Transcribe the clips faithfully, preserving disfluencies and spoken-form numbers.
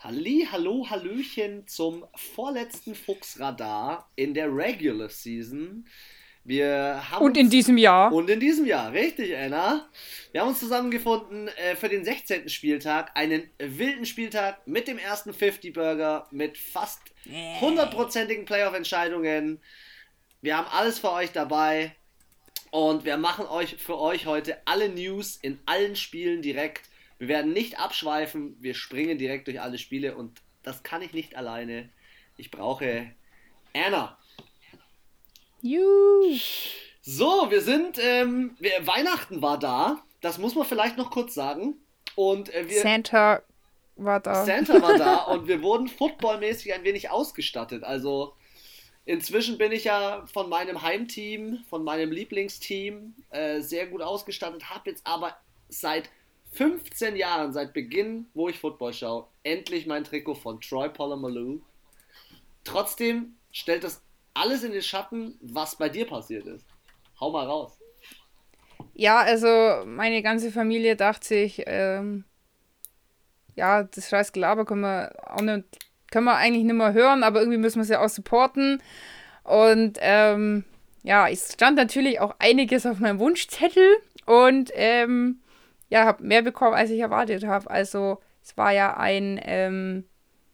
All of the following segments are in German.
Halli, hallo, hallöchen zum vorletzten Fuchsradar in der Regular Season. Wir haben Und in uns, diesem Jahr. und in diesem Jahr, richtig, Anna. Wir haben uns zusammengefunden äh, für den sechzehnten Spieltag, einen wilden Spieltag mit dem ersten fünfzig Burger, mit fast hundertprozentigen Playoff-Entscheidungen. Wir haben alles für euch dabei und wir machen euch für euch heute alle News in allen Spielen direkt. Wir werden nicht abschweifen, wir springen direkt durch alle Spiele und das kann ich nicht alleine. Ich brauche Anna. Juhu. So, wir sind, ähm, wir, Weihnachten war da, das muss man vielleicht noch kurz sagen. Und äh, wir, Santa war da. Santa war da und wir wurden footballmäßig ein wenig ausgestattet. Also inzwischen bin ich ja von meinem Heimteam, von meinem Lieblingsteam äh, sehr gut ausgestattet, habe jetzt aber seit fünfzehn Jahren, seit Beginn, wo ich Football schaue, endlich mein Trikot von Troy Polamalu. Trotzdem stellt das alles in den Schatten, was bei dir passiert ist. Hau mal raus. Ja, also meine ganze Familie dachte sich, ähm, ja, das scheiß Gelaber können wir, auch nicht, können wir eigentlich nicht mehr hören, aber irgendwie müssen wir es ja auch supporten. Und ähm, ja, es stand natürlich auch einiges auf meinem Wunschzettel und ähm, ja, habe mehr bekommen, als ich erwartet habe. Also es war ja ein, ähm,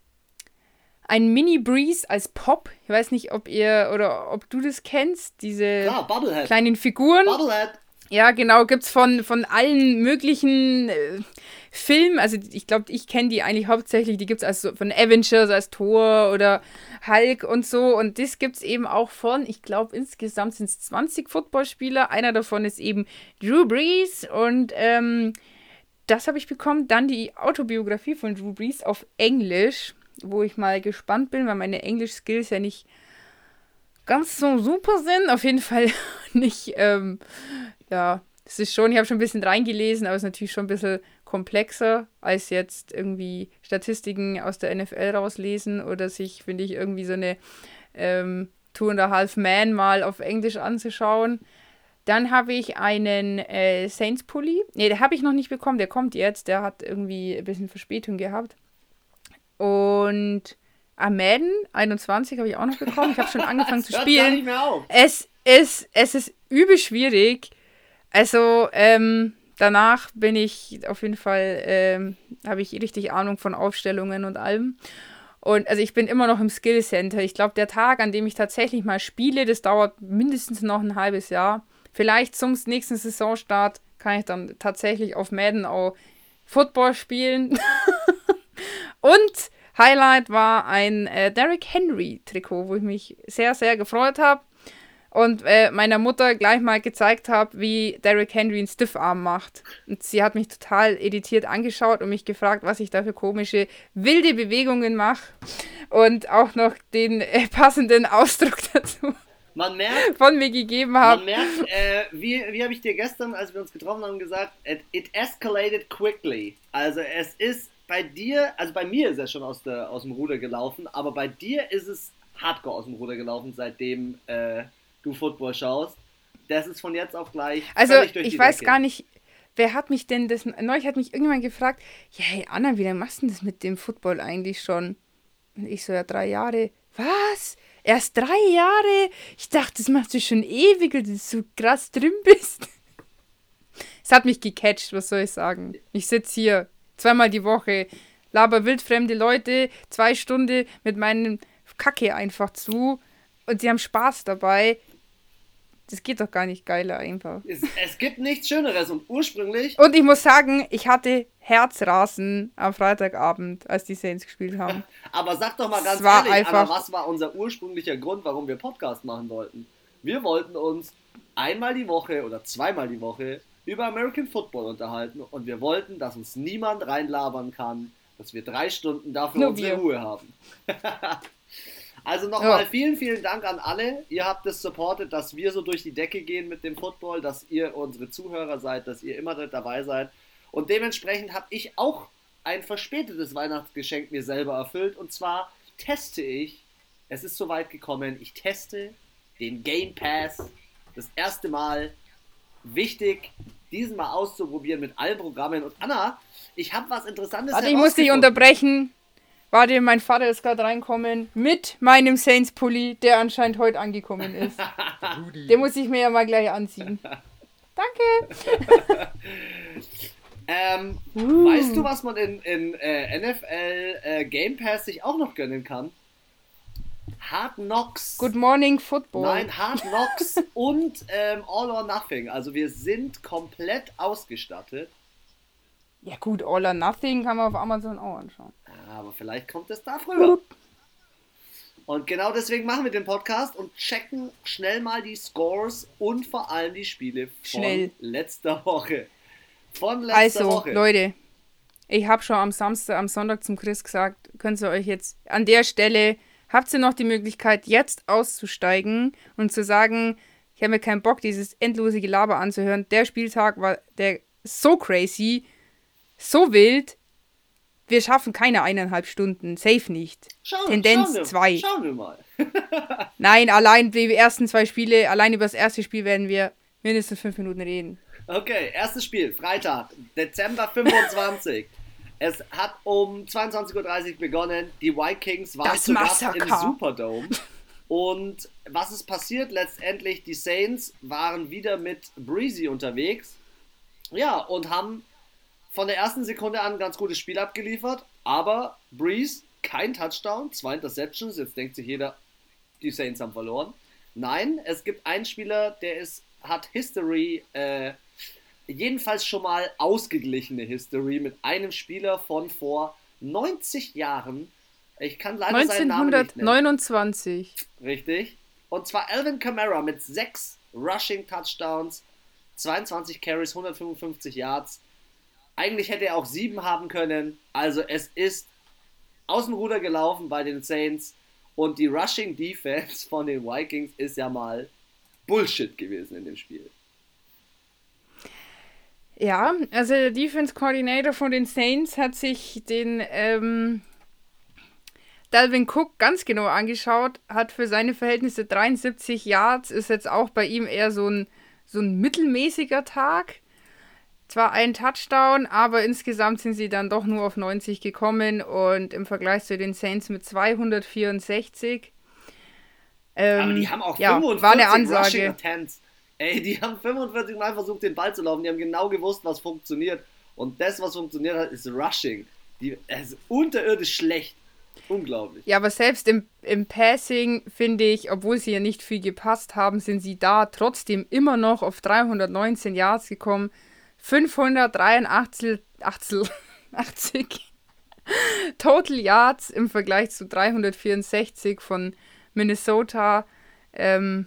ein Mini-Breeze als Pop. Ich weiß nicht, ob ihr oder ob du das kennst, diese Klar, Bubblehead. kleinen Figuren. Bubblehead. Ja, genau, gibt's von, von allen möglichen äh, Filmen, also ich glaube, ich kenne die eigentlich hauptsächlich, die gibt's also von Avengers als Thor oder Hulk und so und das gibt's eben auch von, ich glaube, insgesamt sind es zwanzig Footballspieler, einer davon ist eben Drew Brees und ähm, das habe ich bekommen, dann die Autobiografie von Drew Brees auf Englisch, wo ich mal gespannt bin, weil meine Englisch-Skills ja nicht ganz so super sind, auf jeden Fall nicht, ähm, ja, es ist schon, ich habe schon ein bisschen reingelesen, aber es ist natürlich schon ein bisschen komplexer, als jetzt irgendwie Statistiken aus der N F L rauslesen oder sich, finde ich, irgendwie so eine ähm, Two and a Half Man mal auf Englisch anzuschauen. Dann habe ich einen äh, Saints-Pulli. Ne, den habe ich noch nicht bekommen, der kommt jetzt, der hat irgendwie ein bisschen Verspätung gehabt. Und ah, Madden einundzwanzig habe ich auch noch bekommen. Ich habe schon angefangen zu Hört spielen. gar nicht mehr auf. Es ist, es ist übel schwierig. Also, ähm, danach bin ich auf jeden Fall, ähm, habe ich richtig Ahnung von Aufstellungen und allem. Und also ich bin immer noch im Skill Center. Ich glaube, der Tag, an dem ich tatsächlich mal spiele, das dauert mindestens noch ein halbes Jahr. Vielleicht zum nächsten Saisonstart kann ich dann tatsächlich auf Madden auch Football spielen. Und Highlight war ein äh, Derrick Henry Trikot, wo ich mich sehr, sehr gefreut habe. Und äh, meiner Mutter gleich mal gezeigt habe, wie Derrick Henry einen Stiffarm macht. Und sie hat mich total irritiert angeschaut und mich gefragt, was ich da für komische, wilde Bewegungen mache. Und auch noch den äh, passenden Ausdruck dazu Man merkt, von mir gegeben habe. man merkt äh, wie, wie habe ich dir gestern, als wir uns getroffen haben, gesagt, it, it escalated quickly. Also es ist bei dir, also bei mir ist er schon aus, der, aus dem Ruder gelaufen, aber bei dir ist es hardcore aus dem Ruder gelaufen, seitdem äh, du Football schaust. Das ist von jetzt auf gleich Also völlig durch ich die weiß Decke. gar nicht, wer hat mich denn das, neulich hat mich irgendjemand gefragt, ja hey Anna, wie lange machst du denn das mit dem Football eigentlich schon? Und ich so, ja drei Jahre. Was? Erst drei Jahre? Ich dachte, das machst du schon ewig, weil du so krass drin bist. Es hat mich gecatcht, was soll ich sagen? Ich sitze hier zweimal die Woche, laber wildfremde Leute, zwei Stunden mit meinem Kacke einfach zu und sie haben Spaß dabei. Das geht doch gar nicht geiler einfach. Es, es gibt nichts Schöneres und ursprünglich, Und ich muss sagen, ich hatte Herzrasen am Freitagabend, als die Saints gespielt haben. aber sag doch mal ganz Es war ehrlich, aber einfach- was war unser ursprünglicher Grund, warum wir Podcast machen wollten? Wir wollten uns einmal die Woche oder zweimal die Woche über American Football unterhalten und wir wollten, dass uns niemand reinlabern kann, dass wir drei Stunden dafür Nur unsere wir. Ruhe haben. Also nochmal Ja. vielen, vielen Dank an alle. Ihr habt es supportet, dass wir so durch die Decke gehen mit dem Football, dass ihr unsere Zuhörer seid, dass ihr immer dabei seid. Und dementsprechend habe ich auch ein verspätetes Weihnachtsgeschenk mir selber erfüllt. Und zwar teste ich, es ist soweit gekommen, ich teste den Game Pass das erste Mal. Wichtig, diesen mal auszuprobieren mit allen Programmen. Und Anna, ich habe was Interessantes Warte, ich muss dich herausgefunden. unterbrechen. Warte, mein Vater ist gerade reinkommen mit meinem Saints-Pulli, der anscheinend heute angekommen ist. Den muss ich mir ja mal gleich anziehen. Danke. ähm, uh. Weißt du, was man in, in äh, N F L äh, Game Pass sich auch noch gönnen kann? Hard Knocks. Good Morning Football. Nein, Hard Knocks und ähm, All or Nothing. Also wir sind komplett ausgestattet. Ja gut, All or Nothing kann man auf Amazon auch anschauen. Aber vielleicht kommt es da früher. Und genau deswegen machen wir den Podcast und checken schnell mal die Scores und vor allem die Spiele von schnell. letzter Woche. Von letzter also, Woche. Also, Leute, ich habe schon am Samstag, am Sonntag zum Chris gesagt, könnt ihr euch jetzt an der Stelle, habt ihr noch die Möglichkeit, jetzt auszusteigen und zu sagen, ich habe mir keinen Bock, dieses endlose Gelaber anzuhören. Der Spieltag war der so crazy, so wild, wir schaffen keine eineinhalb Stunden, safe nicht. Schau, Tendenz schauen wir, zwei. Schauen wir mal. Nein, allein die ersten zwei Spiele, allein über das erste Spiel werden wir mindestens fünf Minuten reden. Okay, erstes Spiel, Freitag, Dezember fünfundzwanzig. Es hat um zweiundzwanzig Uhr dreißig begonnen, die Vikings waren das zu Gast Massaker. im Superdome. Und was ist passiert? Letztendlich, die Saints waren wieder mit Breezy unterwegs. Ja, und haben von der ersten Sekunde an ein ganz gutes Spiel abgeliefert, aber Breeze, kein Touchdown, zwei Interceptions, jetzt denkt sich jeder, die Saints haben verloren. Nein, es gibt einen Spieler, der ist, hat History, äh, jedenfalls schon mal ausgeglichene History mit einem Spieler von vor neunzig Jahren. Ich kann leider seinen Namen nicht nennen. neunzehnhundertneunundzwanzig. Richtig. Und zwar Alvin Kamara mit sechs Rushing Touchdowns, zweiundzwanzig Carries, hundertfünfundfünfzig Yards. Eigentlich hätte er auch sieben haben können. Also es ist aus dem Ruder gelaufen bei den Saints. Und die Rushing Defense von den Vikings ist ja mal Bullshit gewesen in dem Spiel. Ja, also der Defense Coordinator von den Saints hat sich den ähm, Dalvin Cook ganz genau angeschaut, hat für seine Verhältnisse dreiundsiebzig Yards, ist jetzt auch bei ihm eher so ein, so ein mittelmäßiger Tag. Zwar ein Touchdown, aber insgesamt sind sie dann doch nur auf neunzig gekommen und im Vergleich zu den Saints mit zweihundertvierundsechzig. Ähm, aber die haben auch ja, fünfundvierzig war eine Ansage. Rushing Attempts. Ey, die haben fünfundvierzig Mal versucht, den Ball zu laufen. Die haben genau gewusst, was funktioniert. Und das, was funktioniert hat, ist Rushing. Die, es ist unterirdisch schlecht. Unglaublich. Ja, aber selbst im, im Passing finde ich, obwohl sie ja nicht viel gepasst haben, sind sie da trotzdem immer noch auf dreihundertneunzehn Yards gekommen. fünfhundertdreiundachtzig achtzig Total Yards im Vergleich zu dreihundertvierundsechzig von Minnesota. Ähm,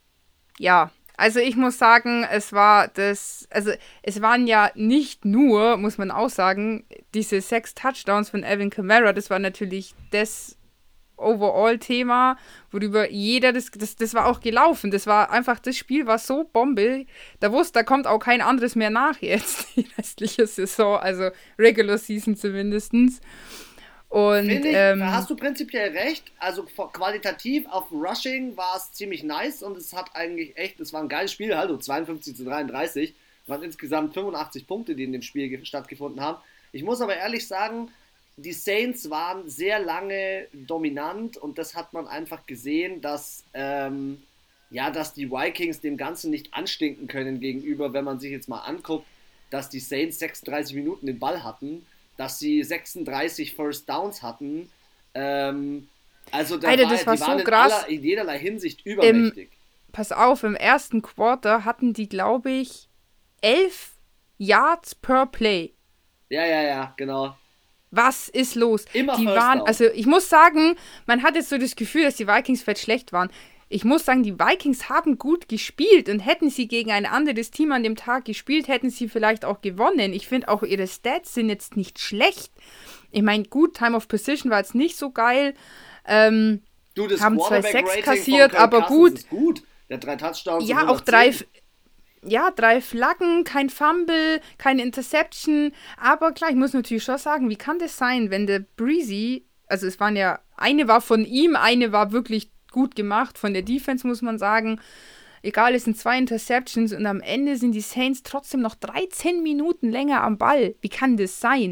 ja, also ich muss sagen, es war das, also es waren ja nicht nur, muss man auch sagen, diese sechs Touchdowns von Alvin Kamara, das war natürlich das Overall-Thema, worüber jeder, das, das, das war auch gelaufen, das war einfach, das Spiel war so Bombe, da wusste, da kommt auch kein anderes mehr nach jetzt, die restliche Saison, also Regular Season zumindestens. Und, Finde ich, ähm, hast du prinzipiell recht, also qualitativ auf Rushing war es ziemlich nice und es hat eigentlich echt, es war ein geiles Spiel, also zweiundfünfzig zu dreiunddreißig, waren insgesamt fünfundachtzig Punkte, die in dem Spiel stattgefunden haben. Ich muss aber ehrlich sagen, die Saints waren sehr lange dominant und das hat man einfach gesehen, dass, ähm, ja, dass die Vikings dem Ganzen nicht anstinken können gegenüber, wenn man sich jetzt mal anguckt, dass die Saints sechsunddreißig Minuten den Ball hatten, dass sie sechsunddreißig First Downs hatten. Ähm, also da Alter, war, das war die waren so in, krass. aller, in jederlei Hinsicht übermächtig. Im, pass auf, im ersten Quarter hatten die, glaube ich, elf Yards per Play. Ja, ja, ja, genau. Was ist los? Immer die First waren, Down. also ich muss sagen, man hat jetzt so das Gefühl, dass die Vikings fett schlecht waren. Ich muss sagen, die Vikings haben gut gespielt und hätten sie gegen ein anderes Team an dem Tag gespielt, hätten sie vielleicht auch gewonnen. Ich finde auch, ihre Stats sind jetzt nicht schlecht. Ich meine, gut, Time of Position war jetzt nicht so geil. Ähm, du, das haben zwei Quarterback-Rating sechs kassiert, von Kirk aber Cousins gut. ist gut. Der hat drei Touchdowns. Ja, und auch drei, hundertzehn. ja, drei Flaggen, kein Fumble, keine Interception. Aber klar, ich muss natürlich schon sagen, wie kann das sein, wenn der Breezy, also es waren ja, eine war von ihm, eine war wirklich gut gemacht von der Defense, muss man sagen. Egal, es sind zwei Interceptions und am Ende sind die Saints trotzdem noch dreizehn Minuten länger am Ball. Wie kann das sein?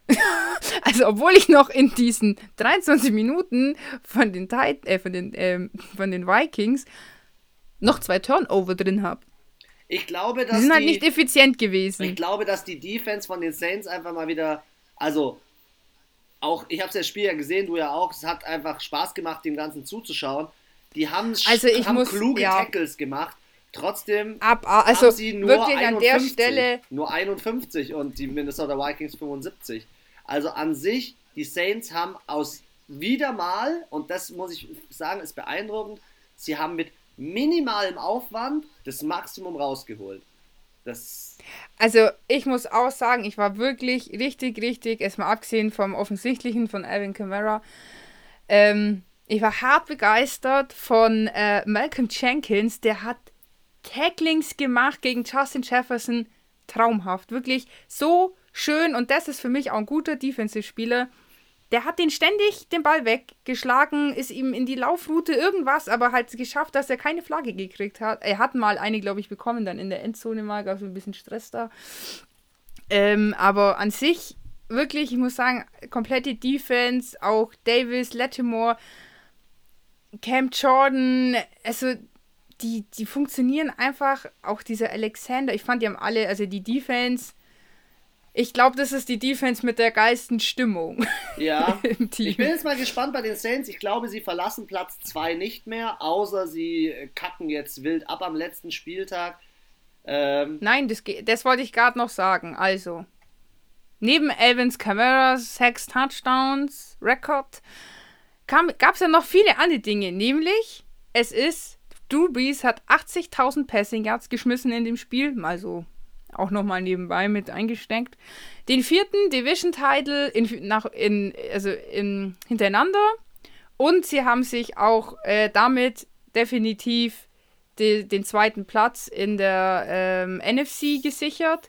Also, obwohl ich noch in diesen dreiundzwanzig Minuten von den, Tit- äh, von den, ähm, von den Vikings noch zwei Turnover drin habe. Ich glaube, Die dass sind halt die, nicht effizient gewesen. ich glaube, dass die Defense von den Saints einfach mal wieder, also auch, ich habe das Spiel ja gesehen, du ja auch, es hat einfach Spaß gemacht, dem Ganzen zuzuschauen. Die haben, Also ich haben muss- kluge ja. Tackles gemacht, trotzdem Ab, also haben sie nur wirklich an der einundfünfzig, Stelle, nur einundfünfzig und die Minnesota Vikings fünfundsiebzig. Also an sich, die Saints haben aus wieder mal, und das muss ich sagen, ist beeindruckend, sie haben mit minimalem Aufwand das Maximum rausgeholt. Das, also ich muss auch sagen, ich war wirklich richtig, richtig, erstmal abgesehen vom Offensichtlichen von Alvin Kamara, ähm, ich war hart begeistert von äh, Malcolm Jenkins, der hat Tacklings gemacht gegen Justin Jefferson, traumhaft, wirklich so schön und das ist für mich auch ein guter Defensive-Spieler. Der hat den ständig den Ball weggeschlagen, ist ihm in die Laufroute irgendwas, aber halt geschafft, dass er keine Flagge gekriegt hat. Er hat mal eine, glaube ich, bekommen, dann in der Endzone mal, gab es ein bisschen Stress da. Ähm, aber an sich, wirklich, ich muss sagen, komplette Defense, auch Davis, Lattimore, Cam Jordan, also die, die funktionieren einfach, auch dieser Alexander, ich fand die haben alle, also die Defense, ich glaube, das ist die Defense mit der geilsten Stimmung ja, im Team. ich bin jetzt mal gespannt bei den Saints. Ich glaube, sie verlassen Platz zwei nicht mehr, außer sie kacken jetzt wild ab am letzten Spieltag. Ähm, Nein, das, ge- das wollte ich gerade noch sagen. Also, neben Alvin Kamara's sechs Touchdowns Rekord gab es ja noch viele andere Dinge. Nämlich, es ist, Drew Brees hat achtzigtausend Passing Yards geschmissen in dem Spiel. Mal so auch nochmal nebenbei mit eingesteckt. Den vierten Division-Title in, nach, in, also in, hintereinander. Und sie haben sich auch äh, damit definitiv die, den zweiten Platz in der ähm, N F C gesichert.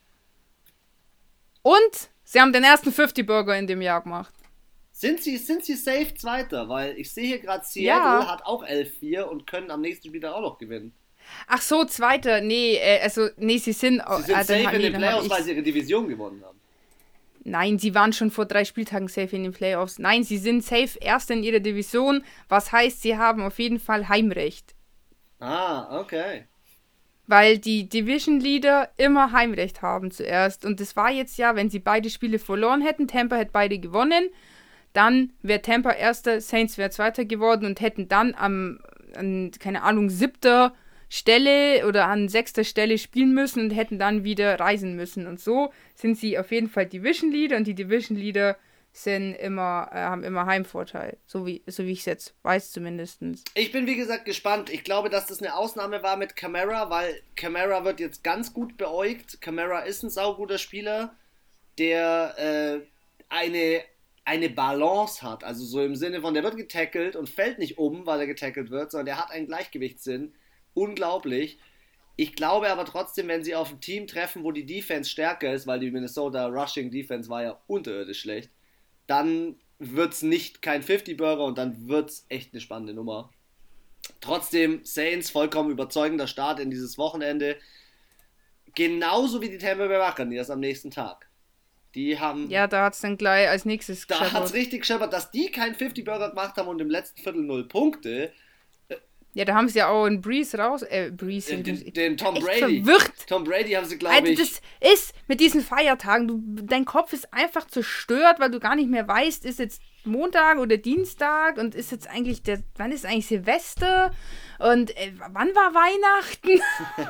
Und sie haben den ersten fünfzig-Burger in dem Jahr gemacht. sind, sie, sind sie safe Zweiter? Weil ich sehe hier gerade, Seattle Ja. hat auch elf vier und können am nächsten Spieltag auch noch gewinnen. Ach so, zweiter. Nee, äh, also, nee, sie sind... Sie sind äh, safe dann- in nee, den dann hab Playoffs, ich's- weil sie ihre Division gewonnen haben. Nein, sie waren schon vor drei Spieltagen safe in den Playoffs. Nein, sie sind safe erst in ihrer Division, was heißt, sie haben auf jeden Fall Heimrecht. Ah, okay. Weil die Division Leader immer Heimrecht haben zuerst. Und das war jetzt ja, wenn sie beide Spiele verloren hätten, Tampa hätte beide gewonnen, dann wäre Tampa Erster, Saints wäre Zweiter geworden und hätten dann am, an, keine Ahnung, siebter Stelle oder an sechster Stelle spielen müssen und hätten dann wieder reisen müssen. Und so sind sie auf jeden Fall Division Leader und die Division Leader sind immer, äh, haben immer Heimvorteil. So wie, so wie ich es jetzt weiß zumindest. Ich bin wie gesagt gespannt. Ich glaube, dass das eine Ausnahme war mit Kamara, weil Kamara wird jetzt ganz gut beäugt. Kamara ist ein sauguter Spieler, der äh, eine, eine Balance hat. Also so im Sinne von, der wird getackelt und fällt nicht um, weil er getackelt wird, sondern der hat einen Gleichgewichtssinn. Unglaublich. Ich glaube aber trotzdem, wenn sie auf ein Team treffen, wo die Defense stärker ist, weil die Minnesota Rushing Defense war ja unterirdisch schlecht, dann wird es nicht kein fünfzig-Burger und dann wird es echt eine spannende Nummer. Trotzdem, Saints, vollkommen überzeugender Start in dieses Wochenende. Genauso wie die Tampa Bay Buccaneers am nächsten Tag. Die haben... Ja, da hat es dann gleich als nächstes Da hat es gescheppert. richtig gescheppert, dass die keinen fünfzig-Burger gemacht haben und im letzten Viertel null Punkte. Ja, da haben sie ja auch einen Breeze raus. Äh, Breeze. Den, Den, den, den Tom echt Brady. verwirrt. Tom Brady haben sie, glaube Alter, ich... das ist mit diesen Feiertagen, du, dein Kopf ist einfach zerstört, weil du gar nicht mehr weißt, ist jetzt Montag oder Dienstag und ist jetzt eigentlich der, wann ist eigentlich Silvester und äh, wann war Weihnachten?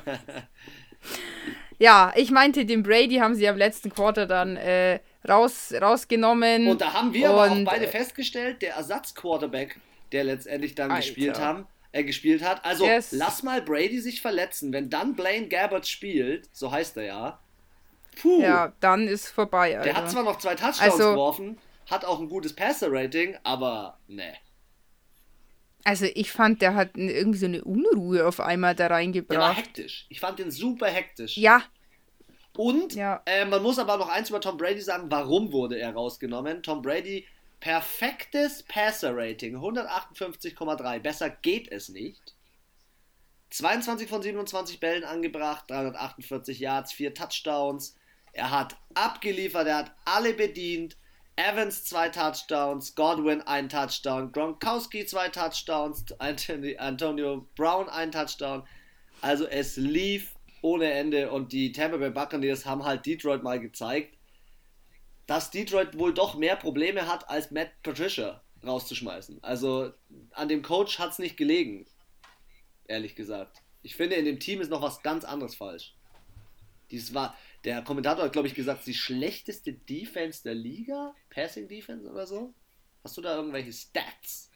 Ja, ich meinte, den Brady haben sie am letzten Quarter dann äh, raus, rausgenommen. Und da haben wir aber auch und, beide äh, festgestellt, der Ersatzquarterback, der letztendlich dann Alter. gespielt haben, äh, gespielt hat. Also Yes. lass mal Brady sich verletzen. Wenn dann Blaine Gabbert spielt, so heißt er ja, puh, Ja, dann ist vorbei, Alter. der hat zwar noch zwei Touchdowns Also- geworfen, hat auch ein gutes Passer-Rating, aber ne. Also ich fand, der hat n- irgendwie so eine Unruhe auf einmal da Der war reingebracht. hektisch. Ich fand den super hektisch. Ja, Und Ja. äh, man muss aber noch eins über Tom Brady sagen, warum wurde er rausgenommen? Tom Brady, perfektes Passer-Rating, hundertachtundfünfzig Komma drei. Besser geht es nicht. zweiundzwanzig von siebenundzwanzig Bällen angebracht, dreihundertachtundvierzig Yards, vier Touchdowns. Er hat abgeliefert, er hat alle bedient. Evans zwei Touchdowns, Godwin ein Touchdown, Gronkowski zwei Touchdowns, Anthony, Antonio Brown ein Touchdown. Also es lief ohne Ende und die Tampa Bay Buccaneers haben halt Detroit mal gezeigt, dass Detroit wohl doch mehr Probleme hat, als Matt Patricia rauszuschmeißen. Also an dem Coach hat es nicht gelegen, ehrlich gesagt. Ich finde, in dem Team ist noch was ganz anderes falsch. Dies war, der Kommentator hat, glaube ich, gesagt, die schlechteste Defense der Liga, Passing Defense oder so. Hast du da irgendwelche Stats?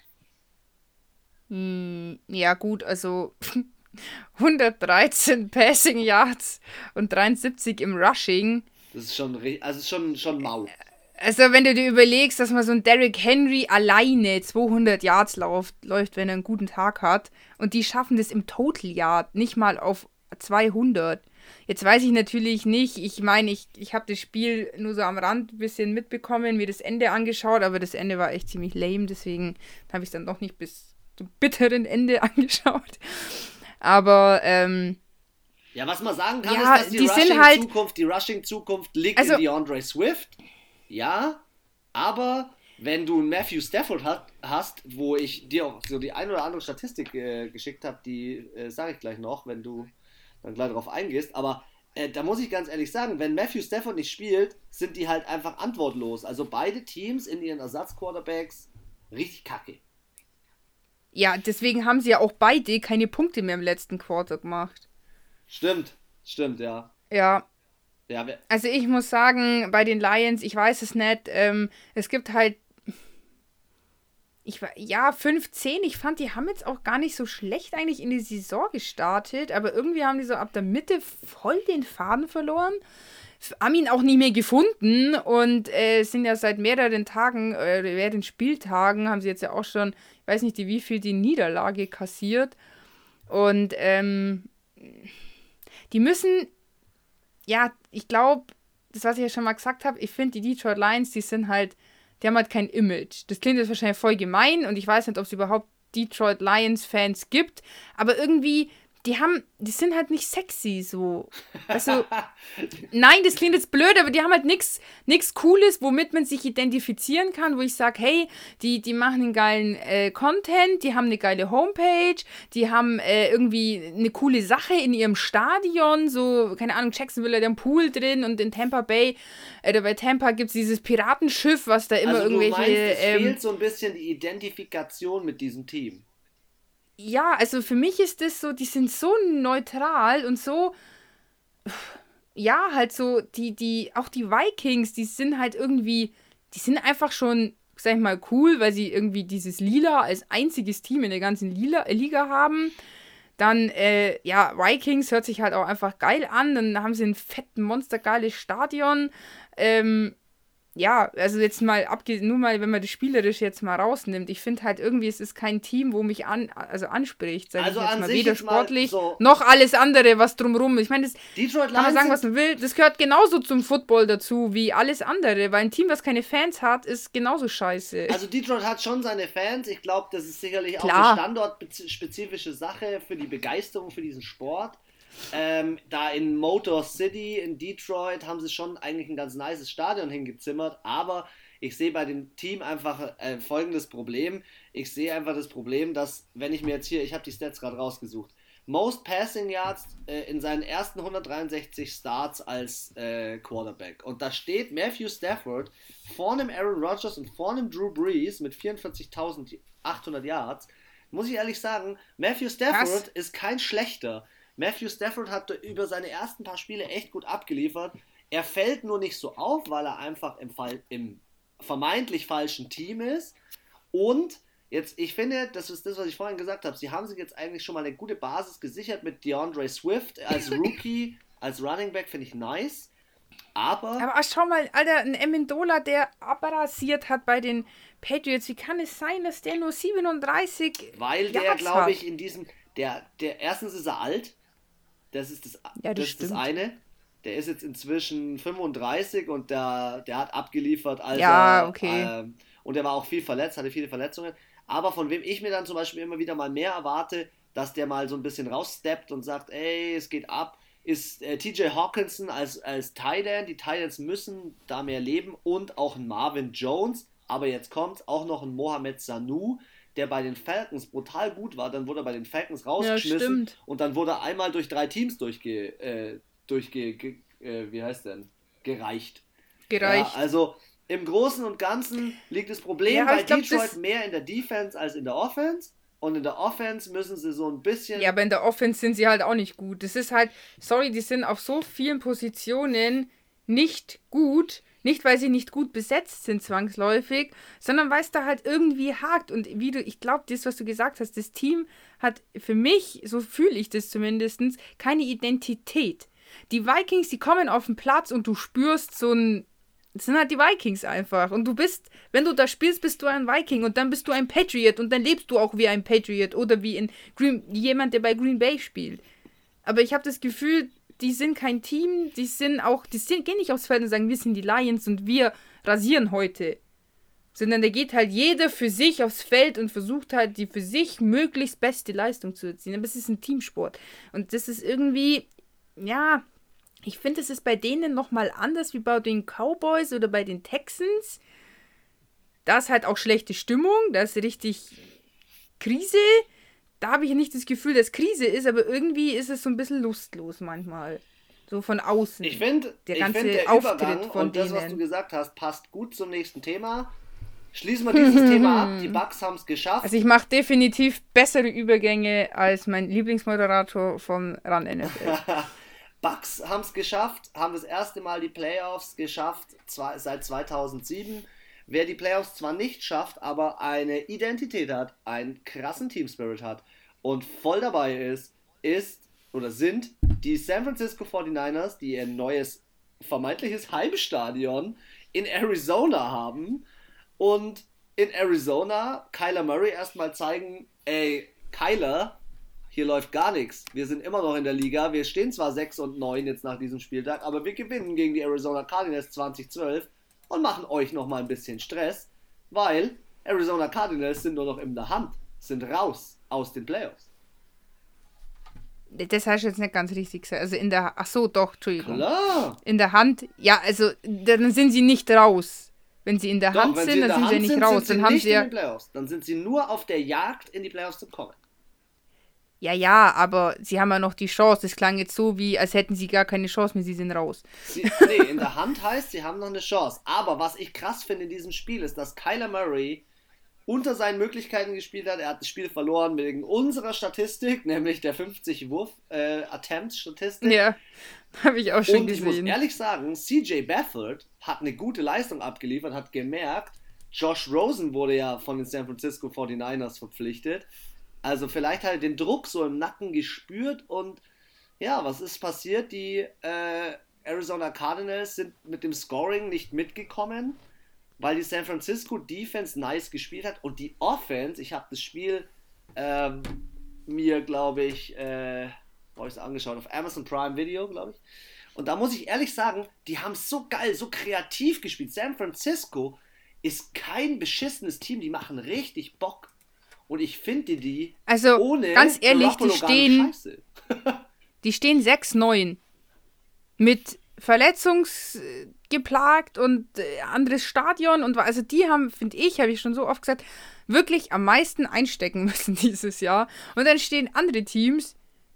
Hm, ja gut, also hundertdreizehn Passing Yards und dreiundsiebzig im Rushing. Das ist schon, also ist schon, schon mau. Also wenn du dir überlegst, dass man so ein Derrick Henry alleine zweihundert Yards läuft, läuft, wenn er einen guten Tag hat, und die schaffen das im Total Yard nicht mal auf zweihundert. Jetzt weiß ich natürlich nicht, ich meine, ich, ich habe das Spiel nur so am Rand ein bisschen mitbekommen, mir das Ende angeschaut, aber das Ende war echt ziemlich lame, deswegen habe ich es dann doch nicht bis zum bitteren Ende angeschaut. Aber, ähm... ja, was man sagen kann, ja, ist, dass die, die Rushing halt, Zukunft, die Rushing-Zukunft liegt also, in DeAndre Swift. Ja, aber wenn du einen Matthew Stafford hat, hast, wo ich dir auch so die ein oder andere Statistik äh, geschickt habe, die äh, sage ich gleich noch, wenn du dann gleich darauf eingehst, aber äh, da muss ich ganz ehrlich sagen, wenn Matthew Stafford nicht spielt, sind die halt einfach antwortlos. Also beide Teams in ihren Ersatzquarterbacks richtig kacke. Ja, deswegen haben sie ja auch beide keine Punkte mehr im letzten Quarter gemacht. Stimmt, stimmt, ja. Ja. Ja, also ich muss sagen, bei den Lions, ich weiß es nicht, ähm, es gibt halt, ich ja, fünfzehn, ich fand, die haben jetzt auch gar nicht so schlecht eigentlich in die Saison gestartet, aber irgendwie haben die so ab der Mitte voll den Faden verloren, haben ihn auch nie mehr gefunden und äh, sind ja seit mehreren Tagen, äh, mehreren Spieltagen, haben sie jetzt ja auch schon, ich weiß nicht, die, wie viel die Niederlage kassiert und ähm, die müssen, ja, ich glaube, das, was ich ja schon mal gesagt habe, ich finde, die Detroit Lions, die sind halt, die haben halt kein Image. Das klingt jetzt wahrscheinlich voll gemein und ich weiß nicht, ob es überhaupt Detroit Lions-Fans gibt, aber irgendwie, die haben, die sind halt nicht sexy, so. Also, nein, das klingt jetzt blöd, aber die haben halt nichts nichts Cooles, womit man sich identifizieren kann, wo ich sage, hey, die, die machen einen geilen äh, Content, die haben eine geile Homepage, die haben äh, irgendwie eine coole Sache in ihrem Stadion, so, keine Ahnung, Jacksonville hat einen Pool drin und in Tampa Bay, äh, bei Tampa gibt es dieses Piratenschiff, was da immer also irgendwelche... Du meinst, es ähm, fehlt so ein bisschen die Identifikation mit diesem Team. Ja, also für mich ist das so, die sind so neutral und so, ja, halt so, die, die, auch die Vikings, die sind halt irgendwie, die sind einfach schon, sag ich mal, cool, weil sie irgendwie dieses Lila als einziges Team in der ganzen Lila, äh, Liga haben. Dann, äh, ja, Vikings hört sich halt auch einfach geil an, dann haben sie ein fetten, monstergeiles Stadion, ähm, ja, also jetzt mal abge nur mal, wenn man das Spielerisch jetzt mal rausnimmt, ich finde halt irgendwie, es ist kein Team, wo mich an, also anspricht, sag also ich jetzt an mal, sich weder jetzt sportlich mal so noch alles andere, was drumrum ist. Ich meine, das Detroit kann man Lions sagen, was man will, das gehört genauso zum Football dazu wie alles andere, weil ein Team, was keine Fans hat, ist genauso scheiße. Also Detroit hat schon seine Fans, ich glaube, das ist sicherlich Klar. auch eine standortspezifische Sache für die Begeisterung für diesen Sport. Ähm, da in Motor City in Detroit haben sie schon eigentlich ein ganz nices Stadion hingezimmert, aber ich sehe bei dem Team einfach äh, folgendes Problem. Ich sehe einfach das Problem, dass, wenn ich mir jetzt hier, ich habe die Stats gerade rausgesucht, Most Passing Yards äh, in seinen ersten hundertdreiundsechzig Starts als äh, Quarterback. Und da steht Matthew Stafford vor einem Aaron Rodgers und vor einem Drew Brees mit vierundvierzigtausendachthundert Yards. Muss ich ehrlich sagen, Matthew Stafford Was? ist kein schlechter. Matthew Stafford hat über seine ersten paar Spiele echt gut abgeliefert. Er fällt nur nicht so auf, weil er einfach im, Fall, im vermeintlich falschen Team ist. Und jetzt, ich finde, das ist das, was ich vorhin gesagt habe, sie haben sich jetzt eigentlich schon mal eine gute Basis gesichert mit DeAndre Swift als Rookie, als Running Back, finde ich nice. Aber... Aber schau mal, Alter, ein Amendola, der abrasiert hat bei den Patriots. Wie kann es sein, dass der nur siebenunddreißig Weil der, glaube ich, in diesem... Der, der, erstens ist er alt. Das ist das, ja, das, das, ist das eine. Der ist jetzt inzwischen fünfunddreißig und der, der hat abgeliefert. Also, ja, okay. Ähm, und er war auch viel verletzt, hatte viele Verletzungen. Aber von wem ich mir dann zum Beispiel immer wieder mal mehr erwarte, dass der mal so ein bisschen raussteppt und sagt, ey, es geht ab. ist äh, T J Hawkinson als, als Tight End. Die Tight Ends müssen da mehr leben und auch ein Marvin Jones. Aber jetzt kommt auch noch ein Mohamed Sanu, der bei den Falcons brutal gut war. Dann wurde er bei den Falcons rausgeschmissen ja, und dann wurde er einmal durch drei Teams durchge, äh, durchge ge, äh, wie heißt denn? gereicht. Gereicht. Ja, also im Großen und Ganzen liegt das Problem ja, bei glaub, Detroit mehr in der Defense als in der Offense. Und in der Offense müssen sie so ein bisschen... Ja, aber in der Offense sind sie halt auch nicht gut. Das ist halt, sorry, die sind auf so vielen Positionen nicht gut. Nicht, weil sie nicht gut besetzt sind zwangsläufig, sondern weil es da halt irgendwie hakt. Und wie du, ich glaube, das, was du gesagt hast, das Team hat für mich, so fühle ich das zumindest, keine Identität. Die Vikings, die kommen auf den Platz und du spürst so ein... Das sind halt die Vikings einfach. Und du bist, wenn du da spielst, bist du ein Viking und dann bist du ein Patriot und dann lebst du auch wie ein Patriot oder wie in Green, jemand, der bei Green Bay spielt. Aber ich habe das Gefühl, die sind kein Team, die sind auch, die sind, gehen nicht aufs Feld und sagen, wir sind die Lions und wir rasieren heute. Sondern da geht halt jeder für sich aufs Feld und versucht halt die für sich möglichst beste Leistung zu erzielen. Aber es ist ein Teamsport. Und das ist irgendwie, ja... Ich finde, es ist bei denen nochmal anders wie bei den Cowboys oder bei den Texans. Da ist halt auch schlechte Stimmung, da ist richtig Krise. Da habe ich nicht das Gefühl, dass Krise ist, aber irgendwie ist es so ein bisschen lustlos manchmal. So von außen. Ich finde, der ich ganze find, der Auftritt Übergang von und das, denen. was du gesagt hast, passt gut zum nächsten Thema. Schließen wir dieses Thema ab. Die Bucks haben es geschafft. Also ich mache definitiv bessere Übergänge als mein Lieblingsmoderator von Run N F L. Bucks haben es geschafft, haben das erste Mal die Playoffs geschafft zwar, seit zweitausendsieben. Wer die Playoffs zwar nicht schafft, aber eine Identität hat, einen krassen Team-Spirit hat und voll dabei ist, ist oder sind die San Francisco forty-niners, die ihr neues vermeintliches Heimstadion in Arizona haben und in Arizona Kyler Murray erstmal zeigen, ey, Kyler, hier läuft gar nichts. Wir sind immer noch in der Liga. Wir stehen zwar sechs und neun jetzt nach diesem Spieltag, aber wir gewinnen gegen die Arizona Cardinals zwanzig zwölf und machen euch nochmal ein bisschen Stress, weil Arizona Cardinals sind nur noch in der Hand, sind raus aus den Playoffs. Das hast du jetzt nicht ganz richtig gesagt. Also in der, ach so, doch, Entschuldigung. Klar. In der Hand, ja, also dann sind sie nicht raus. Wenn sie in der Doch, Hand wenn sind, sie in dann der sind Hand sie nicht sind, raus. sind sie Dann haben nicht sie in ja, den Playoffs. Dann sind sie nur auf der Jagd, in die Playoffs zu kommen. ja, ja, aber sie haben ja noch die Chance. Das klang jetzt so, wie als hätten sie gar keine Chance mehr, sie sind raus. Sie, nee, in der Hand heißt, sie haben noch eine Chance. Aber was ich krass finde in diesem Spiel ist, dass Kyler Murray unter seinen Möglichkeiten gespielt hat. Er hat das Spiel verloren wegen unserer Statistik, nämlich der fünfzig Wurf-Attempts-Statistik. Äh, ja, habe ich auch schon Und ich gesehen. muss ehrlich sagen, C J Beathard hat eine gute Leistung abgeliefert, hat gemerkt, Josh Rosen wurde ja von den San Francisco forty-niners verpflichtet. Also vielleicht hat er den Druck so im Nacken gespürt und ja, was ist passiert? Die äh, Arizona Cardinals sind mit dem Scoring nicht mitgekommen, weil die San Francisco Defense nice gespielt hat und die Offense, ich habe das Spiel ähm, mir, glaube ich, äh, wo habe ich es angeschaut, auf Amazon Prime Video, glaube ich. Und da muss ich ehrlich sagen, die haben so geil, so kreativ gespielt. San Francisco ist kein beschissenes Team, die machen richtig Bock. Und ich finde die Also, ohne ganz ehrlich, die Garoppolo gar stehen, nicht scheiße. die stehen sechs neun. Mit verletzungsgeplagt und äh, anderes Stadion. Und also die haben, finde ich, habe ich schon so oft gesagt, wirklich am meisten einstecken müssen dieses Jahr. Und dann stehen andere Teams,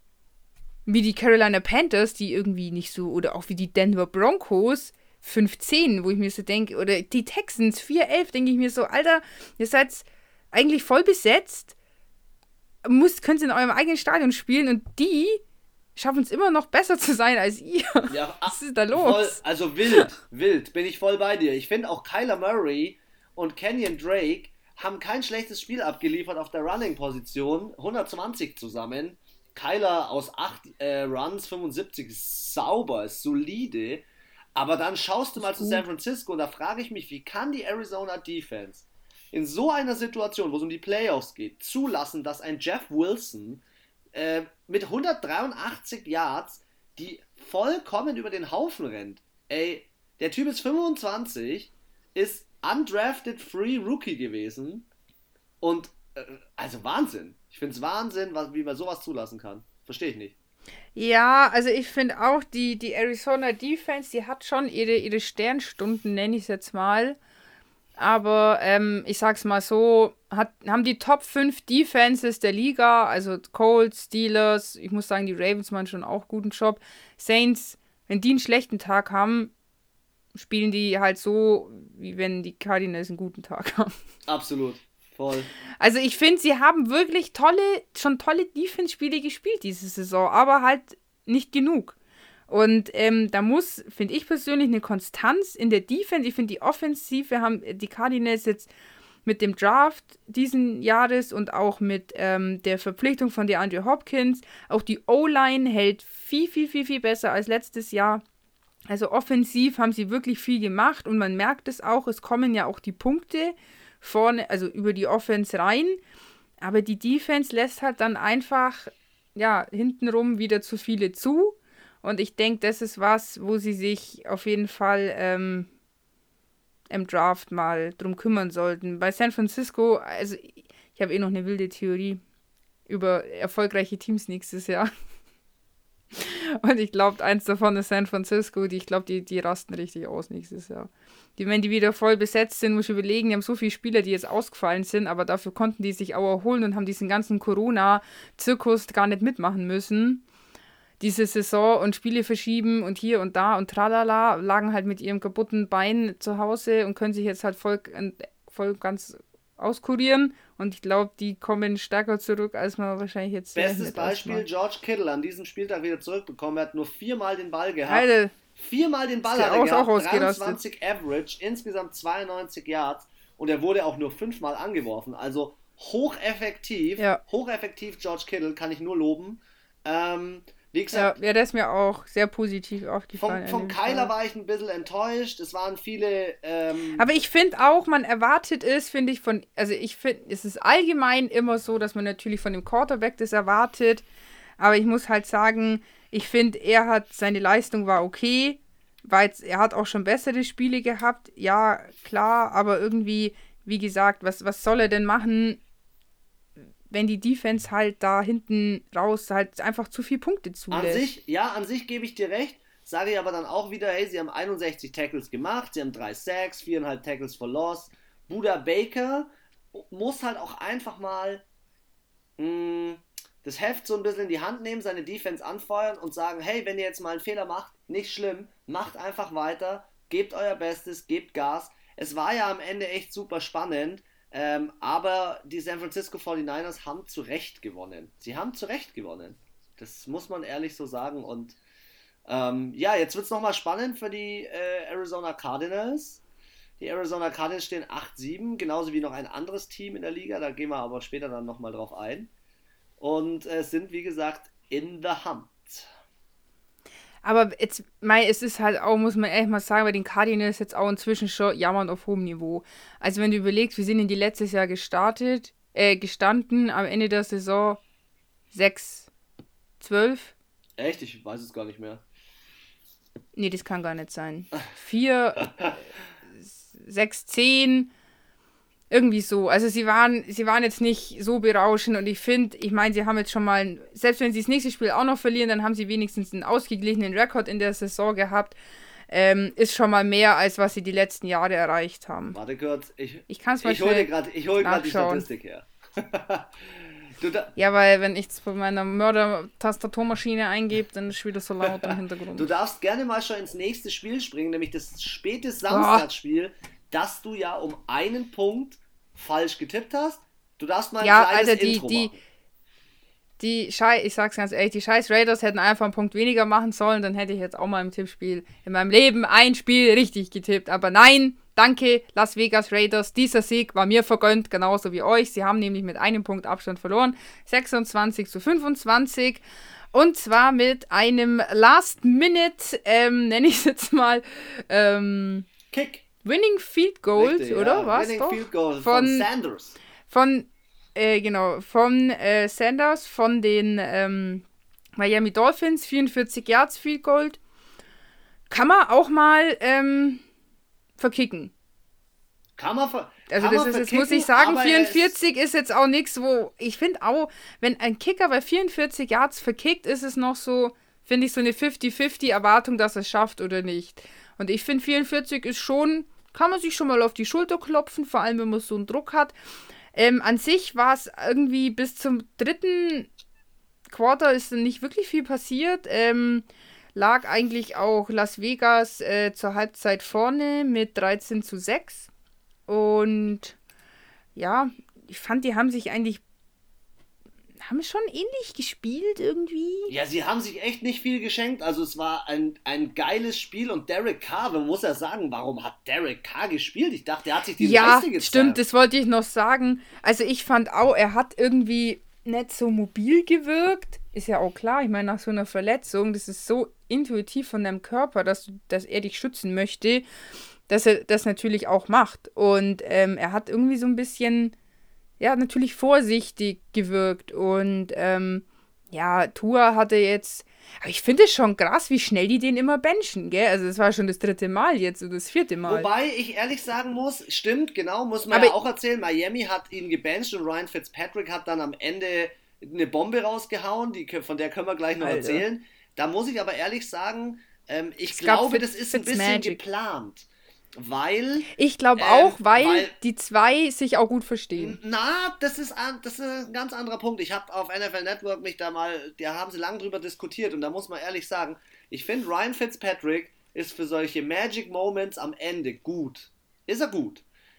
wie die Carolina Panthers, die irgendwie nicht so, oder auch wie die Denver Broncos, fünf zehn, wo ich mir so denke, oder die Texans, vier elf, denke ich mir so, Alter, ihr seid eigentlich voll besetzt, müsst, könnt ihr in eurem eigenen Stadion spielen und die schaffen es immer noch besser zu sein als ihr. Ja, Was ist da los? Voll, also wild, wild, bin ich voll bei dir. Ich finde auch Kyler Murray und Kenyon Drake haben kein schlechtes Spiel abgeliefert auf der Running-Position, hundertzwanzig zusammen. Kyler aus acht äh, Runs, fünfundsiebzig, ist sauber, ist solide. Aber dann schaust du mal zu San Francisco und da frage ich mich, wie kann die Arizona Defense in so einer Situation, wo es um die Playoffs geht, zulassen, dass ein Jeff Wilson äh, mit hundertdreiundachtzig Yards die vollkommen über den Haufen rennt. Ey, der Typ ist fünfundzwanzig, ist undrafted Free Rookie gewesen und äh, also Wahnsinn. Ich finde es Wahnsinn, was, wie man sowas zulassen kann. Verstehe ich nicht. Ja, also ich finde auch, die, die Arizona Defense, die hat schon ihre, ihre Sternstunden, nenne ich es jetzt mal. Aber ähm, ich sag's mal so, hat, haben die Top fünf Defenses der Liga, also Colts, Steelers, ich muss sagen, die Ravens machen schon auch guten Job. Saints, wenn die einen schlechten Tag haben, spielen die halt so, wie wenn die Cardinals einen guten Tag haben. Absolut, voll. Also ich finde, sie haben wirklich tolle, schon tolle Defense-Spiele gespielt diese Saison, aber halt nicht genug. Und ähm, da muss, finde ich persönlich, eine Konstanz in der Defense. Ich finde, die Offensive haben die Cardinals jetzt mit dem Draft diesen Jahres und auch mit ähm, der Verpflichtung von DeAndre Hopkins. Auch die O-Line hält viel, viel, viel, viel besser als letztes Jahr. Also offensiv haben sie wirklich viel gemacht und man merkt es auch, es kommen ja auch die Punkte vorne, also über die Offense rein. Aber die Defense lässt halt dann einfach, ja, hintenrum wieder zu viele zu. Und ich denke, das ist was, wo sie sich auf jeden Fall ähm, im Draft mal drum kümmern sollten. Bei San Francisco, also ich habe eh noch eine wilde Theorie über erfolgreiche Teams nächstes Jahr. Und ich glaube, eins davon ist San Francisco. Die, ich glaube, die, die rasten richtig aus nächstes Jahr. Die, wenn die wieder voll besetzt sind, muss ich überlegen, die haben so viele Spieler, die jetzt ausgefallen sind, aber dafür konnten die sich auch erholen und haben diesen ganzen Corona-Zirkus gar nicht mitmachen müssen. Diese Saison und Spiele verschieben und hier und da und tralala, lagen halt mit ihrem kaputten Bein zu Hause und können sich jetzt halt voll, voll ganz auskurieren. Und ich glaube, die kommen stärker zurück, als man wahrscheinlich jetzt... Bestes Beispiel, erstmal. George Kittle an diesem Spieltag wieder zurückbekommen. Er hat nur viermal den Ball gehabt. Alter, viermal den Ball hat er gehabt, dreiundzwanzig Average, insgesamt zweiundneunzig Yards. Und er wurde auch nur fünfmal angeworfen. Also hocheffektiv, ja. hocheffektiv George Kittle, kann ich nur loben. Ähm... Wie gesagt, ja, ja, das ist mir auch sehr positiv aufgefallen. Vom, vom Kyler war ich ein bisschen enttäuscht. Es waren viele... Ähm Aber ich finde auch, man erwartet es, finde ich, von... Also ich finde, es ist allgemein immer so, dass man natürlich von dem Quarterback das erwartet. Aber ich muss halt sagen, ich finde, er hat... Seine Leistung war okay. Weil er hat auch schon bessere Spiele gehabt. Ja, klar. Aber irgendwie, wie gesagt, was, was soll er denn machen, wenn die Defense halt da hinten raus halt einfach zu viele Punkte zulässt. An sich, ja, an sich gebe ich dir recht, sage ich aber dann auch wieder, hey, sie haben einundsechzig Tackles gemacht, sie haben drei Sacks, viereinhalb Tackles for Loss. Buda Baker muss halt auch einfach mal mh, das Heft so ein bisschen in die Hand nehmen, seine Defense anfeuern und sagen, hey, wenn ihr jetzt mal einen Fehler macht, nicht schlimm, macht einfach weiter, gebt euer Bestes, gebt Gas. Es war ja am Ende echt super spannend. Ähm, aber die San Francisco forty-niners haben zu Recht gewonnen. Sie haben zu Recht gewonnen. Das muss man ehrlich so sagen. Und ähm, ja, jetzt wird es nochmal spannend für die äh, Arizona Cardinals. Die Arizona Cardinals stehen acht sieben, genauso wie noch ein anderes Team in der Liga. Da gehen wir aber später dann nochmal drauf ein. Und äh, sind, wie gesagt, in the hunt. Aber jetzt, mei, es ist halt auch, muss man ehrlich mal sagen, bei den Cardinals jetzt auch inzwischen schon jammern auf hohem Niveau. Also wenn du überlegst, wir sind in die letztes Jahr gestartet, äh, gestanden, am Ende der Saison sechs zwölf. Echt? Ich weiß es gar nicht mehr. Nee, das kann gar nicht sein. vier sechs zehn Irgendwie so. Also sie waren, sie waren jetzt nicht so berauschend und ich finde, ich meine, sie haben jetzt schon mal, selbst wenn sie das nächste Spiel auch noch verlieren, dann haben sie wenigstens einen ausgeglichenen Rekord in der Saison gehabt. Ähm, ist schon mal mehr, als was sie die letzten Jahre erreicht haben. Warte kurz, ich, ich, kann's mal ich hole gerade hol die Statistik her. du da- ja, weil wenn ich es bei meiner Mörder-Tastaturmaschine eingebe, dann ist es wieder so laut im Hintergrund. Du darfst gerne mal schon ins nächste Spiel springen, nämlich das späte Samstagsspiel, dass du ja um einen Punkt falsch getippt hast. Du darfst mal ein ja, kleines Alter, die, Intro die, machen. Die Scheiß, ich sag's ganz ehrlich, die scheiß Raiders hätten einfach einen Punkt weniger machen sollen, dann hätte ich jetzt auch mal im Tippspiel in meinem Leben ein Spiel richtig getippt. Aber nein, danke, Las Vegas Raiders, dieser Sieg war mir vergönnt, genauso wie euch. Sie haben nämlich mit einem Punkt Abstand verloren, sechsundzwanzig zu fünfundzwanzig. Und zwar mit einem Last-Minute, ähm, nenne ich es jetzt mal, ähm, Kick. Winning Field Goal, Richtig, oder? Ja. Was? Winning Doch? Field Goal von, von Sanders. Von, äh, genau, von äh, Sanders, von den ähm, Miami Dolphins, vierundvierzig Yards Field Goal. Kann man auch mal ähm, verkicken. Kann man ver- Also kann das man ist jetzt, verkicken, muss ich sagen, aber er vierundvierzig ist, ist jetzt auch nichts, wo, ich finde auch, wenn ein Kicker bei vierundvierzig Yards verkickt, ist es noch so, finde ich, so eine fünfzig fünfzig Erwartung, dass er es schafft oder nicht. Und ich finde, vierundvierzig ist schon, kann man sich schon mal auf die Schulter klopfen, vor allem, wenn man so einen Druck hat. Ähm, an sich war es irgendwie bis zum dritten Quarter ist nicht wirklich viel passiert. Ähm, lag eigentlich auch Las Vegas äh, zur Halbzeit vorne mit dreizehn zu sechs. Und ja, ich fand, die haben sich eigentlich haben schon ähnlich gespielt irgendwie. Ja, sie haben sich echt nicht viel geschenkt. Also es war ein, ein geiles Spiel und Derek Carr, man muss ja sagen, warum hat Derek Carr gespielt? Ich dachte, er hat sich diese Ja, Leiste gezerrt. stimmt, das wollte ich noch sagen. Also ich fand auch, er hat irgendwie nicht so mobil gewirkt. Ist ja auch klar, ich meine, nach so einer Verletzung, das ist so intuitiv von deinem Körper, dass, du, dass er dich schützen möchte, dass er das natürlich auch macht. Und ähm, er hat irgendwie so ein bisschen, ja, natürlich vorsichtig gewirkt. Und ähm, ja, Tua hatte jetzt, aber ich finde es schon krass, wie schnell die den immer benchen, gell? Also das war schon das dritte Mal jetzt oder das vierte Mal. Wobei ich ehrlich sagen muss, stimmt, genau, muss man Aber ja auch erzählen, Miami hat ihn gebencht und Ryan Fitzpatrick hat dann am Ende eine Bombe rausgehauen, die, von der können wir gleich noch Alter. erzählen. Da muss ich aber ehrlich sagen, ähm, ich Es gab glaube, Fitz- das ist ein bisschen Fitzmagic. geplant, weil... Ich glaube Ähm, auch, weil, weil- die zwei sich auch gut verstehen. Na, das ist, an- das ist ein ganz anderer Punkt. Ich habe auf N F L Network mich da mal, da haben sie lange drüber diskutiert und da muss man ehrlich sagen, ich finde Ryan Fitzpatrick ist für solche Magic Moments am Ende gut. Ist er gut.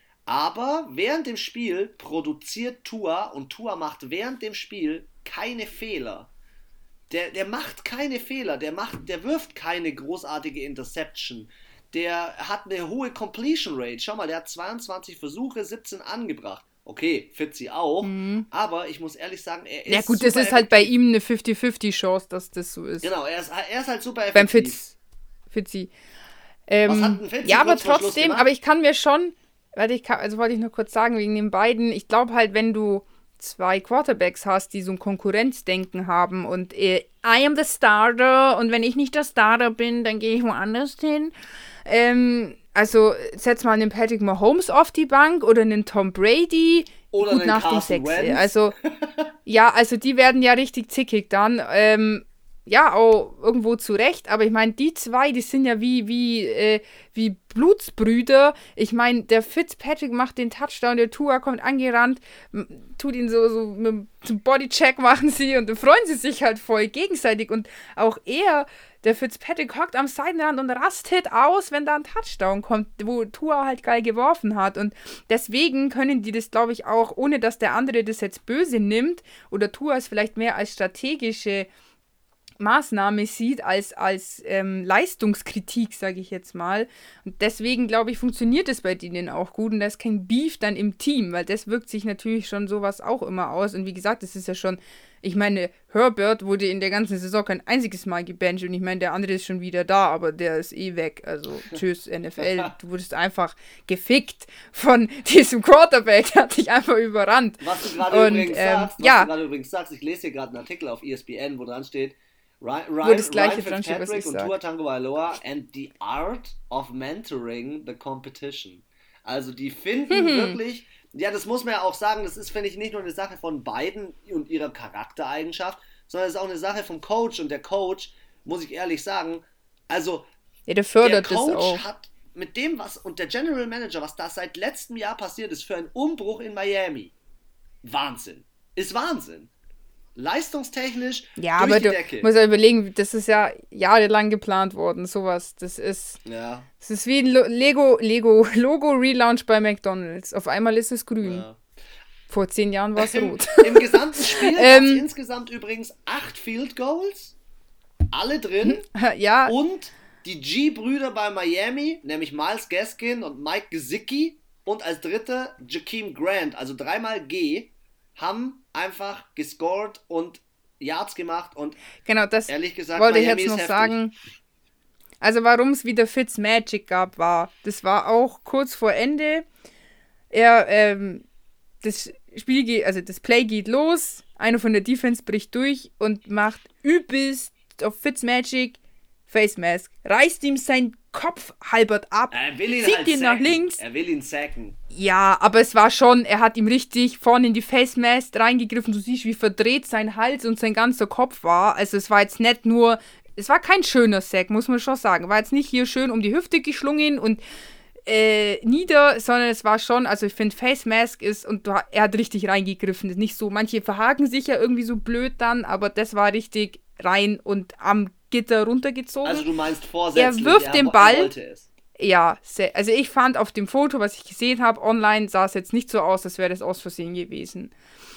Aber während dem Spiel produziert Tua und Tua macht während dem Spiel keine Fehler. Der, der macht keine Fehler, der, macht, der wirft keine großartige Interception. Der hat eine hohe Completion Rate. Schau mal, der hat zweiundzwanzig Versuche, siebzehn angebracht. Okay, Fitzi auch, aber ich muss ehrlich sagen, er ist Ja gut, das super ist halt bei ihm eine fünfzig fünfzig Chance, dass das so ist. Genau, er ist, er ist halt super effektiv. Beim Fitz. Fitzi. Ähm, Was hat denn Fitzi ja, aber kurz vor Schluss trotzdem, gemacht? aber ich kann mir schon, warte, ich kann, also wollte ich noch kurz sagen, wegen den beiden, ich glaube halt, wenn du zwei Quarterbacks hast, die so ein Konkurrenzdenken haben und äh, I am the starter und wenn ich nicht der Starter bin, dann gehe ich woanders hin. Ähm, also setz mal einen Patrick Mahomes auf die Bank oder einen Tom Brady. Oder gut einen nach dem Carson Sechse. Wentz. Also, ja, also die werden ja richtig zickig dann. Ähm, ja, auch irgendwo zurecht, aber ich meine, die zwei, die sind ja wie, wie, äh, wie Blutsbrüder. Ich meine, der Fitzpatrick macht den Touchdown, der Tua kommt angerannt, m- tut ihn so, so mit zum Bodycheck machen sie und dann freuen sie sich halt voll gegenseitig und auch er, der Fitzpatrick, hockt am Seitenrand und rastet aus, wenn da ein Touchdown kommt, wo Tua halt geil geworfen hat und deswegen können die das, glaube ich, auch, ohne dass der andere das jetzt böse nimmt oder Tua es vielleicht mehr als strategische Maßnahme sieht als, als ähm, Leistungskritik, sage ich jetzt mal. Und deswegen, glaube ich, funktioniert es bei denen auch gut und da ist kein Beef dann im Team, weil das wirkt sich natürlich schon sowas auch immer aus. Und wie gesagt, das ist ja schon, ich meine, Herbert wurde in der ganzen Saison kein einziges Mal gebencht und ich meine, der andere ist schon wieder da, aber der ist eh weg. Also tschüss N F L, du wurdest einfach gefickt von diesem Quarterback, der hat dich einfach überrannt. Was du gerade Und, übrigens ähm, sagst, was ja. du gerade übrigens sagst, ich lese hier gerade einen Artikel auf E S P N, wo dran steht, Ryan, Wo Ryan, das Gleiche Ryan dran steht, was Fitzpatrick ich und sag. Tua Tagovailoa and the art of mentoring the competition. Also die finden Mhm. wirklich, ja, das muss man ja auch sagen, das ist, finde ich, nicht nur eine Sache von beiden und ihrer Charaktereigenschaft, sondern es ist auch eine Sache vom Coach und der Coach, muss ich ehrlich sagen, also Ja, der der fördert das Coach auch. hat mit dem, was, und der General Manager, was da seit letztem Jahr passiert ist, für einen Umbruch in Miami, Wahnsinn. Ist Wahnsinn. Leistungstechnisch Ja, durch aber die du Decke. musst ja überlegen, das ist ja jahrelang geplant worden, sowas. Das ist, Ja, das ist wie ein Lo- Lego, Lego, Logo-Relaunch bei McDonalds. Auf einmal ist es grün. ja. Vor zehn Jahren war es Im, rot. Im gesamten Spiel gab es Ähm. insgesamt übrigens acht Field Goals. Alle drin. Ja, Und die G-Brüder bei Miami, nämlich Miles Gaskin und Mike Gesicki und als dritter Jakeem Grant, also dreimal G, haben einfach gescored und Yards gemacht und genau, das ehrlich gesagt, wollte ich Miami jetzt ist noch heftig. sagen. Also warum es wieder Fitzmagic gab, war, das war auch kurz vor Ende. Er, ähm, das Spiel geht, also das Play geht los, einer von der Defense bricht durch und macht übelst auf Fitzmagic Face Mask, reißt ihm sein Kopf halbert ab, er will ihn zieht halt ihn nach sacken. links. Er will ihn sacken. Ja, aber es war schon, er hat ihm richtig vorne in die Face Mask reingegriffen. Du siehst, wie verdreht sein Hals und sein ganzer Kopf war. Also es war jetzt nicht nur, es war kein schöner Sack, muss man schon sagen. War jetzt nicht hier schön um die Hüfte geschlungen und äh, nieder, sondern es war schon, also ich finde Face Mask ist, und er hat richtig reingegriffen. Ist nicht so, manche verhaken sich ja irgendwie so blöd dann, aber das war richtig rein und am Gitter runtergezogen. Also du meinst vorsätzlich, er wirft er, den er Ball. wollte es. Ja, sehr, also ich fand auf dem Foto, was ich gesehen habe, online sah es jetzt nicht so aus, als wäre das aus Versehen gewesen.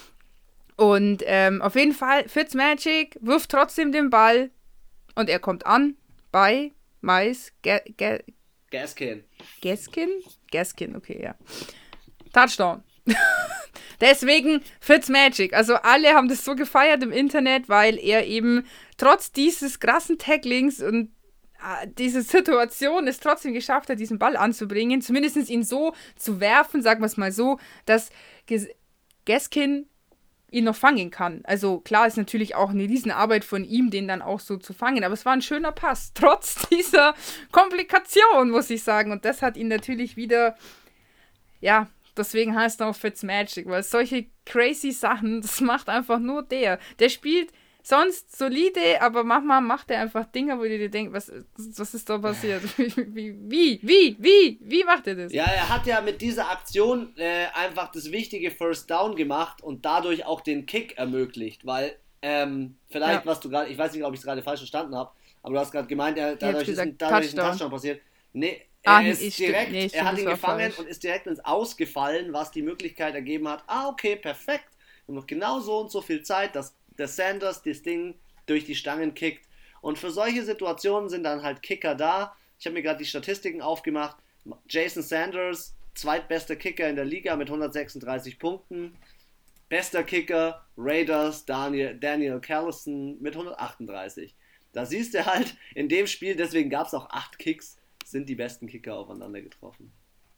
Und ähm, auf jeden Fall, Fitzmagic wirft trotzdem den Ball und er kommt an bei Miles Ga- Ga- Gaskin. Gaskin? Gaskin, okay, ja. Touchdown. Deswegen Fitzmagic. Also alle haben das so gefeiert im Internet, weil er eben trotz dieses krassen Tacklings und äh, diese Situation es trotzdem geschafft hat, diesen Ball anzubringen, zumindest ihn so zu werfen, sagen wir es mal so, dass Ges- Gaskin ihn noch fangen kann. Also klar ist natürlich auch eine Riesenarbeit von ihm, den dann auch so zu fangen, aber es war ein schöner Pass, trotz dieser Komplikation, muss ich sagen. Und das hat ihn natürlich wieder, ja, deswegen heißt er auch Fitzmagic, weil solche crazy Sachen, das macht einfach nur der. Der spielt sonst solide, aber manchmal macht er einfach Dinge, wo du dir denkst, was, was ist da passiert? Wie, wie, wie, wie, wie macht er das? Ja, er hat ja mit dieser Aktion äh, einfach das wichtige First Down gemacht und dadurch auch den Kick ermöglicht, weil ähm, vielleicht, Ja. was du gerade, ich weiß nicht, ob ich es gerade falsch verstanden habe, aber du hast gerade gemeint, er, dadurch, gesagt, ist ein, dadurch ist ein Touchdown. Touchdown passiert. Nee, Ah, er ist ich- stimmt. direkt, Nee, er stimmt, hat das ihn war gefangen falsch. und ist direkt ins Ausgefallen, was die Möglichkeit ergeben hat, ah, okay, perfekt, wir haben noch genau so und so viel Zeit, dass der Sanders das Ding durch die Stangen kickt. Und für solche Situationen sind dann halt Kicker da. Ich habe mir gerade die Statistiken aufgemacht. Jason Sanders, zweitbester Kicker in der Liga mit hundertsechsunddreißig Punkten. Bester Kicker, Raiders, Daniel, Daniel Callison mit hundertachtunddreißig. Da siehst du halt, in dem Spiel, deswegen gab es auch acht Kicks, sind die besten Kicker aufeinander getroffen.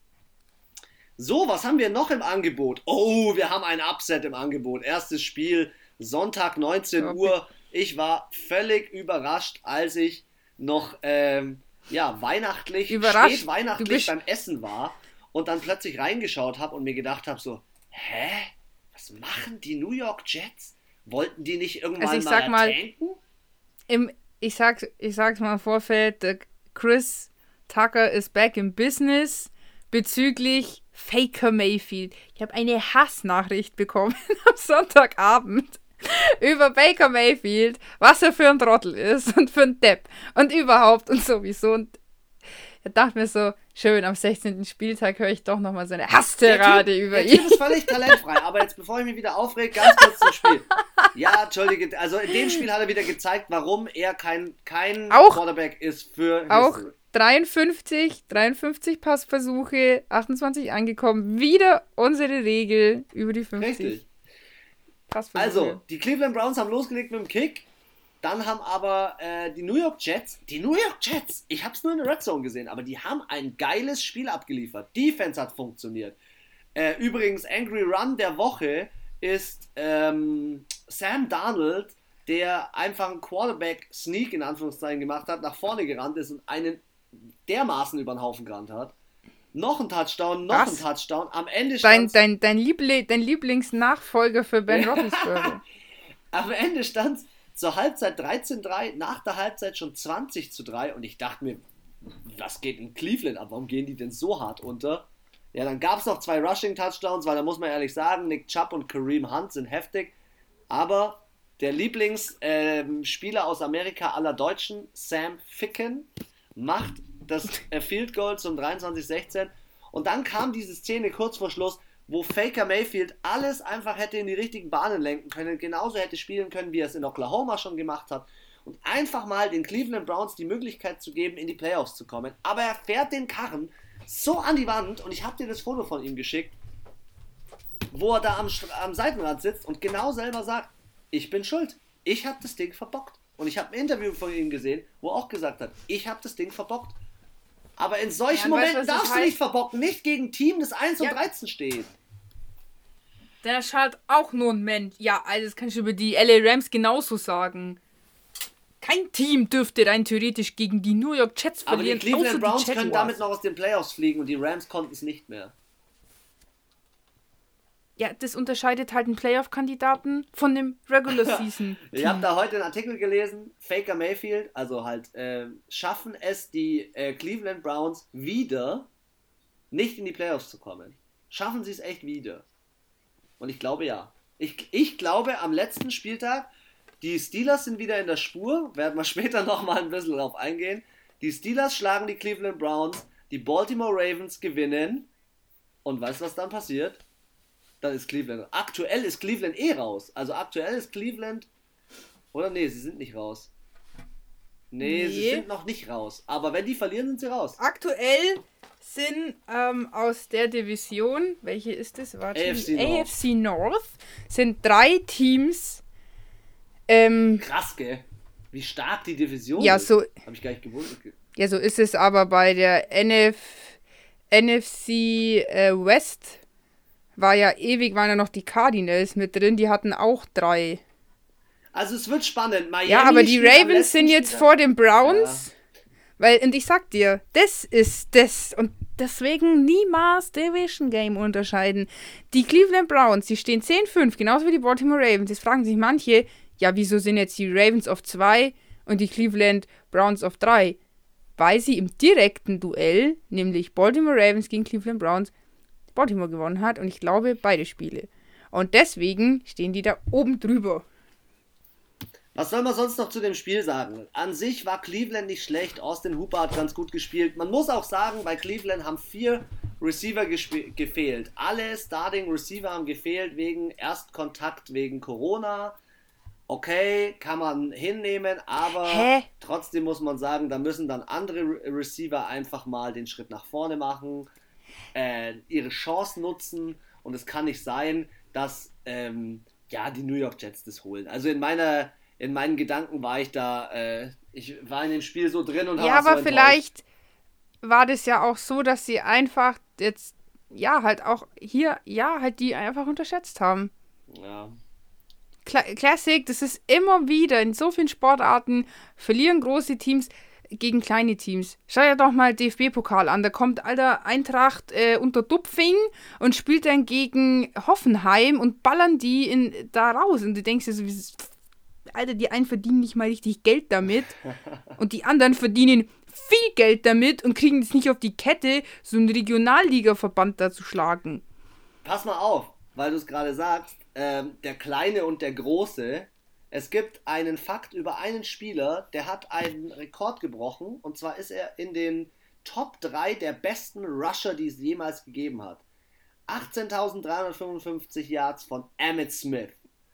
So, was haben wir noch im Angebot? Oh, wir haben ein Upset im Angebot. Erstes Spiel, Sonntag neunzehn Uhr. Ich war völlig überrascht, als ich noch ähm, ja, weihnachtlich, Überrascht? spät weihnachtlich Du bist- beim Essen war und dann plötzlich reingeschaut habe und mir gedacht habe so, hä? Was machen die New York Jets? Wollten die nicht irgendwann Also ich mal sag mal- tanken? Im, ich, sag's, ich sag's mal im Vorfeld, der Chris Tucker ist back in business bezüglich Faker Mayfield. Ich habe eine Hassnachricht bekommen am Sonntagabend über Baker Mayfield, was er für ein Trottel ist und für ein Depp und überhaupt und sowieso. Und ich dachte mir so, schön, am sechzehnten Spieltag höre ich doch nochmal so eine Hasstirade Der Typ- über der ihn. Typ ist völlig talentfrei, aber jetzt bevor ich mich wieder aufrege, ganz kurz zum Spiel. Ja, entschuldige, also in dem Spiel hat er wieder gezeigt, warum er kein, kein Auch- Quarterback ist für Auch History. dreiundfünfzig, dreiundfünfzig Passversuche, achtundzwanzig angekommen. Wieder unsere Regel über die fünfzig Richtig. Passversuche. Also, die Cleveland Browns haben losgelegt mit dem Kick. Dann haben aber äh, die New York Jets, die New York Jets, ich habe es nur in der Red Zone gesehen, aber die haben ein geiles Spiel abgeliefert. Defense hat funktioniert. Äh, übrigens, Angry Run der Woche ist ähm, Sam Darnold, der einfach einen Quarterback-Sneak in Anführungszeichen gemacht hat, nach vorne gerannt ist und einen dermaßen über den Haufen gerannt hat. Noch ein Touchdown, noch Was? ein Touchdown. Am Ende dein, stand dein, dein, Liebli dein Lieblingsnachfolger für Ben Roethlisberger. Am Ende stand es zur Halbzeit dreizehn drei, nach der Halbzeit schon zwanzig zu drei und ich dachte mir, was geht in Cleveland ab? Warum gehen die denn so hart unter? Ja, dann gab es noch zwei Rushing-Touchdowns, weil da muss man ehrlich sagen, Nick Chubb und Kareem Hunt sind heftig, aber der Lieblingsspieler aus Amerika aller Deutschen, Sam Ficken, macht das äh, Field Goal zum dreiundzwanzig sechzehn und dann kam diese Szene kurz vor Schluss, wo Faker Mayfield alles einfach hätte in die richtigen Bahnen lenken können, genauso hätte spielen können, wie er es in Oklahoma schon gemacht hat und einfach mal den Cleveland Browns die Möglichkeit zu geben, in die Playoffs zu kommen. Aber er fährt den Karren so an die Wand und ich habe dir das Foto von ihm geschickt, wo er da am, am Seitenrand sitzt und genau selber sagt, ich bin schuld, ich habe das Ding verbockt. Und ich habe ein Interview von ihm gesehen, wo er auch gesagt hat, ich habe das Ding verbockt. Aber in solchen Ja, und weißt Momenten du, was das darfst du heißt? nicht verbocken, nicht gegen ein Team, das eins Ja. und dreizehn steht. Der ist halt auch nur ein Mensch. Ja, also das kann ich über die L A Rams genauso sagen. Kein Team dürfte rein theoretisch gegen die New York Jets Aber verlieren. die Cleveland Browns die können damit noch aus den Playoffs fliegen und die Rams konnten es nicht mehr. Ja, das unterscheidet halt einen Playoff-Kandidaten von einem Regular-Season. Ich habe da heute einen Artikel gelesen, Baker Mayfield, also halt, äh, schaffen es die äh, Cleveland Browns wieder, nicht in die Playoffs zu kommen. Schaffen sie es echt wieder? Und ich glaube ja. Ich, ich glaube am letzten Spieltag, die Steelers sind wieder in der Spur, werden wir später nochmal ein bisschen drauf eingehen. Die Steelers schlagen die Cleveland Browns, die Baltimore Ravens gewinnen und weißt du, was dann passiert? Dann ist Cleveland. Aktuell ist Cleveland eh raus. Also aktuell ist Cleveland. Oder nee, sie sind nicht raus. Nee, nee, sie sind noch nicht raus. Aber wenn die verlieren, sind sie raus. Aktuell sind ähm, aus der Division, welche ist das? Warte, A F C North. A F C North sind drei Teams. Ähm, Krass, gell? Wie stark die Division ja, ist. So, Hab ich gar nicht gewundert. Ja, so ist es aber bei der N F, N F C äh, West. War ja ewig, waren ja noch die Cardinals mit drin, die hatten auch drei. Also es wird spannend. Miami ja, aber die Ravens sind jetzt Spieler vor den Browns. Ja. Weil, und ich sag dir, das ist das. Und deswegen niemals Division Game unterscheiden. Die Cleveland Browns, die stehen zehn fünf, genauso wie die Baltimore Ravens. Jetzt fragen sich manche, ja, wieso sind jetzt die Ravens auf zwei und die Cleveland Browns auf drei? Weil sie im direkten Duell, nämlich Baltimore Ravens gegen Cleveland Browns, Baltimore gewonnen hat und ich glaube beide Spiele. Und deswegen stehen die da oben drüber. Was soll man sonst noch zu dem Spiel sagen? An sich war Cleveland nicht schlecht, Austin Hooper hat ganz gut gespielt. Man muss auch sagen, bei Cleveland haben vier Receiver gesp- gefehlt. Alle Starting Receiver haben gefehlt wegen Erstkontakt, wegen Corona. Okay, kann man hinnehmen, aber Hä? trotzdem muss man sagen, da müssen dann andere Re- Receiver einfach mal den Schritt nach vorne machen. Äh, ihre Chance nutzen und es kann nicht sein, dass ähm, ja, die New York Jets das holen. Also in meiner in meinen Gedanken war ich da, äh, ich war in dem Spiel so drin und habe Ja, aber so vielleicht war das ja auch so, dass sie einfach jetzt, ja, halt auch hier, ja, halt die einfach unterschätzt haben. Ja. Cla- Classic, das ist immer wieder in so vielen Sportarten, verlieren große Teams gegen kleine Teams. Schau dir doch mal D F B-Pokal an. Da kommt alter Eintracht äh, unter Dupfing und spielt dann gegen Hoffenheim und ballern die in, da raus. Und du denkst dir so, wie, Alter, die einen verdienen nicht mal richtig Geld damit und die anderen verdienen viel Geld damit und kriegen es nicht auf die Kette, so einen Regionalliga-Verband da zu schlagen. Pass mal auf, weil du es gerade sagst, ähm, der Kleine und der Große. Es gibt einen Fakt über einen Spieler, der hat einen Rekord gebrochen. Und zwar ist er in den Top drei der besten Rusher, die es jemals gegeben hat. achtzehntausenddreihundertfünfundfünfzig Yards von Emmitt Smith.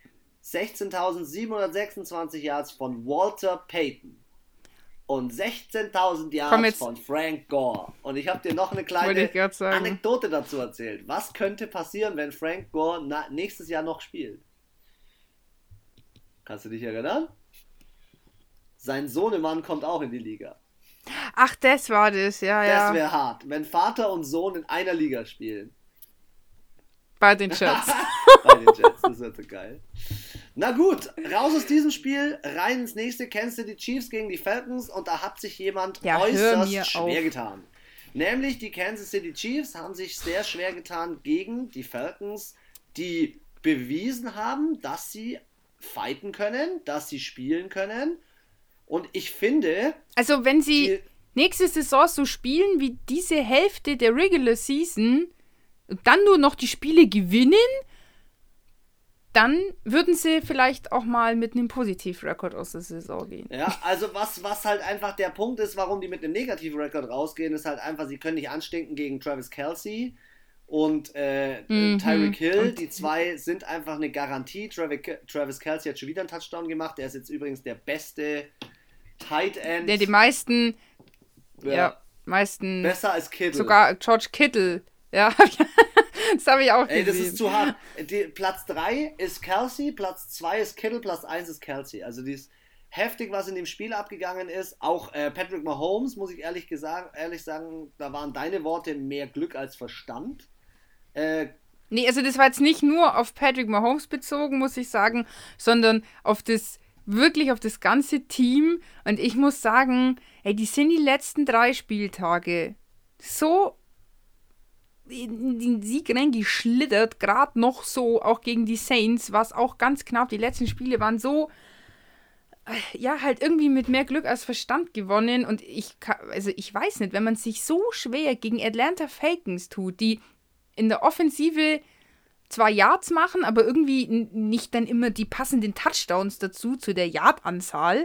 sechzehntausendsiebenhundertsechsundzwanzig Yards von Walter Payton. Und sechzehntausend Yards von Frank Gore. Und ich habe dir noch eine kleine Anekdote dazu erzählt. Was könnte passieren, wenn Frank Gore na- nächstes Jahr noch spielt? Kannst du dich erinnern? Sein Sohnemann kommt auch in die Liga. Ach, das war das, ja, ja. Das wäre hart, wenn Vater und Sohn in einer Liga spielen. Bei den Jets. Bei den Jets, das wird so geil. Na gut, raus aus diesem Spiel, rein ins nächste. Kennst du die Chiefs gegen die Falcons? Und da hat sich jemand ja, äußerst schwer auf. getan. Nämlich die Kansas City Chiefs haben sich sehr schwer getan gegen die Falcons, die bewiesen haben, dass sie fighten können, dass sie spielen können. Und ich finde... Also wenn sie die, nächste Saison so spielen wie diese Hälfte der Regular Season und dann nur noch die Spiele gewinnen, dann würden sie vielleicht auch mal mit einem Positivrekord aus der Saison gehen. Ja, also was, was halt einfach der Punkt ist, warum die mit einem Negativrekord rausgehen, ist halt einfach, sie können nicht anstinken gegen Travis Kelce und äh, mhm. Tyreek Hill. Und die zwei sind einfach eine Garantie. Travis, Travis Kelce hat schon wieder einen Touchdown gemacht. Der ist jetzt übrigens der beste Tight End. Der die meisten, ja, ja meisten, besser als Kittle. Sogar George Kittle. Ja, das habe ich auch gesehen. Ey, das ist zu hart. Die, Platz drei ist Kelce, Platz zwei ist Kittle, Platz eins ist Kelce. Also die ist heftig, was in dem Spiel abgegangen ist. Auch äh, Patrick Mahomes, muss ich ehrlich, gesagt, ehrlich sagen, da waren deine Worte mehr Glück als Verstand. Äh, nee, also das war jetzt nicht nur auf Patrick Mahomes bezogen, muss ich sagen, sondern auf das wirklich auf das ganze Team. Und ich muss sagen, ey, die sind die letzten drei Spieltage so in den Sieg reingeschlittert, gerade noch so, auch gegen die Saints, war es auch ganz knapp. Die letzten Spiele waren so, ja, halt irgendwie mit mehr Glück als Verstand gewonnen. Und ich, also ich weiß nicht, wenn man sich so schwer gegen Atlanta Falcons tut, die in der Offensive zwar Yards machen, aber irgendwie n- nicht dann immer die passenden Touchdowns dazu, zu der Yard-Anzahl.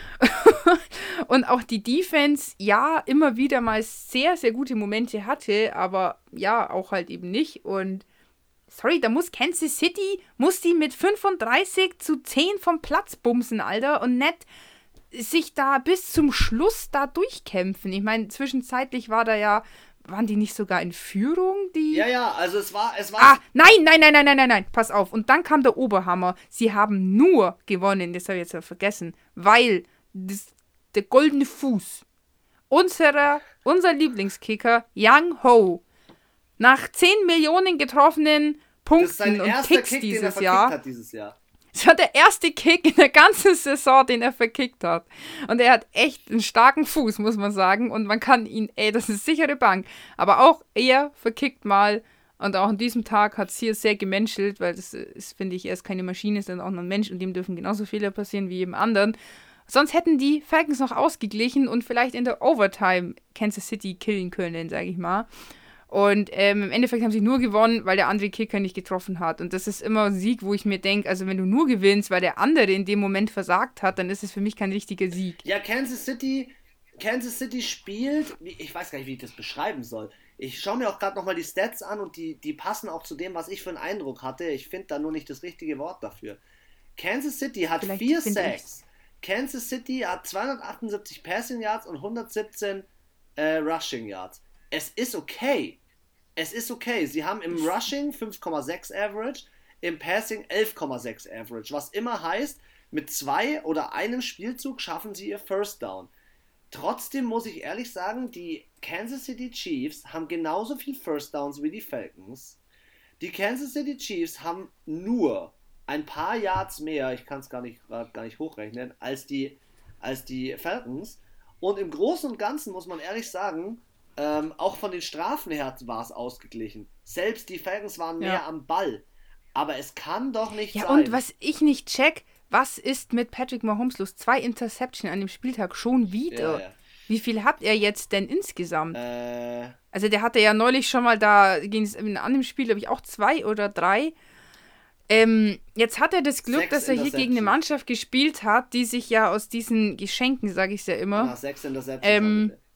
Und auch die Defense, ja, immer wieder mal sehr, sehr gute Momente hatte, aber ja, auch halt eben nicht. Und sorry, da muss Kansas City, muss die mit fünfunddreißig zu zehn vom Platz bumsen, Alter, und nicht sich da bis zum Schluss da durchkämpfen. Ich meine, zwischenzeitlich war da ja, waren die nicht sogar in Führung, die... Ja, ja, also es war, es war... Ah, nein, nein, nein, nein, nein, nein, nein, pass auf. Und dann kam der Oberhammer. Sie haben nur gewonnen, das habe ich jetzt vergessen, weil das, der goldene Fuß unserer, unser Lieblingskicker, Young Ho, nach zehn Millionen getroffenen Punkten und Kicks Kick, dieses den er verkickt Jahr. hat dieses Jahr. Das war der erste Kick in der ganzen Saison, den er verkickt hat. Und er hat echt einen starken Fuß, muss man sagen. Und man kann ihn, ey, das ist eine sichere Bank. Aber auch er verkickt mal. Und auch an diesem Tag hat es hier sehr gemenschelt, weil das ist, finde ich, er ist keine Maschine, sondern auch noch ein Mensch. Und dem dürfen genauso Fehler passieren wie jedem anderen. Sonst hätten die Falcons noch ausgeglichen und vielleicht in der Overtime Kansas City killen können, sage ich mal. Und ähm, im Endeffekt haben sie nur gewonnen, weil der andere Kicker nicht getroffen hat. Und das ist immer ein Sieg, wo ich mir denke, also wenn du nur gewinnst, weil der andere in dem Moment versagt hat, dann ist es für mich kein richtiger Sieg. Ja, Kansas City, Kansas City spielt, ich weiß gar nicht, wie ich das beschreiben soll. Ich schaue mir auch gerade nochmal die Stats an und die, die passen auch zu dem, was ich für einen Eindruck hatte. Ich finde da nur nicht das richtige Wort dafür. Kansas City hat Vielleicht vier find Sacks. Kansas City hat zweihundertachtundsiebzig Passing Yards und hundertsiebzehn äh, Rushing Yards. Es ist okay. Es ist okay. Sie haben im Rushing fünf Komma sechs Average, im Passing elf Komma sechs Average, was immer heißt, mit zwei oder einem Spielzug schaffen sie ihr First Down. Trotzdem muss ich ehrlich sagen, die Kansas City Chiefs haben genauso viel First Downs wie die Falcons. Die Kansas City Chiefs haben nur ein paar Yards mehr, ich kann es gar nicht, gar nicht hochrechnen, als die, als die Falcons. Und im Großen und Ganzen muss man ehrlich sagen, ähm, auch von den Strafen her war es ausgeglichen. Selbst die Falcons waren mehr Ja. am Ball. Aber es kann doch nicht Ja, sein. und was ich nicht check, was ist mit Patrick Mahomes los? Zwei Interception an dem Spieltag schon wieder. Ja, ja. Wie viel hat er jetzt denn insgesamt? Äh, Also der hatte ja neulich schon mal da, ging es in einem anderen Spiel, glaube ich, auch zwei oder drei. Ähm, jetzt hat er das Glück, Sechs dass er hier gegen eine Interceptions. Mannschaft gespielt hat, die sich ja aus diesen Geschenken, sage ich ja immer. nach sechs Interceptions Ähm, hatte